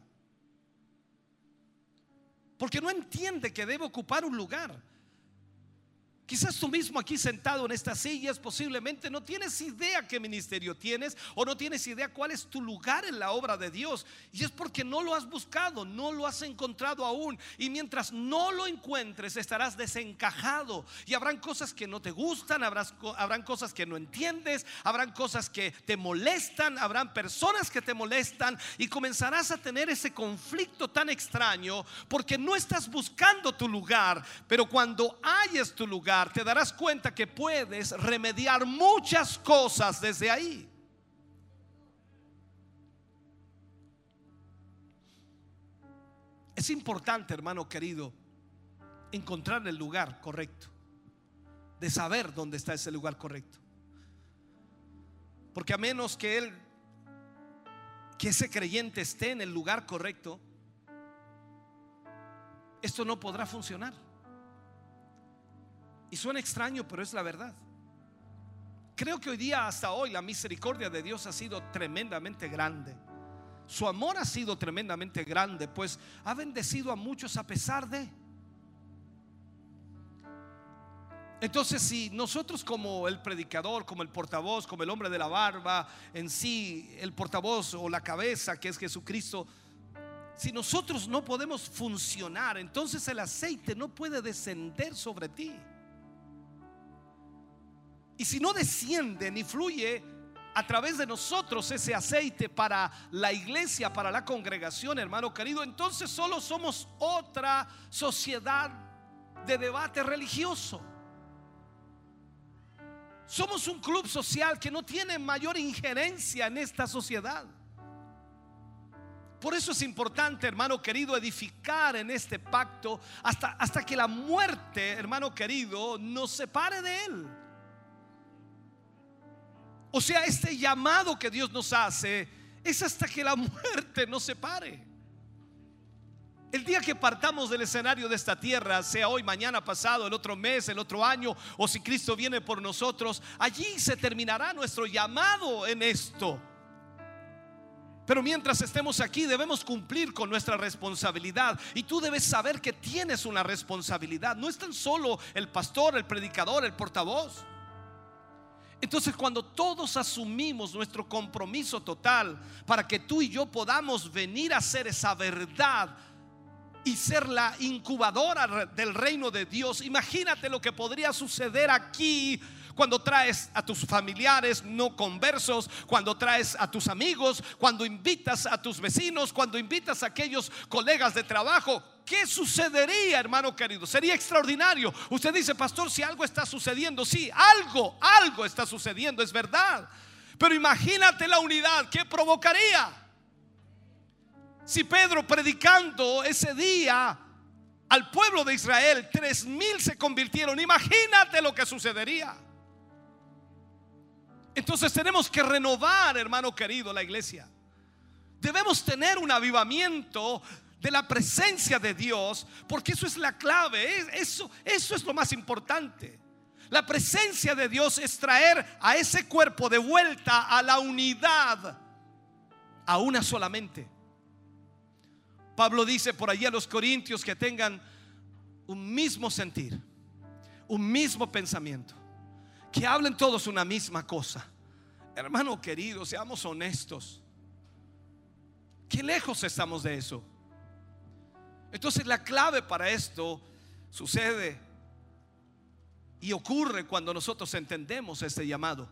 porque no entiende que debe ocupar un lugar. Quizás tú mismo aquí sentado en estas sillas posiblemente no tienes idea qué ministerio tienes, o no tienes idea cuál es tu lugar en la obra de Dios, y es porque no lo has buscado, no lo has encontrado aún. Y mientras no lo encuentres, estarás desencajado, y habrán cosas que no te gustan, habrás, habrán cosas que no entiendes, habrán cosas que te molestan, habrán personas que te molestan, y comenzarás a tener ese conflicto tan extraño porque no estás buscando tu lugar. Pero cuando halles tu lugar, te darás cuenta que puedes remediar muchas cosas desde ahí. Es importante, hermano querido, encontrar el lugar correcto, de saber dónde está ese lugar correcto. Porque a menos que él, que ese creyente esté en el lugar correcto, esto no podrá funcionar. Y suena extraño, pero es la verdad. Creo que hoy día, hasta hoy, la misericordia de Dios ha sido tremendamente grande. Su amor ha sido tremendamente grande, pues ha bendecido a muchos a pesar de. Entonces, si nosotros, como el predicador, como el portavoz, como el hombre de la barba, en sí, el portavoz o la cabeza que es Jesucristo, si nosotros no podemos funcionar, entonces el aceite no puede descender sobre ti. Y si no desciende ni fluye a través de nosotros ese aceite para la iglesia, para la congregación, hermano querido, entonces solo somos otra sociedad de debate religioso. Somos un club social que no tiene mayor injerencia en esta sociedad. Por eso es importante, hermano querido, edificar en este pacto hasta, hasta que la muerte, hermano querido, nos separe de él. O sea, este llamado que Dios nos hace es hasta que la muerte nos separe. El día que partamos del escenario de esta tierra, sea hoy, mañana, pasado, el otro mes, el otro año, o si Cristo viene por nosotros, allí se terminará nuestro llamado en esto. Pero mientras estemos aquí debemos cumplir con nuestra responsabilidad. Y tú debes saber que tienes una responsabilidad. No es tan solo el pastor, el predicador, el portavoz. Entonces, cuando todos asumimos nuestro compromiso total para que tú y yo podamos venir a hacer esa verdad y ser la incubadora del reino de Dios, imagínate lo que podría suceder aquí cuando traes a tus familiares no conversos, cuando traes a tus amigos, cuando invitas a tus vecinos, cuando invitas a aquellos colegas de trabajo. ¿Qué sucedería, hermano querido? Sería extraordinario. Usted dice, pastor, si algo está sucediendo. Sí, algo, algo está sucediendo, es verdad. Pero imagínate la unidad que provocaría. Si Pedro, predicando ese día al pueblo de Israel, tres mil se convirtieron, imagínate lo que sucedería. Entonces tenemos que renovar, hermano querido, la iglesia. Debemos tener un avivamiento de la presencia de Dios, porque eso es la clave. Eso, eso es lo más importante. La presencia de Dios es traer a ese cuerpo de vuelta a la unidad, a una solamente. Pablo dice por allí a los corintios que tengan un mismo sentir, un mismo pensamiento, que hablen todos una misma cosa. Hermano querido, seamos honestos. Qué lejos estamos de eso. Entonces la clave para esto sucede y ocurre cuando nosotros entendemos este llamado.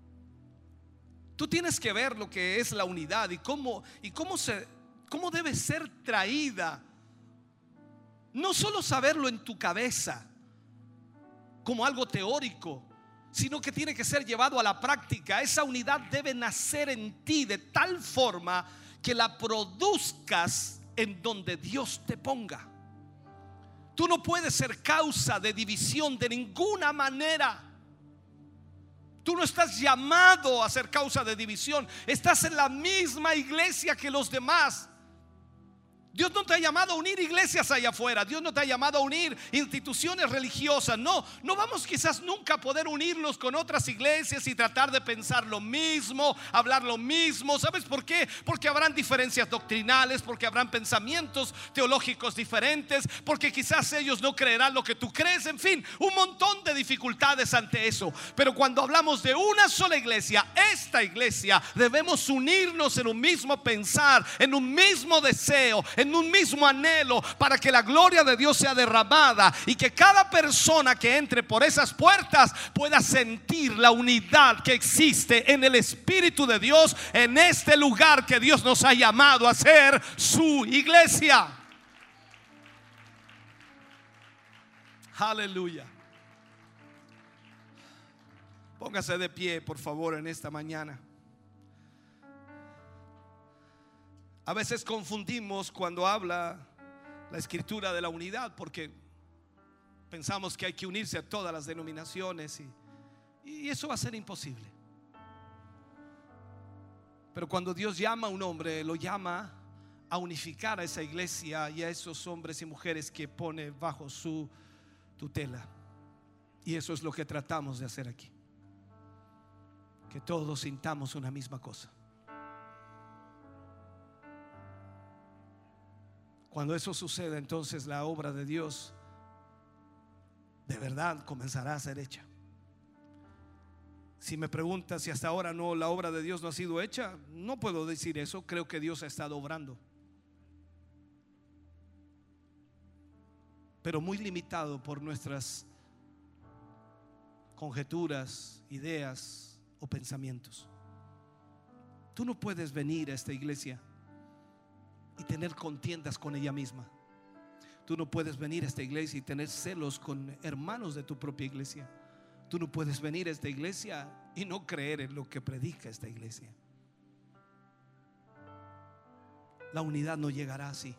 Tú tienes que ver lo que es la unidad y cómo, y cómo se cómo debe ser traída. No solo saberlo en tu cabeza como algo teórico, sino que tiene que ser llevado a la práctica. Esa unidad debe nacer en ti de tal forma que la produzcas en donde Dios te ponga. Tú no puedes ser causa de división de ninguna manera. Tú no estás llamado a ser causa de división. Estás en la misma iglesia que los demás. Dios no te ha llamado a unir iglesias allá afuera. Dios no te ha llamado a unir instituciones religiosas. No, no vamos quizás nunca a poder unirnos con otras iglesias y tratar de pensar lo mismo, hablar lo mismo. ¿Sabes por qué? Porque habrán diferencias doctrinales, porque habrán pensamientos teológicos diferentes, porque quizás ellos no creerán lo que tú crees. En fin, un montón de dificultades ante eso. Pero cuando hablamos de una sola iglesia, esta iglesia, debemos unirnos en un mismo pensar, en un mismo deseo, en un mismo anhelo, para que la gloria de Dios sea derramada y que cada persona que entre por esas puertas pueda sentir la unidad que existe en el Espíritu de Dios en este lugar que Dios nos ha llamado a ser su iglesia. Aleluya. Póngase de pie, por favor, en esta mañana. A veces confundimos cuando habla la escritura de la unidad, porque pensamos que hay que unirse a todas las denominaciones y, y eso va a ser imposible. Pero cuando Dios llama a un hombre, lo llama a unificar a esa iglesia y a esos hombres y mujeres que pone bajo su tutela. Y eso es lo que tratamos de hacer aquí, que todos sintamos una misma cosa. Cuando eso suceda, entonces la obra de Dios de verdad comenzará a ser hecha. Si me preguntas si hasta ahora no, la obra de Dios no ha sido hecha, no puedo decir eso. Creo que Dios ha estado obrando, pero muy limitado por nuestras conjeturas, ideas o pensamientos. Tú no puedes venir a esta iglesia y tener contiendas con ella misma. Tú no puedes venir a esta iglesia y tener celos con hermanos de tu propia iglesia. Tú no puedes venir a esta iglesia y no creer en lo que predica esta iglesia. La unidad no llegará así.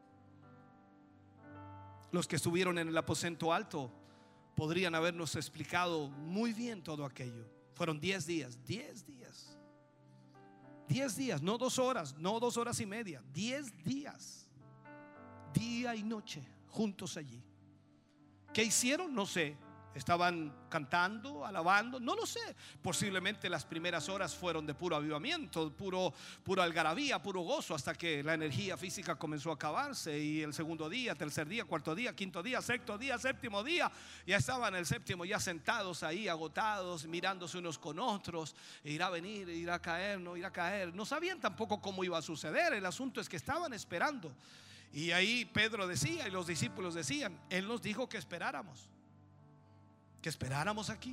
Los que estuvieron en el aposento alto podrían habernos explicado muy bien todo aquello. Fueron diez días, diez días. Diez días, no dos horas, no dos horas y media, diez días, día y noche juntos allí. ¿Qué hicieron? No sé. Estaban cantando, alabando, no lo sé. Posiblemente las primeras horas fueron de puro avivamiento, puro, puro algarabía, puro gozo, hasta que la energía física comenzó a acabarse. Y el segundo día, tercer día, cuarto día, quinto día, sexto día, séptimo día, ya estaban el séptimo ya sentados ahí, agotados, mirándose unos con otros. E irá a venir, irá a caer, no irá a caer. No sabían tampoco cómo iba a suceder. El asunto es que estaban esperando. Y ahí Pedro decía y los discípulos decían: Él nos dijo que esperáramos, que esperáramos aquí.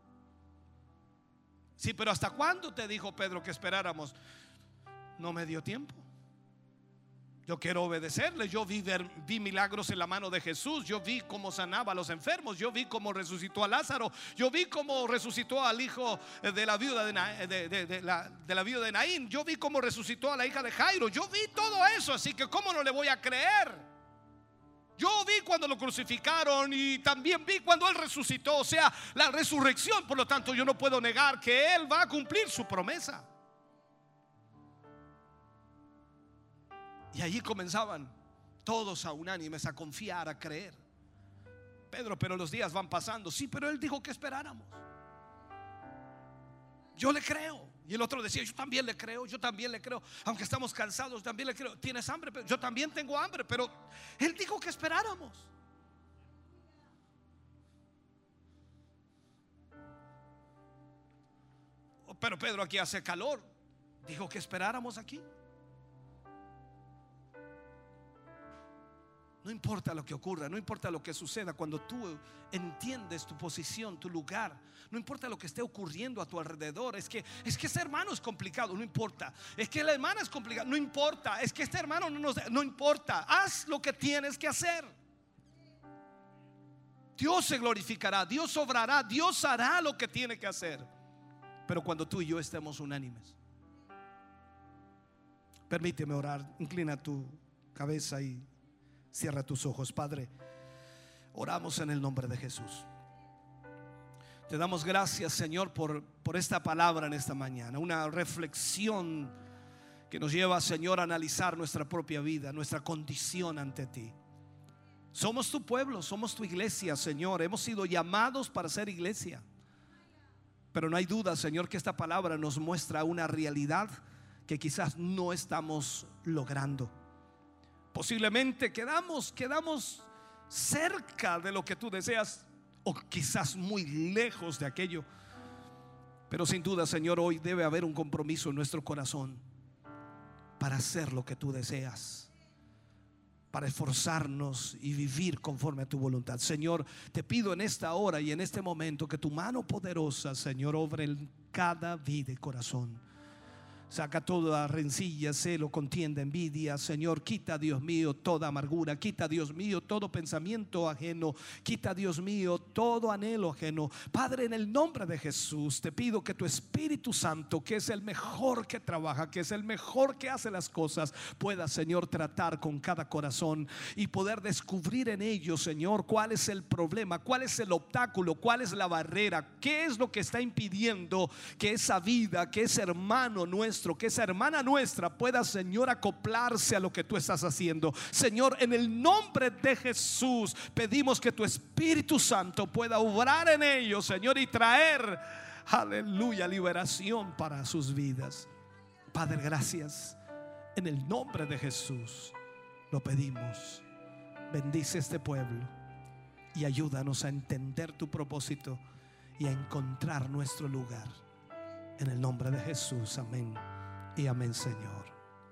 Sí, pero ¿hasta cuándo te dijo Pedro que esperáramos? No me dio tiempo. Yo quiero obedecerle. Yo vi, ver, vi milagros en la mano de Jesús. Yo vi cómo sanaba a los enfermos. Yo vi cómo resucitó a Lázaro. Yo vi cómo resucitó al hijo de la viuda de, Na, de, de, de, la, de la viuda de Naín. Yo vi cómo resucitó a la hija de Jairo. Yo vi todo eso. Así que ¿cómo no le voy a creer? Yo vi cuando lo crucificaron y también vi cuando Él resucitó, o sea, la resurrección. Por lo tanto, yo no puedo negar que Él va a cumplir su promesa. Y allí comenzaban todos a unánimes a confiar, a creer. Pedro, pero los días van pasando. Sí, pero Él dijo que esperáramos. Yo le creo. Y el otro decía: yo también le creo, yo también le creo. Aunque estamos cansados, también le creo. ¿Tienes hambre? Yo también tengo hambre, pero Él dijo que esperáramos. Oh, pero Pedro, aquí hace calor. Dijo que esperáramos aquí. No importa lo que ocurra, no importa lo que suceda, cuando tú entiendes tu posición, tu lugar, no importa lo que esté ocurriendo a tu alrededor. Es que, es que ese hermano es complicado, no importa. Es que la hermana es complicada, no importa. Es que este hermano no nos, no importa. Haz lo que tienes que hacer. Dios se glorificará, Dios obrará, Dios hará lo que tiene que hacer. Pero cuando tú y yo estemos unánimes. Permíteme orar. Inclina tu cabeza y cierra tus ojos. Padre, oramos en el nombre de Jesús. Te damos gracias, Señor, por, por esta palabra en esta mañana. Una reflexión que nos lleva, Señor, a analizar nuestra propia vida, nuestra condición ante ti. Somos tu pueblo, somos tu iglesia, Señor. Hemos sido llamados para ser iglesia. Pero no hay duda, Señor, que esta palabra nos muestra una realidad que quizás no estamos logrando. Posiblemente quedamos, quedamos cerca de lo que tú deseas, o quizás muy lejos de aquello. Pero sin duda, Señor, hoy debe haber un compromiso en nuestro corazón para hacer lo que tú deseas, para esforzarnos y vivir conforme a tu voluntad. Señor, te pido en esta hora y en este momento que tu mano poderosa, Señor, obre en cada vida y corazón. Saca toda rencilla, celo, contienda, envidia. Señor, quita, Dios mío, toda amargura. Quita, Dios mío, todo pensamiento ajeno. Quita, Dios mío, todo anhelo ajeno. Padre, en el nombre de Jesús te pido que tu Espíritu Santo, que es el mejor que trabaja, que es el mejor que hace las cosas, pueda, Señor, tratar con cada corazón y poder descubrir en ellos, Señor, cuál es el problema, cuál es el obstáculo, cuál es la barrera, qué es lo que está impidiendo que esa vida, que ese hermano nuestro nuestro, que esa hermana nuestra pueda, Señor, acoplarse a lo que tú estás haciendo. Señor, en el nombre de Jesús pedimos que tu Espíritu Santo pueda obrar en ellos, Señor, y traer, aleluya, liberación para sus vidas. Padre, gracias. En el nombre de Jesús lo pedimos. Bendice este pueblo y ayúdanos a entender tu propósito y a encontrar nuestro lugar. En el nombre de Jesús, amén y amén, Señor.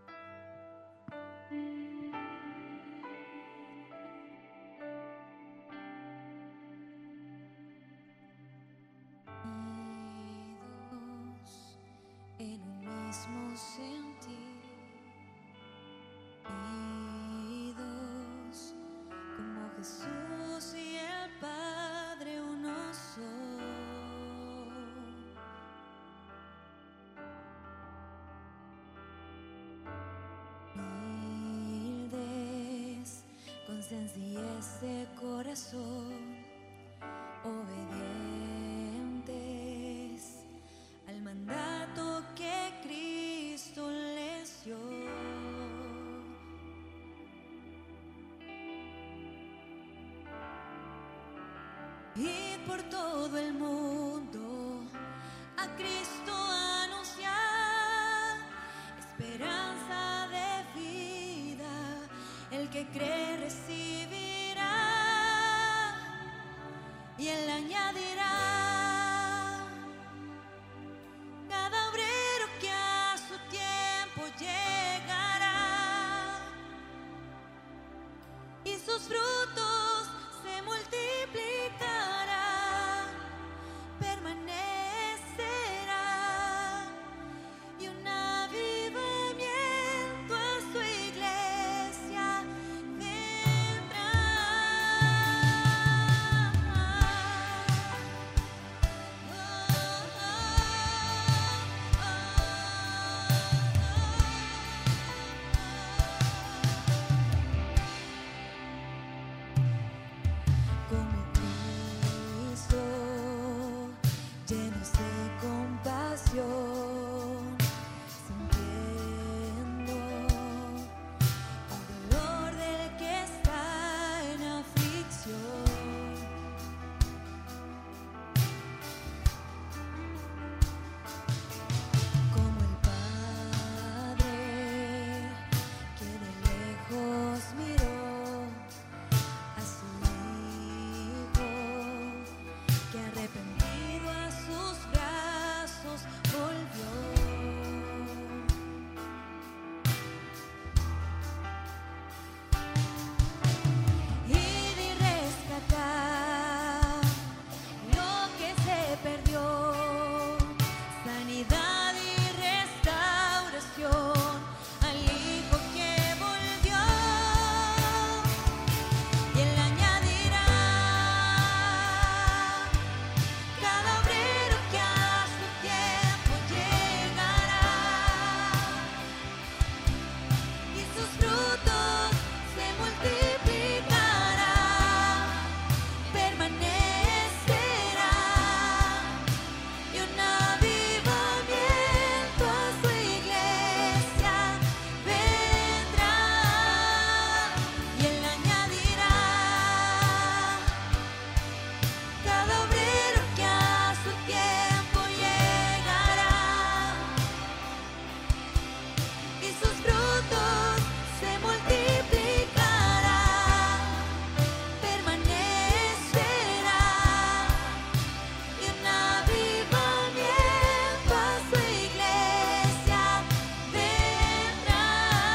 Unidos en un mismo sentir, unidos como Jesús y el Padre uno son. Humildes, con sencillez de corazón, obedientes al mandato que Cristo les dio. Ir por todo el mundo, a Cristo anunciar, esperanza de vida, el que cree recibirá y él añadirá. Cada obrero que a su tiempo llegará y sus frutos se multiplicarán, permanecerá y un avivamiento a su iglesia vendrá. Como Cristo, llenos de compasión, sintiendo el dolor del que está en aflicción. Como el Padre que de lejos miró a su Hijo, que arrepentido a sus brazos volvió. Ir y rescatar lo que se perdió, sanidad y restauración al Hijo que volvió. Y él añadirá cada obrero que a su tiempo llegará y sus frutos se multiplicarán, permanecerá y un avivamiento a su iglesia vendrá. Y él añadirá cada obrero que a su tiempo llegará y sus frutos se multiplicarán, permanecerá y un avivamiento a su iglesia vendrá.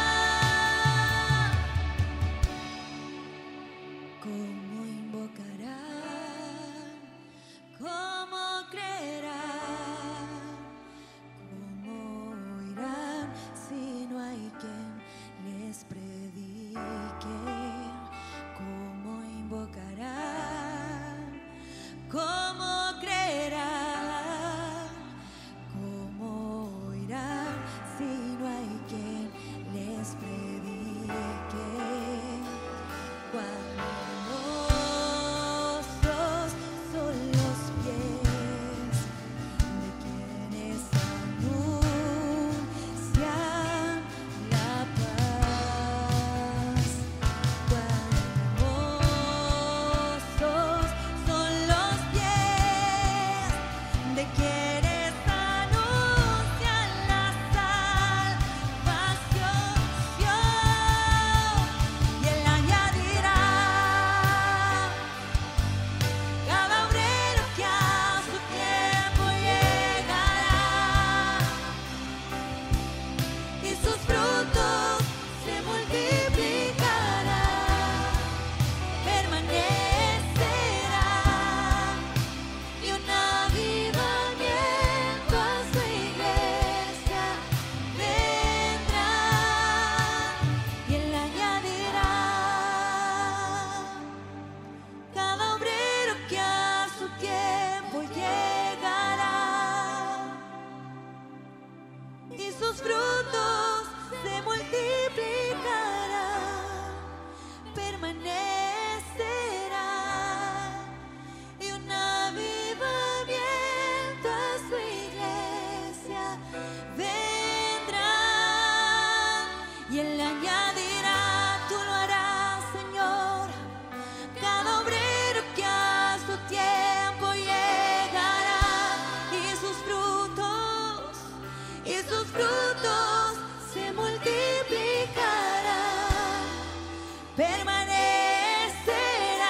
¿Cómo invocarán? ¿Cómo creerán? ¿Cómo oirán si no hay quien les predique? ¿Cómo invocarán? ¿Cómo creerán? ¿Cómo oirán si no hay quien les predique? Cuando no permanecerá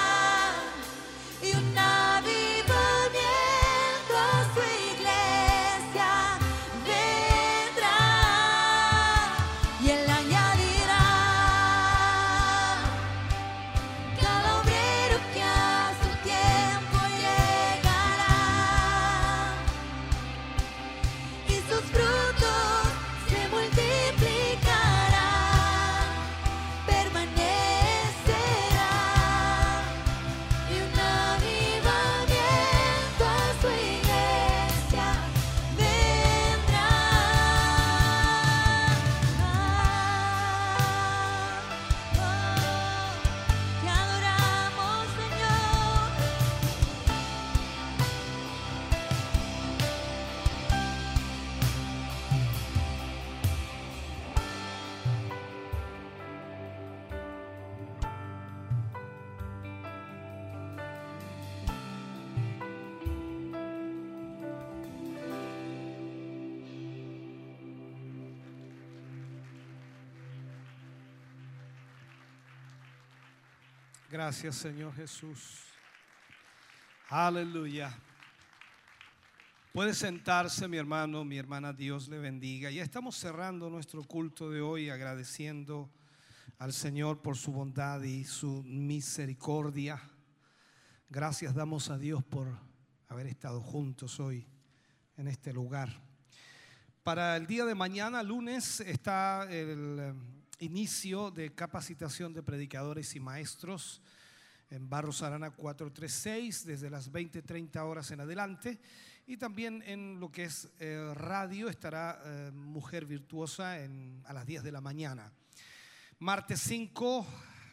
y un avivamiento a su iglesia vendrá y él añadirá cada obrero que a su tiempo llegará y sus frutos se multiplicarán, permanecerá y un avivamiento a su iglesia vendrá. Te adoramos, Señor. Gracias, Señor Jesús. Aleluya. Puede sentarse, mi hermano, mi hermana, Dios le bendiga. Ya estamos cerrando nuestro culto de hoy agradeciendo al Señor por su bondad y su misericordia. Gracias damos a Dios por haber estado juntos hoy en este lugar. Para el día de mañana, lunes, está el eh, inicio de capacitación de predicadores y maestros en Barros Arana cuatrocientos treinta y seis desde las veinte treinta horas en adelante, y también en lo que es eh, radio estará eh, Mujer Virtuosa en, a las diez de la mañana. Martes cinco,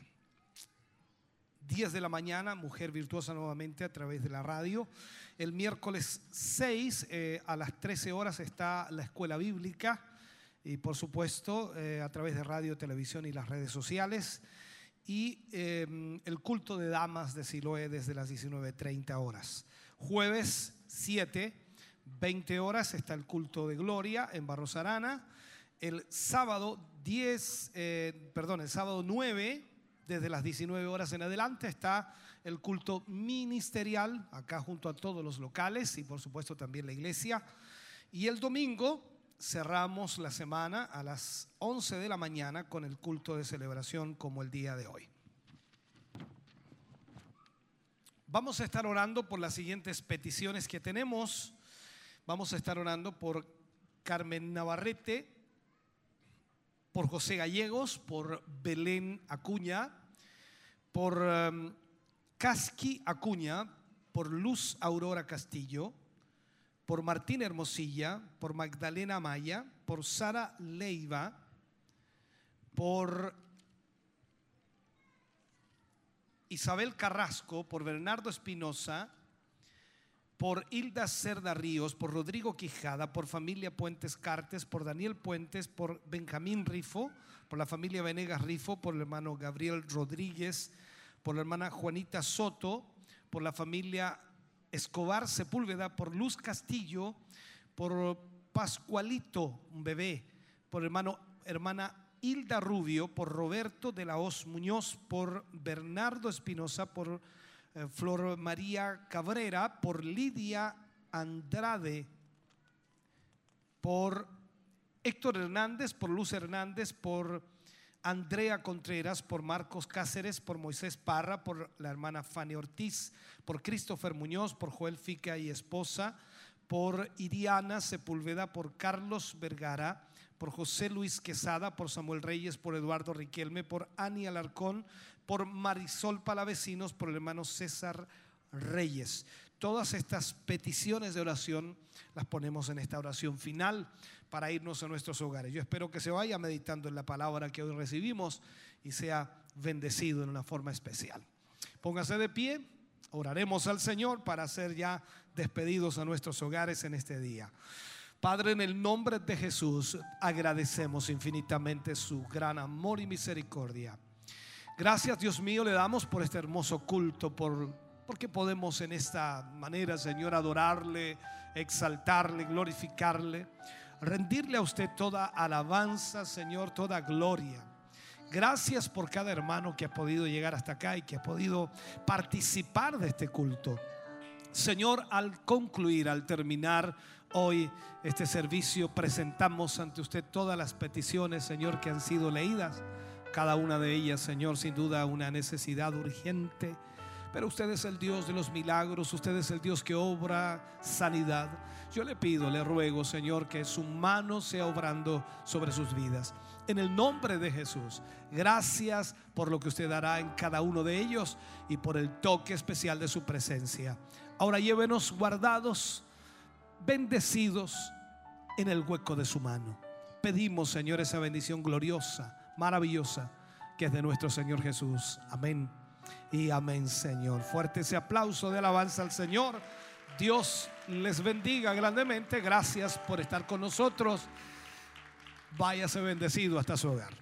diez de la mañana, Mujer Virtuosa nuevamente a través de la radio. El miércoles seis eh, a las trece horas está la escuela bíblica, y por supuesto eh, a través de radio, televisión y las redes sociales. Y eh, el culto de damas de Siloé desde las diecinueve treinta horas. Jueves siete, veinte horas está el culto de gloria en Barros Arana. El sábado diez, eh, perdón, el sábado nueve, desde las diecinueve horas en adelante está el culto ministerial acá junto a todos los locales y por supuesto también la iglesia. Y el domingo cerramos la semana a las once de la mañana con el culto de celebración como el día de hoy. Vamos a estar orando por las siguientes peticiones que tenemos. Vamos a estar orando por Carmen Navarrete, por José Gallegos, por Belén Acuña, por um, Casqui Acuña, por Luz Aurora Castillo, por Martín Hermosilla, por Magdalena Amaya, por Sara Leiva, por Isabel Carrasco, por Bernardo Espinosa, por Hilda Cerda Ríos, por Rodrigo Quijada, por familia Puentes Cartes, por Daniel Puentes, por Benjamín Rifo, por la familia Venegas Rifo, por el hermano Gabriel Rodríguez, por la hermana Juanita Soto, por la familia Escobar Sepúlveda, por Luz Castillo, por Pascualito, un bebé, por hermano, hermana Hilda Rubio, por Roberto de la Hoz Muñoz, por Bernardo Espinosa, por eh, Flor María Cabrera, por Lidia Andrade, por Héctor Hernández, por Luz Hernández, por Andrea Contreras, por Marcos Cáceres, por Moisés Parra, por la hermana Fanny Ortiz, por Christopher Muñoz, por Joel Fica y esposa, por Iriana Sepúlveda, por Carlos Vergara, por José Luis Quesada, por Samuel Reyes, por Eduardo Riquelme, por Ani Alarcón, por Marisol Palavecinos, por el hermano César Reyes. Todas estas peticiones de oración las ponemos en esta oración final para irnos a nuestros hogares. Yo espero que se vaya meditando en la palabra que hoy recibimos y sea bendecido en una forma especial. Póngase de pie, oraremos al Señor para ser ya despedidos a nuestros hogares en este día. Padre, en el nombre de Jesús, agradecemos infinitamente su gran amor y misericordia. Gracias, Dios mío, le damos por este hermoso culto, por, porque podemos en esta manera, Señor, adorarle, exaltarle, glorificarle, rendirle a usted toda alabanza, Señor, toda gloria. Gracias por cada hermano que ha podido llegar hasta acá y que ha podido participar de este culto. Señor, al concluir, al terminar hoy este servicio, presentamos ante usted todas las peticiones, Señor, que han sido leídas. Cada una de ellas, Señor, sin duda una necesidad urgente. Pero usted es el Dios de los milagros, usted es el Dios que obra sanidad. Yo le pido, le ruego, Señor, que su mano sea obrando sobre sus vidas. En el nombre de Jesús, gracias por lo que usted hará en cada uno de ellos y por el toque especial de su presencia. Ahora llévenos guardados, bendecidos en el hueco de su mano. Pedimos, Señor, esa bendición gloriosa, maravillosa, que es de nuestro Señor Jesús. Amén y amén, Señor. Fuerte ese aplauso de alabanza al Señor. Dios les bendiga grandemente. Gracias por estar con nosotros. Váyase bendecido hasta su hogar.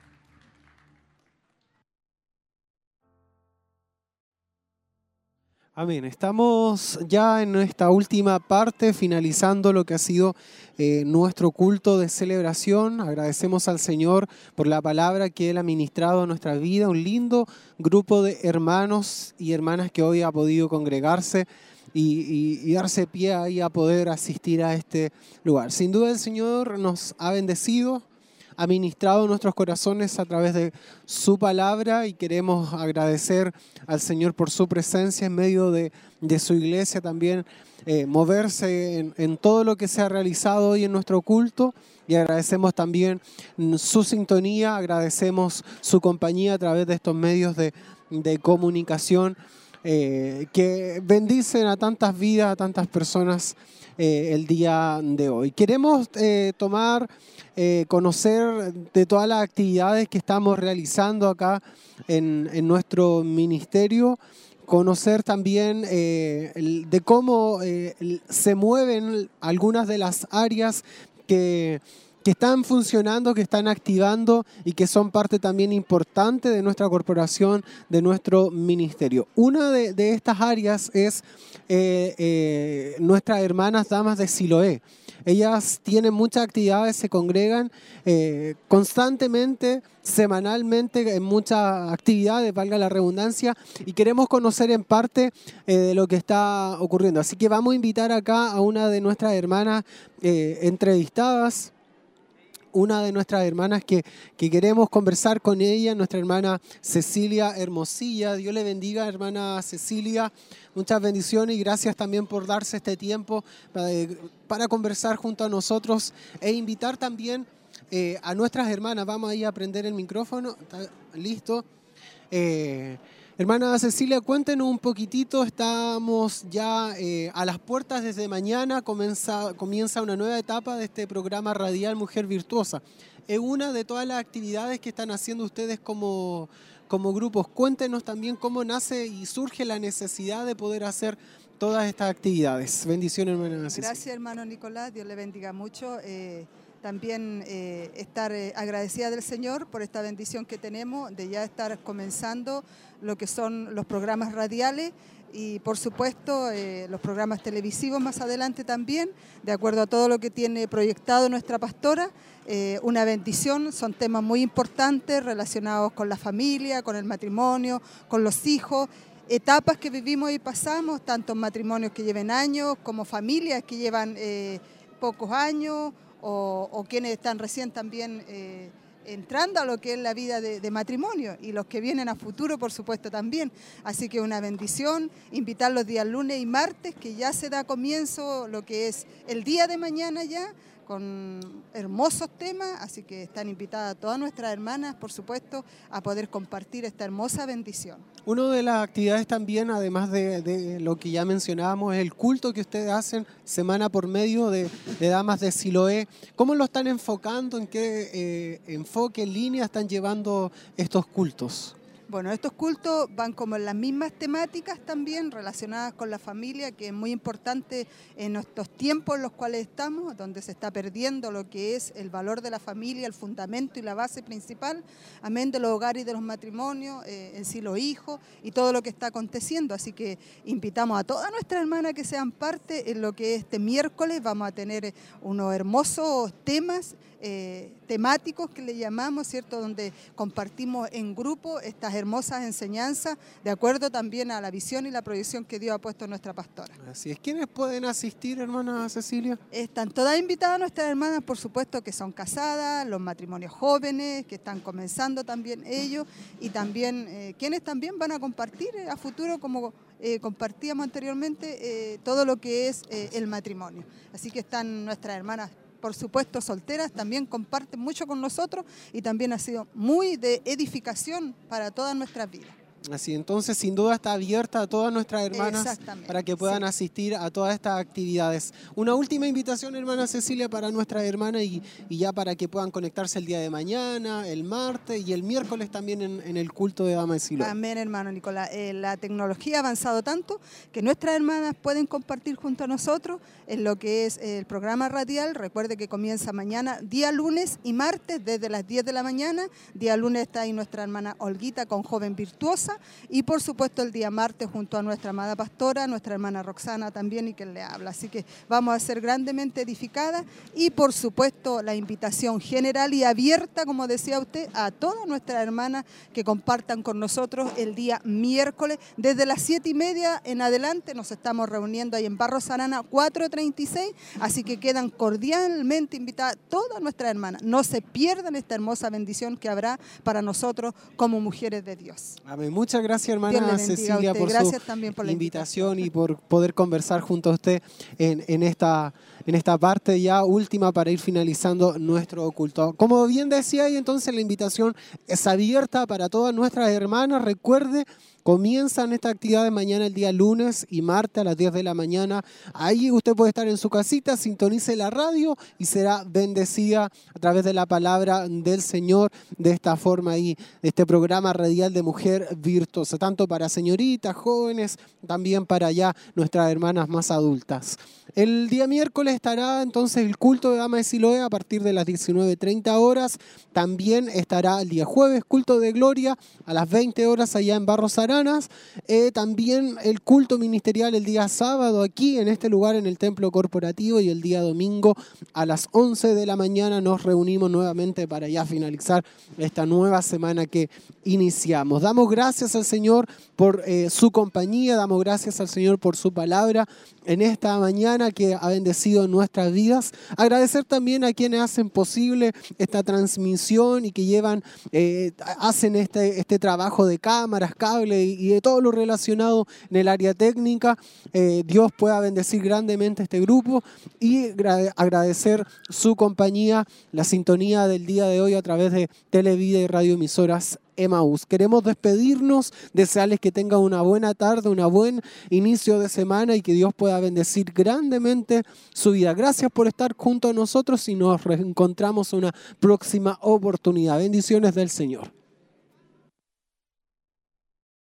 Amén. Estamos ya en esta última parte, finalizando lo que ha sido eh, nuestro culto de celebración. Agradecemos al Señor por la palabra que Él ha ministrado a nuestra vida. Un lindo grupo de hermanos y hermanas que hoy ha podido congregarse y, y, y darse pie ahí a poder asistir a este lugar. Sin duda el Señor nos ha bendecido, ha ministrado nuestros corazones a través de su palabra y queremos agradecer al Señor por su presencia en medio de, de su iglesia, también eh, moverse en, en todo lo que se ha realizado hoy en nuestro culto, y agradecemos también su sintonía, agradecemos su compañía a través de estos medios de, de comunicación eh, que bendicen a tantas vidas, a tantas personas eh, el día de hoy. Queremos eh, tomar... Eh, conocer de todas las actividades que estamos realizando acá en, en nuestro ministerio, conocer también eh, el, de cómo eh, el, se mueven algunas de las áreas que, que están funcionando, que están activando y que son parte también importante de nuestra corporación, de nuestro ministerio. Una de, de estas áreas es eh, eh, nuestras hermanas damas de Siloé. Ellas tienen muchas actividades, se congregan eh, constantemente, semanalmente, en muchas actividades, valga la redundancia, y queremos conocer en parte eh, de lo que está ocurriendo. Así que vamos a invitar acá a una de nuestras hermanas eh, entrevistadas, una de nuestras hermanas que, que queremos conversar con ella, nuestra hermana Cecilia Hermosilla. Dios le bendiga, hermana Cecilia. Muchas bendiciones y gracias también por darse este tiempo para, para conversar junto a nosotros e invitar también eh, a nuestras hermanas. Vamos ahí a prender el micrófono. ¿Está listo? Eh, hermana Cecilia, cuéntenos un poquitito. Estamos ya eh, a las puertas desde mañana. Comienza, comienza una nueva etapa de este programa radial Mujer Virtuosa. Es una de todas las actividades que están haciendo ustedes como... como grupos. Cuéntenos también cómo nace y surge la necesidad de poder hacer todas estas actividades. Bendiciones, hermana Cecilia. Gracias, hermano Nicolás. Dios le bendiga mucho. Eh, también eh, estar eh, agradecida del Señor por esta bendición que tenemos de ya estar comenzando lo que son los programas radiales y, por supuesto, eh, los programas televisivos más adelante también, de acuerdo a todo lo que tiene proyectado nuestra pastora. Eh, una bendición, son temas muy importantes relacionados con la familia, con el matrimonio, con los hijos, etapas que vivimos y pasamos, tanto matrimonios que lleven años como familias que llevan eh, pocos años o, o quienes están recién también eh, entrando a lo que es la vida de, de matrimonio y los que vienen a futuro, por supuesto, también. Así que una bendición, invitar los días lunes y martes, que ya se da comienzo lo que es el día de mañana ya, con hermosos temas, así que están invitadas todas nuestras hermanas, por supuesto, a poder compartir esta hermosa bendición. Una de las actividades también, además de, de lo que ya mencionábamos, es el culto que ustedes hacen semana por medio de, de Damas de Siloé. ¿Cómo lo están enfocando? ¿En qué eh, enfoque, en línea están llevando estos cultos? Bueno, estos cultos van como en las mismas temáticas también relacionadas con la familia, que es muy importante en estos tiempos en los cuales estamos, donde se está perdiendo lo que es el valor de la familia, el fundamento y la base principal, amén, de los hogares y de los matrimonios, eh, en sí los hijos y todo lo que está aconteciendo. Así que invitamos a todas nuestras hermanas que sean parte en lo que este miércoles vamos a tener unos hermosos temas eh, temáticos que le llamamos, ¿cierto?, donde compartimos en grupo estas hermosas enseñanzas de acuerdo también a la visión y la proyección que Dios ha puesto en nuestra pastora. Así es. ¿Quiénes pueden asistir, hermana Cecilia? Están todas invitadas nuestras hermanas, por supuesto, que son casadas, los matrimonios jóvenes, que están comenzando también ellos, y también eh, quienes también van a compartir eh, a futuro, como eh, compartíamos anteriormente, eh, todo lo que es eh, el matrimonio. Así que están nuestras hermanas, por supuesto, solteras, también comparten mucho con nosotros y también ha sido muy de edificación para todas nuestras vidas. Así, entonces sin duda está abierta a todas nuestras hermanas Exactamente, para que puedan sí. asistir a todas estas actividades. Una última invitación, hermana Cecilia, para nuestras hermanas y, y ya para que puedan conectarse el día de mañana, el martes y el miércoles también en, en el culto de Dama de Siloé. Amén, hermano Nicolás. Eh, la tecnología ha avanzado tanto que nuestras hermanas pueden compartir junto a nosotros en lo que es el programa radial. Recuerde que comienza mañana, día lunes y martes, desde las diez de la mañana. Día lunes está ahí nuestra hermana Olguita con Joven Virtuosa. Y por supuesto el día martes junto a nuestra amada pastora, nuestra hermana Roxana también y quien le habla. Así que vamos a ser grandemente edificadas y por supuesto la invitación general y abierta, como decía usted, a todas nuestras hermanas que compartan con nosotros el día miércoles. Desde las siete y media en adelante nos estamos reuniendo ahí en Barros Arana cuatrocientos treinta y seis, así que quedan cordialmente invitadas todas nuestras hermanas. No se pierdan esta hermosa bendición que habrá para nosotros como mujeres de Dios. Amén. Muchas gracias, Dios hermana le bendiga a Cecilia, usted. por Gracias su también por la invitación y por poder conversar junto a usted en, en, esta, en esta parte ya última para ir finalizando nuestro culto. Como bien decía, y entonces la invitación es abierta para todas nuestras hermanas. Recuerde, comienzan esta actividad de mañana el día lunes y martes a las diez de la mañana. Ahí usted puede estar en su casita, sintonice la radio y será bendecida a través de la palabra del Señor de esta forma ahí, este programa radial de Mujer Virtuosa, tanto para señoritas, jóvenes, también para ya nuestras hermanas más adultas. El día miércoles estará entonces el culto de Dama de Siloé a partir de las diecinueve treinta horas. También estará el día jueves culto de gloria a las veinte horas allá en Barros Aranas. Eh, también el culto ministerial el día sábado aquí en este lugar en el templo corporativo y el día domingo a las once de la mañana nos reunimos nuevamente para ya finalizar esta nueva semana que iniciamos. Damos gracias al Señor por eh, su compañía, damos gracias al Señor por su palabra en esta mañana que ha bendecido nuestras vidas. Agradecer también a quienes hacen posible esta transmisión y que llevan, eh, hacen este, este trabajo de cámaras, cables y, y de todo lo relacionado en el área técnica. Eh, Dios pueda bendecir grandemente este grupo y agradecer su compañía, la sintonía del día de hoy a través de Televida y radioemisoras Emaús. Queremos despedirnos, desearles que tengan una buena tarde, un buen inicio de semana y que Dios pueda bendecir grandemente su vida. Gracias por estar junto a nosotros y nos reencontramos en una próxima oportunidad. Bendiciones del Señor.